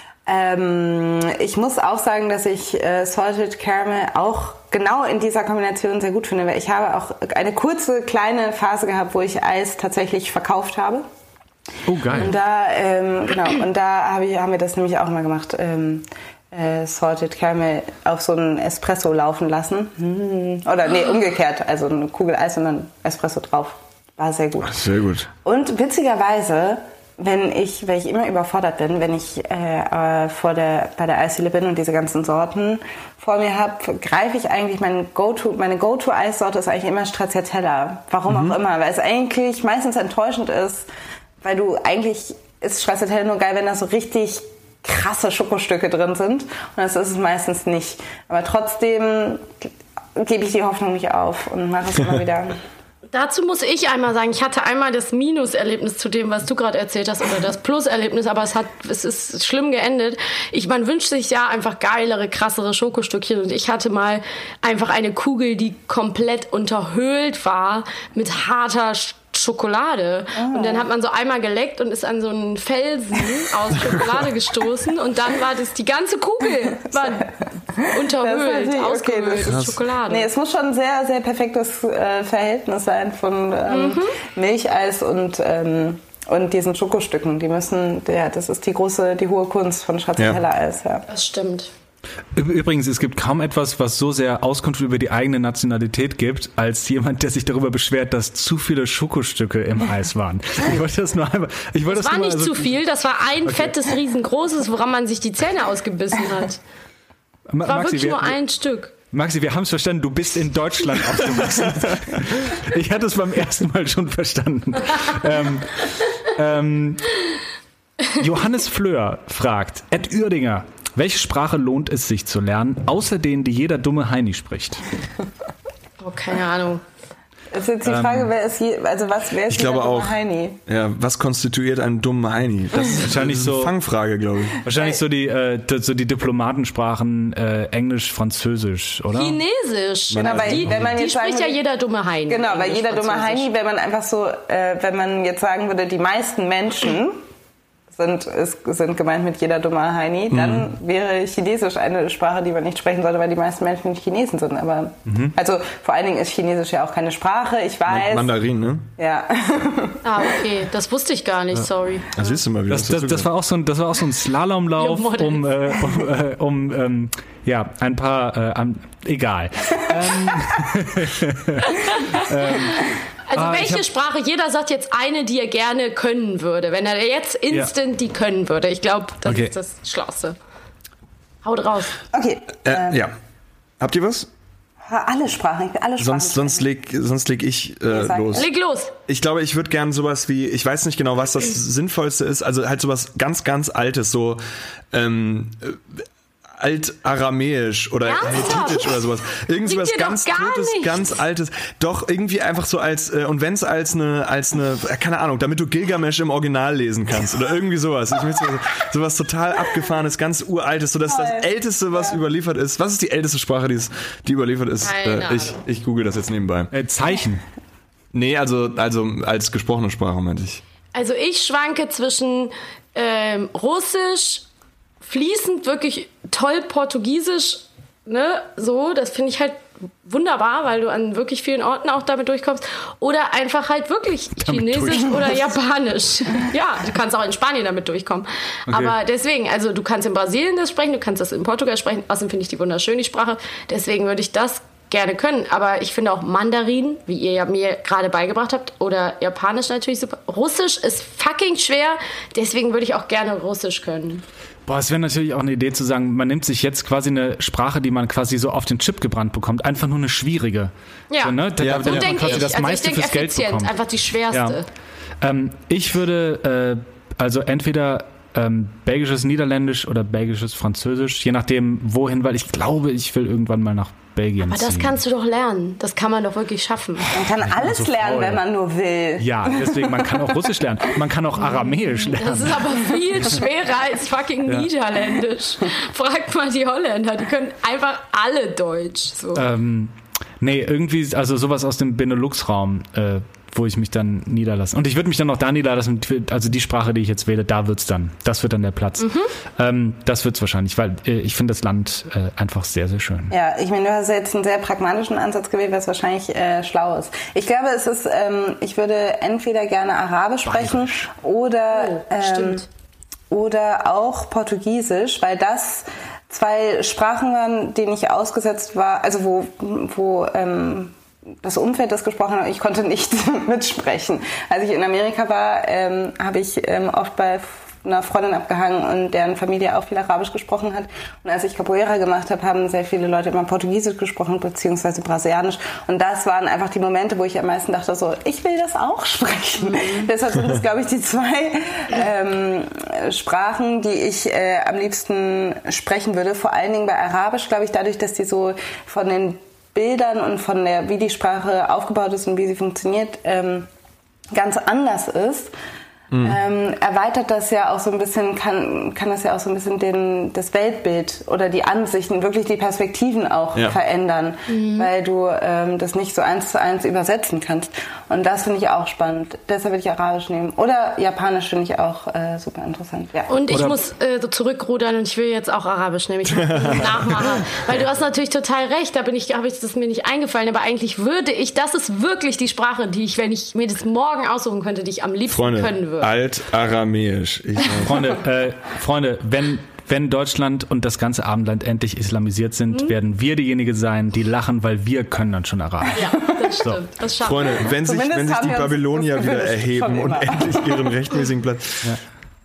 Ähm, ich muss auch sagen, dass ich äh, Salted Caramel auch genau in dieser Kombination sehr gut finde, weil ich habe auch eine kurze, kleine Phase gehabt, wo ich Eis tatsächlich verkauft habe. Oh, geil. Und da, ähm, genau, und da hab ich, haben wir das nämlich auch mal gemacht. Ähm, äh, Salted Caramel auf so einen Espresso laufen lassen. Hm. Oder nee, umgekehrt, also eine Kugel Eis und dann Espresso drauf. War sehr gut. Sehr gut. Und witzigerweise, wenn ich, weil ich immer überfordert bin, wenn ich äh, vor der, bei der Eisdiele bin und diese ganzen Sorten vor mir habe, greife ich eigentlich mein Go-To, meine Go-To-Eissorte ist eigentlich immer Stracciatella. Warum mhm. auch immer, weil es eigentlich meistens enttäuschend ist, weil du eigentlich ist Stracciatella nur geil, wenn da so richtig krasse Schokostücke drin sind und das ist es meistens nicht. Aber trotzdem gebe ich die Hoffnung nicht auf und mache es immer wieder. Dazu muss ich einmal sagen, ich hatte einmal das Minuserlebnis zu dem, was du gerade erzählt hast, oder das Pluserlebnis, aber es hat, es ist schlimm geendet. Ich, man wünscht sich ja einfach geilere, krassere Schokostückchen und ich hatte mal einfach eine Kugel, die komplett unterhöhlt war mit harter Schokolade. Oh. Und dann hat man so einmal geleckt und ist an so einen Felsen aus Schokolade gestoßen und dann war das, die ganze Kugel war unterhöhlt, ausgehöhlt mit Schokolade. Nee, es muss schon ein sehr, sehr perfektes äh, Verhältnis sein von ähm, mhm. Milcheis und ähm, und diesen Schokostücken. Die müssen, ja, das ist die große, die hohe Kunst von Stracciatella-Eis. Ja. Das stimmt. Übrigens, es gibt kaum etwas, was so sehr Auskunft über die eigene Nationalität gibt, als jemand, der sich darüber beschwert, dass zu viele Schokostücke im Eis waren. Ich wollte das nur einmal. Ich wollte das, das war nur nicht also, zu viel, das war ein okay. fettes, riesengroßes, woran man sich die Zähne ausgebissen hat. Das war Maxi, wirklich wir, nur ein Stück. Maxi, wir haben es verstanden, du bist in Deutschland aufgewachsen. Ich hatte es beim ersten Mal schon verstanden. ähm, ähm, Johannes Fleur fragt, Ed Uerdinger, welche Sprache lohnt es sich zu lernen, außer denen, die jeder dumme Heini spricht? Oh, keine Ahnung. Das ist jetzt die Frage, ähm, wer ist hier, also was, wer ist ich glaube jeder dumme auch, Heini? Ja, was konstituiert einen dummen Heini? Das ist wahrscheinlich eine so Fangfrage, glaube ich. Wahrscheinlich so die, äh, so die Diplomatensprachen äh, Englisch, Französisch, oder? Chinesisch. Genau, weil, die wenn man die jetzt spricht sagen, ja jeder dumme Heini. Genau, weil jeder dumme Heini, wenn man einfach so, äh, wenn man jetzt sagen würde, die meisten Menschen sind, ist, sind gemeint mit jeder dumme Heini, dann mhm. wäre Chinesisch eine Sprache, die man nicht sprechen sollte, weil die meisten Menschen nicht Chinesen sind. Aber mhm. also vor allen Dingen ist Chinesisch ja auch keine Sprache, ich weiß. Mandarin, ne? Ja. Ah, okay. Das wusste ich gar nicht, ja. sorry. Da siehst du mal, wie das, das, das, war auch so ein, das war auch so ein Slalomlauf, um, äh, um, äh, um ähm, ja, ein paar, äh, um, egal. ähm, ähm, Also ah, welche hab, Sprache? Jeder sagt jetzt eine, die er gerne können würde. Wenn er jetzt instant ja. die können würde. Ich glaube, das okay. ist das Schlauste. Haut raus. Okay. Äh, ähm. Ja. Habt ihr was? Aber alle Sprachen, alle Sprachen. Sonst, sonst, leg, sonst leg ich äh, los. Leg los. Ich glaube, ich würde gern sowas wie, ich weiß nicht genau, was das Sinnvollste ist, also halt sowas ganz, ganz Altes, so ähm, Alt-Aramäisch oder Hethitisch oder sowas. Irgendwie was ganz Totes, ganz Altes. Doch irgendwie einfach so als, äh, und wenn es als eine, als eine, äh, keine Ahnung, damit du Gilgamesch im Original lesen kannst oder irgendwie sowas. Ich möchte sowas total abgefahrenes, ganz uraltes, so dass das Älteste, was ja. überliefert ist. Was ist die älteste Sprache, die, ist, die überliefert ist? Äh, ich, ich google das jetzt nebenbei. Äh, Zeichen. Nee, also, also als gesprochene Sprache, meinte ich. Also ich schwanke zwischen ähm, Russisch, fließend wirklich toll Portugiesisch, ne, so, das finde ich halt wunderbar, weil du an wirklich vielen Orten auch damit durchkommst. Oder einfach halt wirklich damit Chinesisch oder Japanisch. Ja, du kannst auch in Spanien damit durchkommen. Okay. Aber deswegen, also du kannst in Brasilien das sprechen, du kannst das in Portugal sprechen. Außerdem finde ich die wunderschön, die Sprache. Deswegen würde ich das gerne können. Aber ich finde auch Mandarin, wie ihr ja mir gerade beigebracht habt, oder Japanisch natürlich super. Russisch ist fucking schwer, deswegen würde ich auch gerne Russisch können. Boah, es wäre natürlich auch eine Idee zu sagen, man nimmt sich jetzt quasi eine Sprache, die man quasi so auf den Chip gebrannt bekommt, einfach nur eine schwierige. Ja, so, ne? da, ja. da, so denke ich. Das also meiste ich denke fürs Geld effizient, bekommt. einfach die schwerste. Ja. Ähm, ich würde äh, also entweder ähm, belgisches Niederländisch oder belgisches Französisch, je nachdem wohin, weil ich glaube, ich will irgendwann mal nach Belgien Aber das ziehen. kannst du doch lernen. Das kann man doch wirklich schaffen. Man kann alles so lernen, faul. Wenn man nur will. Ja, deswegen, man kann auch Russisch lernen. Man kann auch Aramäisch lernen. Das ist aber viel schwerer als fucking ja. Niederländisch. Fragt mal die Holländer, die können einfach alle Deutsch. So. Ähm, nee, irgendwie, also sowas aus dem Benelux-Raum, äh, wo ich mich dann niederlasse. Und ich würde mich dann auch da niederlassen, also die Sprache, die ich jetzt wähle, da wird's dann. Das wird dann der Platz. Mhm. Ähm, das wird's wahrscheinlich, weil äh, ich finde das Land äh, einfach sehr, sehr schön. Ja, ich meine, du hast jetzt einen sehr pragmatischen Ansatz gewählt, was wahrscheinlich äh, schlau ist. Ich glaube, es ist, ähm, ich würde entweder gerne Arabisch sprechen oder, oh, ähm, oder auch Portugiesisch, weil das zwei Sprachen waren, denen ich ausgesetzt war, also wo, wo ähm, das Umfeld, das gesprochen hat, ich konnte nicht mitsprechen. Als ich in Amerika war, ähm, habe ich ähm, oft bei einer Freundin abgehangen und deren Familie auch viel Arabisch gesprochen hat. Und als ich Capoeira gemacht habe, haben sehr viele Leute immer Portugiesisch gesprochen, beziehungsweise Brasilianisch. Und das waren einfach die Momente, wo ich am meisten dachte, so, ich will das auch sprechen. Mhm. Deshalb sind das, glaube ich, die zwei ähm, Sprachen, die ich äh, am liebsten sprechen würde. Vor allen Dingen bei Arabisch, glaube ich, dadurch, dass die so von den Bildern und von der, wie die Sprache aufgebaut ist und wie sie funktioniert, ähm, ganz anders ist, mhm. ähm, erweitert das ja auch so ein bisschen, kann, kann das ja auch so ein bisschen den, das Weltbild oder die Ansichten, wirklich die Perspektiven auch ja. verändern, mhm. weil du ähm, das nicht so eins zu eins übersetzen kannst. Und das finde ich auch spannend. Deshalb würde ich Arabisch nehmen. Oder Japanisch finde ich auch äh, super interessant. Ja. Und ich oder muss äh, so zurückrudern und ich will jetzt auch Arabisch nehmen. Ich nachmachen. Weil du hast natürlich total recht, da bin ich, habe ich das mir nicht eingefallen, aber eigentlich würde ich, das ist wirklich die Sprache, die ich, wenn ich mir das morgen aussuchen könnte, die ich am liebsten Freunde, können würde. Alt-Aramäisch. Freunde, äh, Freunde, wenn Wenn Deutschland und das ganze Abendland endlich islamisiert sind, mhm. werden wir diejenigen sein, die lachen, weil wir können dann schon Arabisch. Ja, das stimmt. So. Das schaffen Freunde, wenn sich, wenn sich die Babylonier wieder erheben und endlich ihren rechtmäßigen Platz... Ja.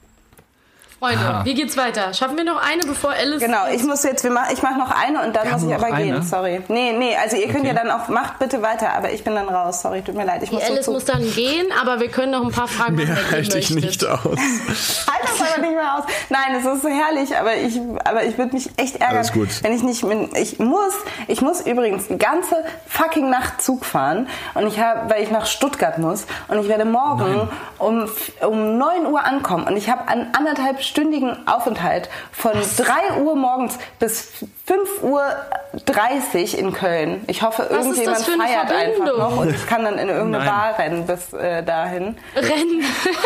Freunde, Aha. wie geht's weiter? Schaffen wir noch eine, bevor Alice... Genau, ich muss jetzt, wir mach, ich mache noch eine und dann wir muss ich aber gehen, sorry. Nee, nee, also ihr könnt okay. ja dann auch, macht bitte weiter, aber ich bin dann raus, sorry, tut mir leid. Ich die muss Alice so muss dann gehen, aber wir können noch ein paar Fragen machen, wenn halte ich nicht aus. Halt das aber nicht mehr aus. Nein, es ist so herrlich, aber ich, aber ich würde mich echt ärgern, Alles gut. wenn ich nicht, ich muss, ich muss übrigens die ganze fucking Nacht Zug fahren und ich habe, weil ich nach Stuttgart muss und ich werde morgen um, um neun Uhr ankommen und ich habe einen anderthalbstündigen Aufenthalt von Was? drei Uhr morgens bis fünf Uhr dreißig in Köln. Ich hoffe, Was irgendjemand feiert Verbindung? einfach noch und ich kann dann in irgendeine Nein. Bar rennen bis äh, dahin. Rennen?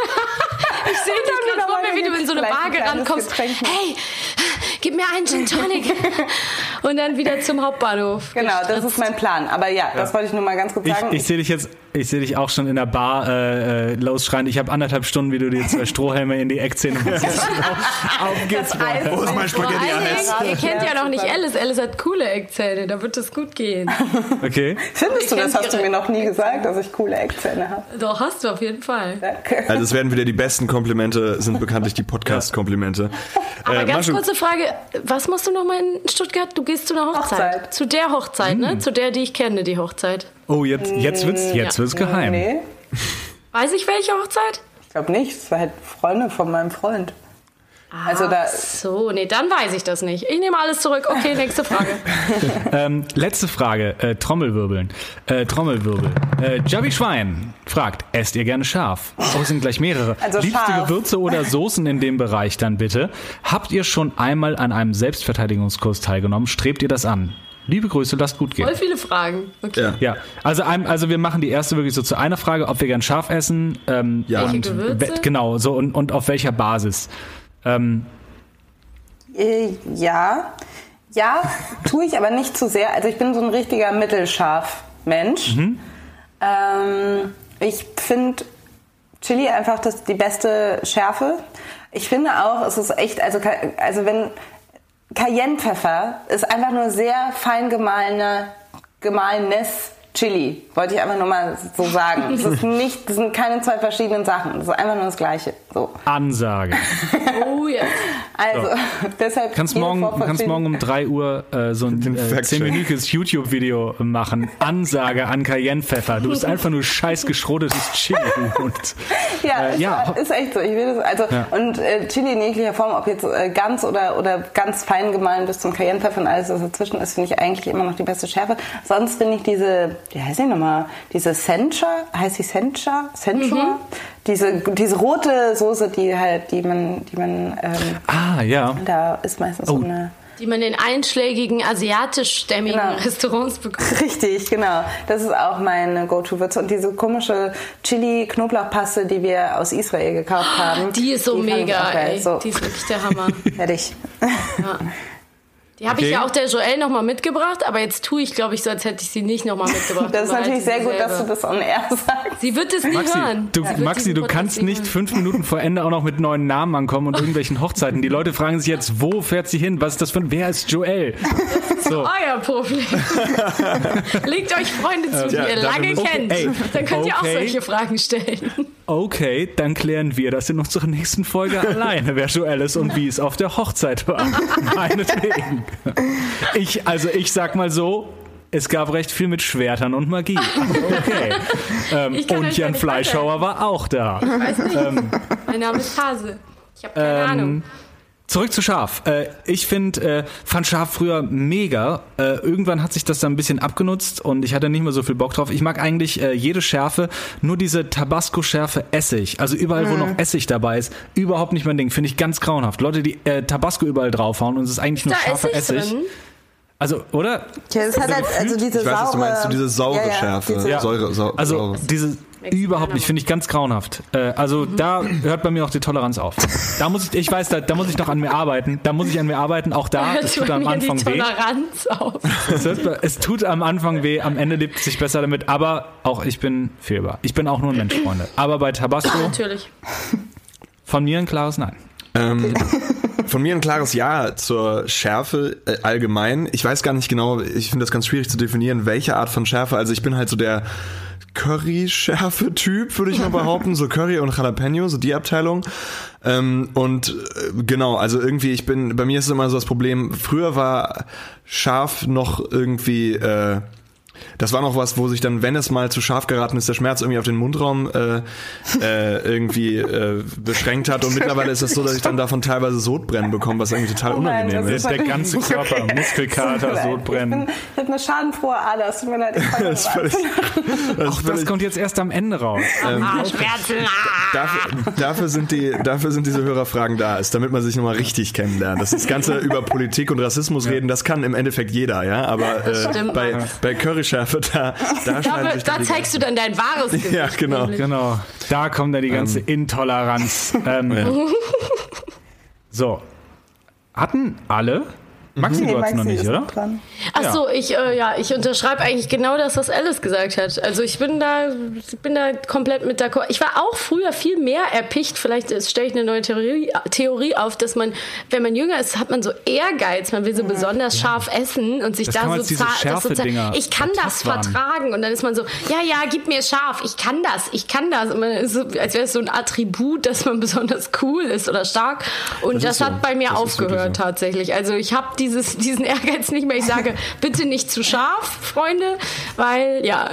Ich sehe dich gerade vor mir, wie du in so eine Bar gerannt kommst. Hey, gib mir einen Gin Tonic. Und dann wieder zum Hauptbahnhof. Genau, das ist mein Plan. Aber ja, das ja. wollte ich nur mal ganz kurz sagen. Ich, ich sehe dich jetzt, ich sehe dich auch schon in der Bar äh, losschreien. Ich habe anderthalb Stunden, wie du dir zwei Strohhelme in die Eckzähne machst. auf, auf geht's. Wo ist mein Spaghetti-Eis? Ihr kennt ja noch nicht Alice. Alice hat coole Eckzähne. Da wird es gut gehen. Okay. Findest du, das hast du mir noch nie gesagt, dass ich coole Eckzähne habe? Doch, hast du auf jeden Fall. Danke. Also es werden wieder die besten Komplimente, sind bekanntlich die Podcast-Komplimente. Aber äh, ganz Maschu, kurze Frage. Was machst du noch mal in Stuttgart? Du gehst zu einer Hochzeit. Hochzeit. Zu der Hochzeit, hm. ne? Zu der, die ich kenne, die Hochzeit. Oh, jetzt, jetzt wird's, jetzt ja. wird's geheim. Nee. Weiß ich, welche Hochzeit? Ich glaube nicht. Es war halt Freunde von meinem Freund. Also da so, nee, dann weiß ich das nicht. Ich nehme alles zurück. Okay, nächste Frage. ähm, letzte Frage. Äh, Trommelwirbeln. Äh, Trommelwirbel. Äh, Jabby Schwein fragt, esst ihr gerne scharf? Oh, es sind gleich mehrere. Also Liebste scharf. Gewürze oder Soßen in dem Bereich dann bitte? Habt ihr schon einmal an einem Selbstverteidigungskurs teilgenommen? Strebt ihr das an? Liebe Grüße, lasst gut gehen. Voll viele Fragen. Okay. Ja, ja. Also, also wir machen die erste wirklich so zu einer Frage, ob wir gern scharf essen. Ähm, ja. Welche und Gewürze? Genau, so und, und auf welcher Basis. Ähm, äh, ja, ja, tue ich aber nicht zu sehr. Also ich bin so ein richtiger Mittelscharf-Mensch. Mhm. Ähm, ich finde Chili einfach das, die beste Schärfe. Ich finde auch, es ist echt, also, also wenn Cayennepfeffer ist einfach nur sehr fein gemahlener, gemahlenes Chili, wollte ich einfach nur mal so sagen. Es ist nicht, das sind keine zwei verschiedenen Sachen. Das ist einfach nur das Gleiche. So. Ansage. Oh ja. Also, so. deshalb. Kannst morgen, kannst morgen um drei Uhr äh, so ein äh, zehnminütiges YouTube-Video machen. Ansage an Cayennepfeffer. Du bist einfach nur scheiß geschrotetes Chili. Und, ja, äh, ist, ja, ist echt so. Ich will das, also, ja. Und äh, Chili in jeglicher Form, ob jetzt äh, ganz oder, oder ganz fein gemahlen bis zum Cayennepfeffer und alles, was dazwischen ist, finde ich eigentlich immer noch die beste Schärfe. Sonst finde ich diese, wie heißt die nochmal? Diese Sencha, heißt die Sencha? Sencha? Mhm. Diese, diese rote Soße, die halt, die man, die man, ähm, ah, ja. Da ist meistens oh. so eine, die man in einschlägigen asiatischstämmigen genau. Restaurants bekommt. Richtig, genau. Das ist auch meine Go-To-Würze. Und diese komische Chili-Knoblauchpaste, die wir aus Israel gekauft haben. Die ist so die mega, ey. So. Die ist wirklich der Hammer. Fertig. Ja. Die habe okay. ich ja auch der Joelle nochmal mitgebracht, aber jetzt tue ich, glaube ich, so, als hätte ich sie nicht nochmal mitgebracht. Das ist natürlich sehr gut, dass du das on air sagst. Sie wird es nie Maxi, hören. Du, Maxi, du kannst nicht fünf Minuten vor Ende auch noch mit neuen Namen ankommen und irgendwelchen Hochzeiten. Die Leute fragen sich jetzt, wo fährt sie hin? Was ist das für ein, wer ist Joelle? So. Euer Problem. Legt euch Freunde zu, die ja, ihr lange okay, kennt. Ey, dann könnt ihr okay. auch solche Fragen stellen. Okay, dann klären wir das in unserer nächsten Folge alleine, wer Joelle ist und wie es auf der Hochzeit war. Meinetwegen. Ich, also ich sag mal so, es gab recht viel mit Schwertern und Magie. Okay. Ähm, und Jan Fleischhauer war auch da. Ich weiß nicht. Ähm, mein Name ist Hase. Ich habe keine ähm, Ahnung. Zurück zu Scharf. Äh, ich find, äh, fand Scharf früher mega. Äh, irgendwann hat sich das dann ein bisschen abgenutzt und ich hatte nicht mehr so viel Bock drauf. Ich mag eigentlich äh, jede Schärfe, nur diese Tabasco-Schärfe Essig. Also überall, mhm. wo noch Essig dabei ist, überhaupt nicht mein Ding. Finde ich ganz grauenhaft. Leute, die äh, Tabasco überall draufhauen und es ist eigentlich nur scharfer Essig. Essig. Also, oder? Ja, das hat halt, also diese ich weiß, saure, was du meinst, du diese saure ja, ja, Schärfe. diese, ja. Säure, Säure, also Säure. diese überhaupt nicht, finde ich ganz grauenhaft. Äh, also mhm. da hört bei mir auch die Toleranz auf. Da muss ich, ich weiß, da, da muss ich noch an mir arbeiten. Da muss ich an mir arbeiten. Auch da, es tut am Anfang die weh. Toleranz auf. Es, hört, es tut am Anfang weh, am Ende lebt es sich besser damit. Aber auch ich bin fehlbar. Ich bin auch nur ein Mensch, Freunde. Aber bei Tabasco natürlich. Von mir ein klares Nein. Ähm, von mir ein klares Ja zur Schärfe äh, allgemein. Ich weiß gar nicht genau, ich finde das ganz schwierig zu definieren, welche Art von Schärfe. Also ich bin halt so der Curry-Schärfe-Typ, würde ich mal behaupten. So Curry und Jalapeno, so die Abteilung. Ähm, und äh, genau, also irgendwie, ich bin, bei mir ist es immer so das Problem, früher war scharf noch irgendwie... Äh, Das war noch was, wo sich dann, wenn es mal zu scharf geraten ist, der Schmerz irgendwie auf den Mundraum äh, äh, irgendwie äh, beschränkt hat. Und mittlerweile ist es so, dass ich dann davon teilweise Sodbrennen bekomme, was irgendwie total oh nein, unangenehm ist. Der ganze Körper, okay. Muskelkater, Sodbrennen. Ich, bin, ich habe eine schadenfrohe Ader, es tut mir leid. Ich das, völlig, das, Auch das kommt jetzt erst am Ende raus. Ähm, ah, Schmerzen. Dafür, dafür, sind die, dafür sind diese Hörerfragen da, ist, damit man sich nochmal richtig kennenlernt. Das, das Ganze über Politik und Rassismus ja. reden, das kann im Endeffekt jeder, ja. Aber äh, bei, bei Curryschärfe Da, da, da, da zeigst du dann dein wahres Gesicht. Ja, genau. genau. Da kommt dann die ganze ähm. Intoleranz. Ähm, ja. So. Hatten alle? Maxi, nee, du hast noch nicht, oder? Ach so, ich, äh, ja, ich unterschreibe eigentlich genau das, was Alice gesagt hat. Also ich bin da, ich bin da komplett mit d'accord. Ich war auch früher viel mehr erpicht. Vielleicht stelle ich eine neue Theorie, Theorie auf, dass man, wenn man jünger ist, hat man so Ehrgeiz. Man will so besonders ja. scharf essen und sich das da so zahlen. Ich kann das vertragen. Und dann ist man so, ja, ja, gib mir scharf. Ich kann das, ich kann das. Und man ist so, als wäre es so ein Attribut, dass man besonders cool ist oder stark. Und das, das hat so. bei mir das aufgehört so. tatsächlich. Also ich habe dieses, diesen Ehrgeiz nicht mehr. Ich sage, bitte nicht zu scharf, Freunde, weil, ja,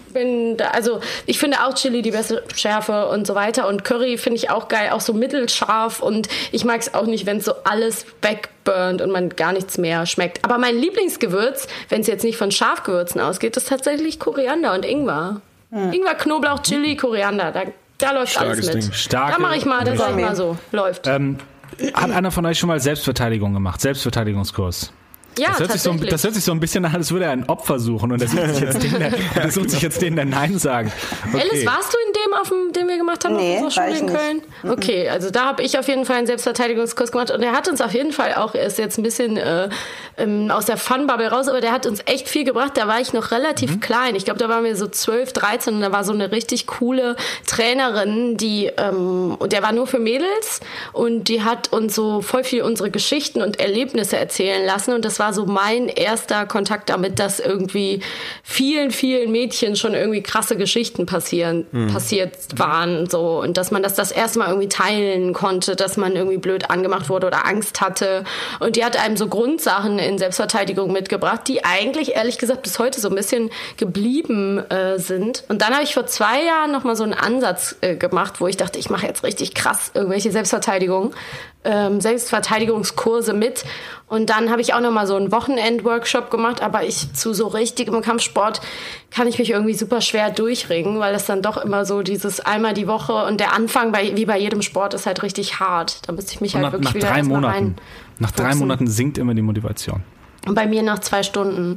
bin da, also ich finde auch Chili die beste Schärfe und so weiter und Curry finde ich auch geil, auch so mittelscharf und ich mag es auch nicht, wenn es so alles wegburnt und man gar nichts mehr schmeckt. Aber mein Lieblingsgewürz, wenn es jetzt nicht von Scharfgewürzen ausgeht, ist tatsächlich Koriander und Ingwer. Hm. Ingwer, Knoblauch, Chili, Koriander, da, da läuft Starkes alles mit. Ding. Starke da mache ich mal, das sag ich mal so, läuft. Ähm, hat einer von euch schon mal Selbstverteidigung gemacht? Selbstverteidigungskurs? Ja, das hört, sich so, das hört sich so ein bisschen an, als würde er ein Opfer suchen und er sucht sich jetzt den, der, der, sucht sich jetzt den, der Nein sagt. Okay. Alice, warst du in dem, auf dem, den wir gemacht haben, nee, auf unserer Schule in Köln? Nicht. Okay, also da habe ich auf jeden Fall einen Selbstverteidigungskurs gemacht und der hat uns auf jeden Fall auch, er ist jetzt ein bisschen äh, ähm, aus der Fun-Bubble raus, aber der hat uns echt viel gebracht. Da war ich noch relativ mhm. klein. Ich glaube, da waren wir so zwölf, dreizehn und da war so eine richtig coole Trainerin, die, ähm, und der war nur für Mädels und die hat uns so voll viel unsere Geschichten und Erlebnisse erzählen lassen und das war so mein erster Kontakt damit, dass irgendwie vielen, vielen Mädchen schon irgendwie krasse Geschichten passieren, mhm. passiert waren, so. Und dass man das das erste Mal irgendwie teilen konnte, dass man irgendwie blöd angemacht wurde oder Angst hatte. Und die hat einem so Grundsachen in Selbstverteidigung mitgebracht, die eigentlich, ehrlich gesagt, bis heute so ein bisschen geblieben äh, sind. Und dann habe ich vor zwei Jahren nochmal so einen Ansatz äh, gemacht, wo ich dachte, ich mache jetzt richtig krass irgendwelche Selbstverteidigung. Ähm, Selbstverteidigungskurse mit und dann habe ich auch noch mal so einen Wochenend-Workshop gemacht, aber ich zu so richtigem Kampfsport kann ich mich irgendwie super schwer durchringen, weil es dann doch immer so dieses einmal die Woche und der Anfang bei, wie bei jedem Sport ist halt richtig hart. Da müsste ich mich halt nach, wirklich nach wieder drei erstmal Monaten, rein Nach drei fuchsen. Monaten sinkt immer die Motivation. Und bei mir nach zwei Stunden.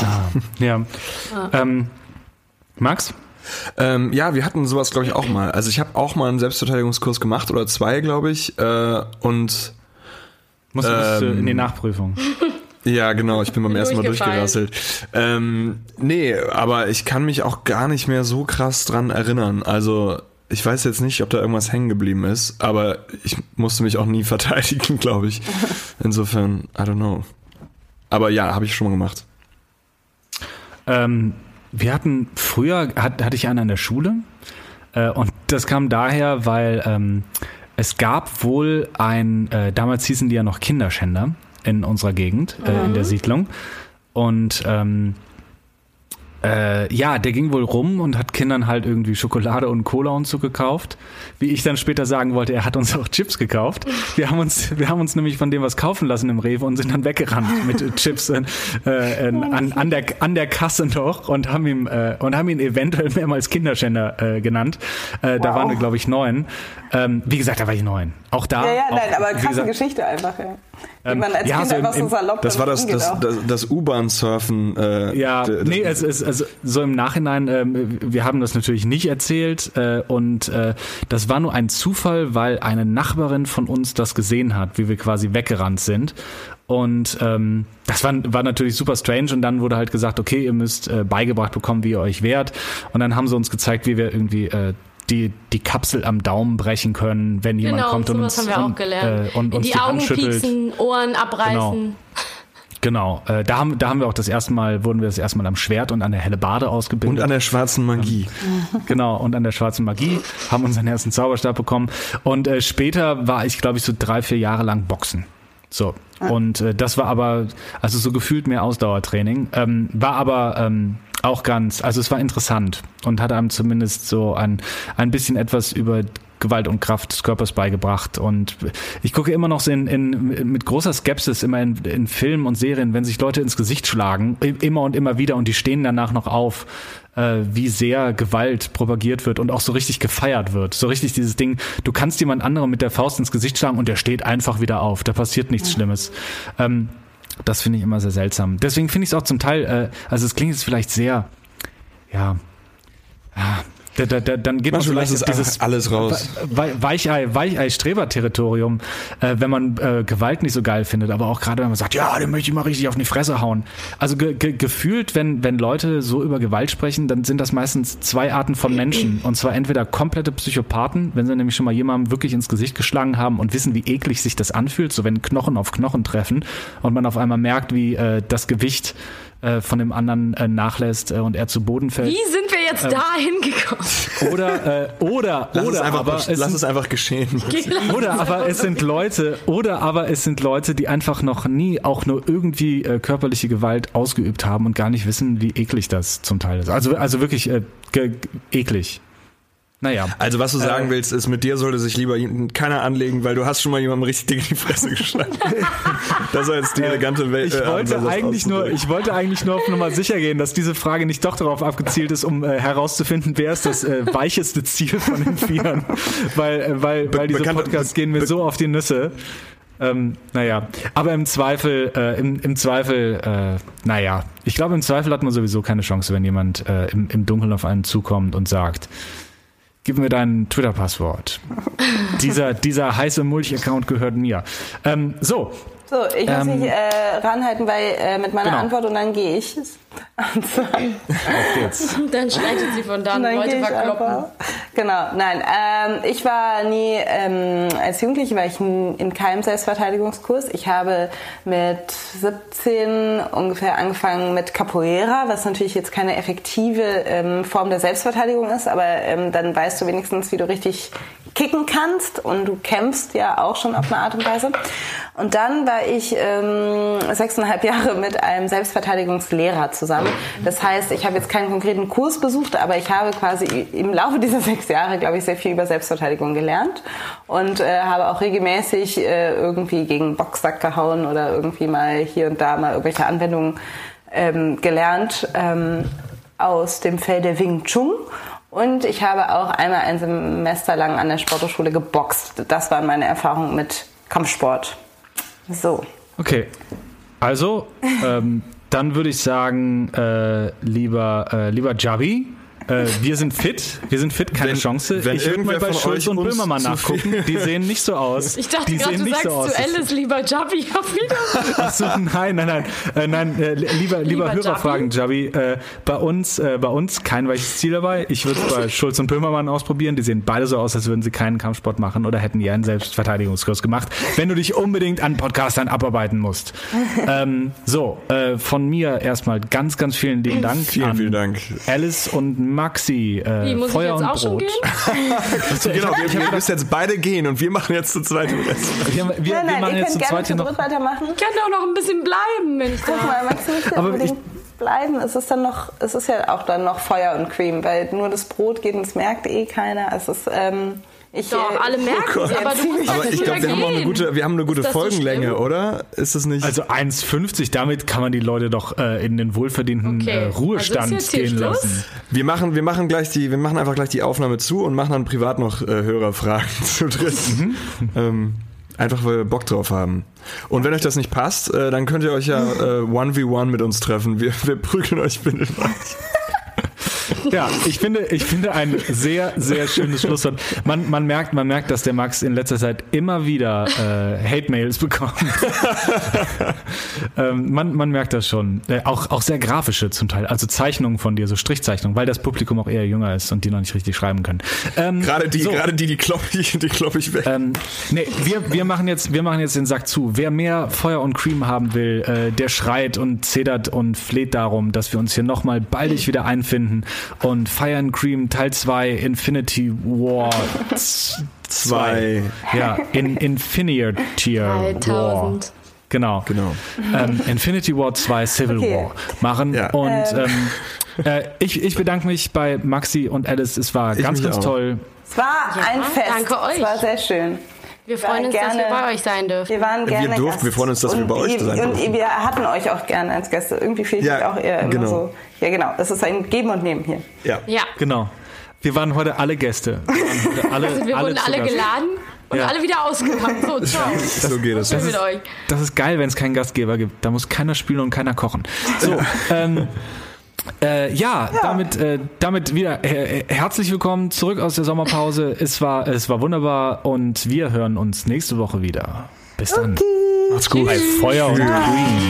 ja. ja. Ähm, Max? Ähm, ja, wir hatten sowas, glaube ich, auch mal. Also ich habe auch mal einen Selbstverteidigungskurs gemacht oder zwei, glaube ich. Äh, und musst du ähm, in die Nachprüfung. Ja, genau, ich bin beim ersten Mal durchgerasselt. Ähm, nee, aber ich kann mich auch gar nicht mehr so krass dran erinnern. Also ich weiß jetzt nicht, ob da irgendwas hängen geblieben ist, aber ich musste mich auch nie verteidigen, glaube ich. Insofern, I don't know. Aber ja, habe ich schon mal gemacht. Ähm, wir hatten früher, hat, hatte ich einen an der Schule äh, und das kam daher, weil ähm, es gab wohl ein, äh, damals hießen die ja noch Kinderschänder in unserer Gegend, äh, mhm. in der Siedlung und ähm, äh, ja, der ging wohl rum und hat Kindern halt irgendwie Schokolade und Cola und so gekauft. Wie ich dann später sagen wollte, er hat uns auch Chips gekauft. Wir haben uns, wir haben uns nämlich von dem was kaufen lassen im Rewe und sind dann weggerannt mit Chips äh, äh, an, an der an der Kasse noch und haben ihm äh, und haben ihn eventuell mehrmals Kinderschänder äh, genannt. Äh, wow. Da waren wir, glaube ich, neun. Ähm, wie gesagt, da war ich neun. Auch da. Ja, ja, auch, nein, aber krasse gesagt, Geschichte einfach. Ja. Wie ähm, man als ja, Kind so einfach im, so salopp Das war das, das, das, das U-Bahn-Surfen. Äh, ja, d- nee, es ist also so im Nachhinein, äh, wir haben das natürlich nicht erzählt äh, und äh, das war nur ein Zufall, weil eine Nachbarin von uns das gesehen hat, wie wir quasi weggerannt sind. Und ähm, das war, war natürlich super strange und dann wurde halt gesagt, okay, ihr müsst äh, beigebracht bekommen, wie ihr euch wehrt. Und dann haben sie uns gezeigt, wie wir irgendwie äh, die die Kapsel am Daumen brechen können, wenn jemand genau, kommt und uns, haben wir auch und, gelernt. Äh, und uns die, die Augen Hand schüttelt. pieksen, Ohren abreißen. Genau. Genau, äh, da haben da haben wir auch das erste Mal, wurden wir das erste Mal am Schwert und an der Hellebarde ausgebildet. Und an der schwarzen Magie. Genau, und an der schwarzen Magie, haben unseren ersten Zauberstab bekommen. Und äh, später war ich, glaube ich, so drei, vier Jahre lang Boxen. So, ah. und äh, das war aber, also so gefühlt mehr Ausdauertraining, ähm, war aber ähm, auch ganz, also es war interessant und hat einem zumindest so ein, ein bisschen etwas über Gewalt und Kraft des Körpers beigebracht und ich gucke immer noch so in, in, mit großer Skepsis immer in, in Filmen und Serien, wenn sich Leute ins Gesicht schlagen, immer und immer wieder und die stehen danach noch auf, äh, wie sehr Gewalt propagiert wird und auch so richtig gefeiert wird. So richtig dieses Ding, du kannst jemand anderem mit der Faust ins Gesicht schlagen und der steht einfach wieder auf, da passiert nichts Schlimmes. Ähm, das finde ich immer sehr seltsam. Deswegen finde ich es auch zum Teil, äh, also es klingt jetzt vielleicht sehr, ja, ja, Da, da, da, dann geht man Manchmal vielleicht dieses alles raus. Weichei, Weichei-Streber-Territorium, äh, wenn man äh, Gewalt nicht so geil findet, aber auch gerade wenn man sagt, ja, den möchte ich mal richtig auf die Fresse hauen. Also ge- ge- gefühlt, wenn, wenn Leute so über Gewalt sprechen, dann sind das meistens zwei Arten von Menschen. Und zwar entweder komplette Psychopathen, wenn sie nämlich schon mal jemandem wirklich ins Gesicht geschlagen haben und wissen, wie eklig sich das anfühlt, so wenn Knochen auf Knochen treffen und man auf einmal merkt, wie äh, das Gewicht äh, von dem anderen äh, nachlässt äh, und er zu Boden fällt. Wie sind wir jetzt ähm, dahin gekommen? Oder, äh, oder, lass oder, es einfach, aber es es lass sind, es einfach geschehen. Oder aber es sind Leute, oder aber es sind Leute, die einfach noch nie auch nur irgendwie äh, körperliche Gewalt ausgeübt haben und gar nicht wissen, wie eklig das zum Teil ist. Also, also wirklich äh, ge- eklig. Naja. Also was du sagen äh, willst, ist, mit dir sollte sich lieber keiner anlegen, weil du hast schon mal jemandem richtig dick in die Fresse geschlagen. Das war jetzt die elegante Welt. Ich wollte äh, eigentlich nur, ich wollte eigentlich nur auf Nummer sicher gehen, dass diese Frage nicht doch darauf abgezielt ist, um äh, herauszufinden, wer ist das äh, weicheste Ziel von den Vieren. weil, äh, weil, weil diese Bekannt, Podcasts gehen mir so auf die Nüsse. Ähm, naja, aber im Zweifel, äh, im, im Zweifel, äh, naja, ich glaube, im Zweifel hat man sowieso keine Chance, wenn jemand äh, im, im Dunkeln auf einen zukommt und sagt, gib mir dein Twitter-Passwort. dieser, dieser heiße Mulch-Account gehört mir. Ähm, so. So, ich muss ähm, mich äh, ranhalten bei, äh, mit meiner genau. Antwort und dann gehe ich. Und zwar, auf geht's. Dann schreitet sie von da, dann Leute verkloppen. Genau, nein. Ähm, ich war nie, ähm, als Jugendliche war ich in, in keinem Selbstverteidigungskurs. Ich habe mit siebzehn ungefähr angefangen mit Capoeira, was natürlich jetzt keine effektive ähm, Form der Selbstverteidigung ist, aber ähm, dann weißt du wenigstens, wie du richtig kicken kannst und du kämpfst ja auch schon auf eine Art und Weise. Und dann war ich ähm, sechseinhalb Jahre mit einem Selbstverteidigungslehrer zusammen. Das heißt, ich habe jetzt keinen konkreten Kurs besucht, aber ich habe quasi im Laufe dieser sechs Jahre, glaube ich, sehr viel über Selbstverteidigung gelernt und äh, habe auch regelmäßig äh, irgendwie gegen Boxsack gehauen oder irgendwie mal hier und da mal irgendwelche Anwendungen ähm, gelernt ähm, aus dem Feld der Wing Chun. Und ich habe auch einmal ein Semester lang an der Sporthochschule geboxt. Das waren meine Erfahrungen mit Kampfsport. So. Okay, also ähm, dann würde ich sagen, äh, lieber, äh, lieber Javi, äh, wir sind fit, wir sind fit, keine wenn, Chance. Wenn ich würde mal bei Schulz und Böhmermann nachgucken, die sehen nicht so aus. Ich dachte die gerade, du nicht sagst so aus. zu Alice lieber Javi auf Wiedersehen. Achso, nein, nein, nein, äh, nein, äh, lieber, lieber, lieber Hörerfragen, Javi. Äh, bei uns, äh, bei uns kein weiches Ziel dabei. Ich würde es bei Schulz und Böhmermann ausprobieren. Die sehen beide so aus, als würden sie keinen Kampfsport machen oder hätten ja einen Selbstverteidigungskurs gemacht, wenn du dich unbedingt an Podcastern abarbeiten musst. ähm, so, äh, von mir erstmal ganz, ganz vielen lieben Dank vielen, an vielen Dank. Alice und Maxi. Äh, Wie, muss Feuer ich jetzt und auch schon Brot. gehen? Genau, wir, wir müssen jetzt beide gehen und wir machen jetzt zu zweit den Rest. Wir, wir, Nein, wir nein, machen ihr jetzt zu könnt gerne zweit hier zu noch. dritt weitermachen. Ich kann doch noch ein bisschen bleiben, wenn ich Guck da. mal, Max nicht Aber unbedingt ich- bleiben. Es ist dann noch, es ist ja auch dann noch Feuer und Cream, weil nur das Brot geht und es merkt eh keiner. Es ist, ähm, ich, Doch, äh, alle merken es, aber du musst Aber halt ich glaube, wir haben auch eine gute, wir haben eine gute Ist das so Folgenlänge, schlimm? oder? Ist es nicht? Also eins fünfzig, damit kann man die Leute doch äh, in den wohlverdienten Okay. äh, Ruhestand Also ist jetzt hier gehen Schluss? lassen. wir machen, wir machen gleich die, wir machen einfach gleich die Aufnahme zu und machen dann privat noch äh, Hörerfragen zu dritt. ähm, einfach weil wir Bock drauf haben. Und wenn euch das nicht passt, äh, dann könnt ihr euch ja äh, eins gegen eins mit uns treffen. Wir, wir prügeln euch binnen. Ja, ich finde, ich finde ein sehr, sehr schönes Schlusswort. Man, man merkt, man merkt, dass der Max in letzter Zeit immer wieder äh, Hate-Mails bekommt. ähm, man, man merkt das schon. Äh, auch, auch sehr grafische zum Teil. Also Zeichnungen von dir, so Strichzeichnungen, weil das Publikum auch eher jünger ist und die noch nicht richtig schreiben können. Ähm, Gerade die, so. gerade die, die klopp ich, die klopp ich weg. Ähm, nee, wir, wir, machen jetzt, wir machen jetzt den Sack zu. Wer mehr Feuer und Cream haben will, äh, der schreit und zedert und fleht darum, dass wir uns hier nochmal baldig wieder einfinden und Fire and Cream Teil zwei Infinity War zwei. Ja, in Infinity War. dreitausend. Genau. Genau. Ähm, Infinity War zwei Civil Okay. War machen. Ja. Und Ähm. ähm, äh, ich, ich bedanke mich bei Maxi und Alice. Es war Ich ganz, mich ganz auch. toll. Es war Ja, ein Fest. danke euch. Es war sehr schön. Wir freuen uns, dass wir bei euch sein dürfen. Wir waren gerne durften, Gast. wir freuen uns, dass wir und bei euch ihr, sein Und durften. wir hatten euch auch gerne als Gäste. Irgendwie fühle ich Ja, mich auch eher immer genau. so. Ja, genau. Es ist ein Geben und Nehmen hier. Ja. Ja. Genau. Wir waren heute alle Gäste. Wir, waren heute alle, Also wir alle wurden zu alle Gast. geladen und Ja. alle wieder ausgegangen. So, ciao. So geht es. Schön mit euch. Das ist geil, wenn es keinen Gastgeber gibt. Da muss keiner spielen und keiner kochen. So, ähm, äh, ja, Ja. damit, äh, damit wieder äh, herzlich willkommen zurück aus der Sommerpause. Es war, es war wunderbar und wir hören uns nächste Woche wieder. Bis dann. Okay. Macht's gut. Bei Feuer und Green.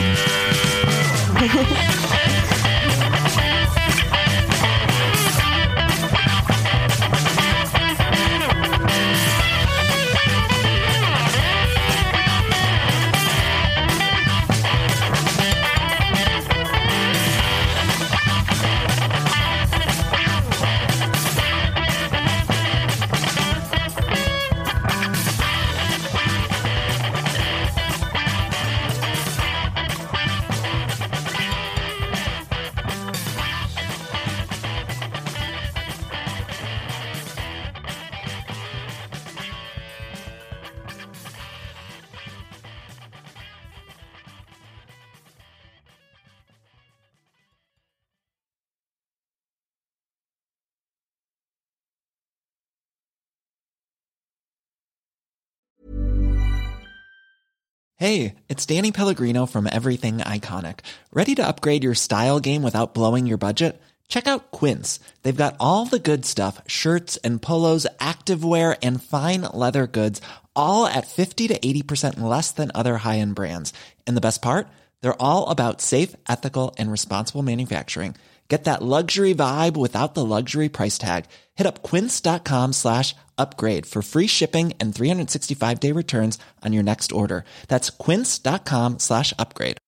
Hey, it's Danny Pellegrino from Everything Iconic. Ready to upgrade your style game without blowing your budget? Check out Quince. They've got all the good stuff, shirts and polos, activewear, and fine leather goods, all at fifty to eighty percent less than other high-end brands. And the best part? They're all about safe, ethical, and responsible manufacturing. Get that luxury vibe without the luxury price tag. Hit up quince.com slash upgrade for free shipping and three sixty-five day returns on your next order. That's quince.com slash upgrade.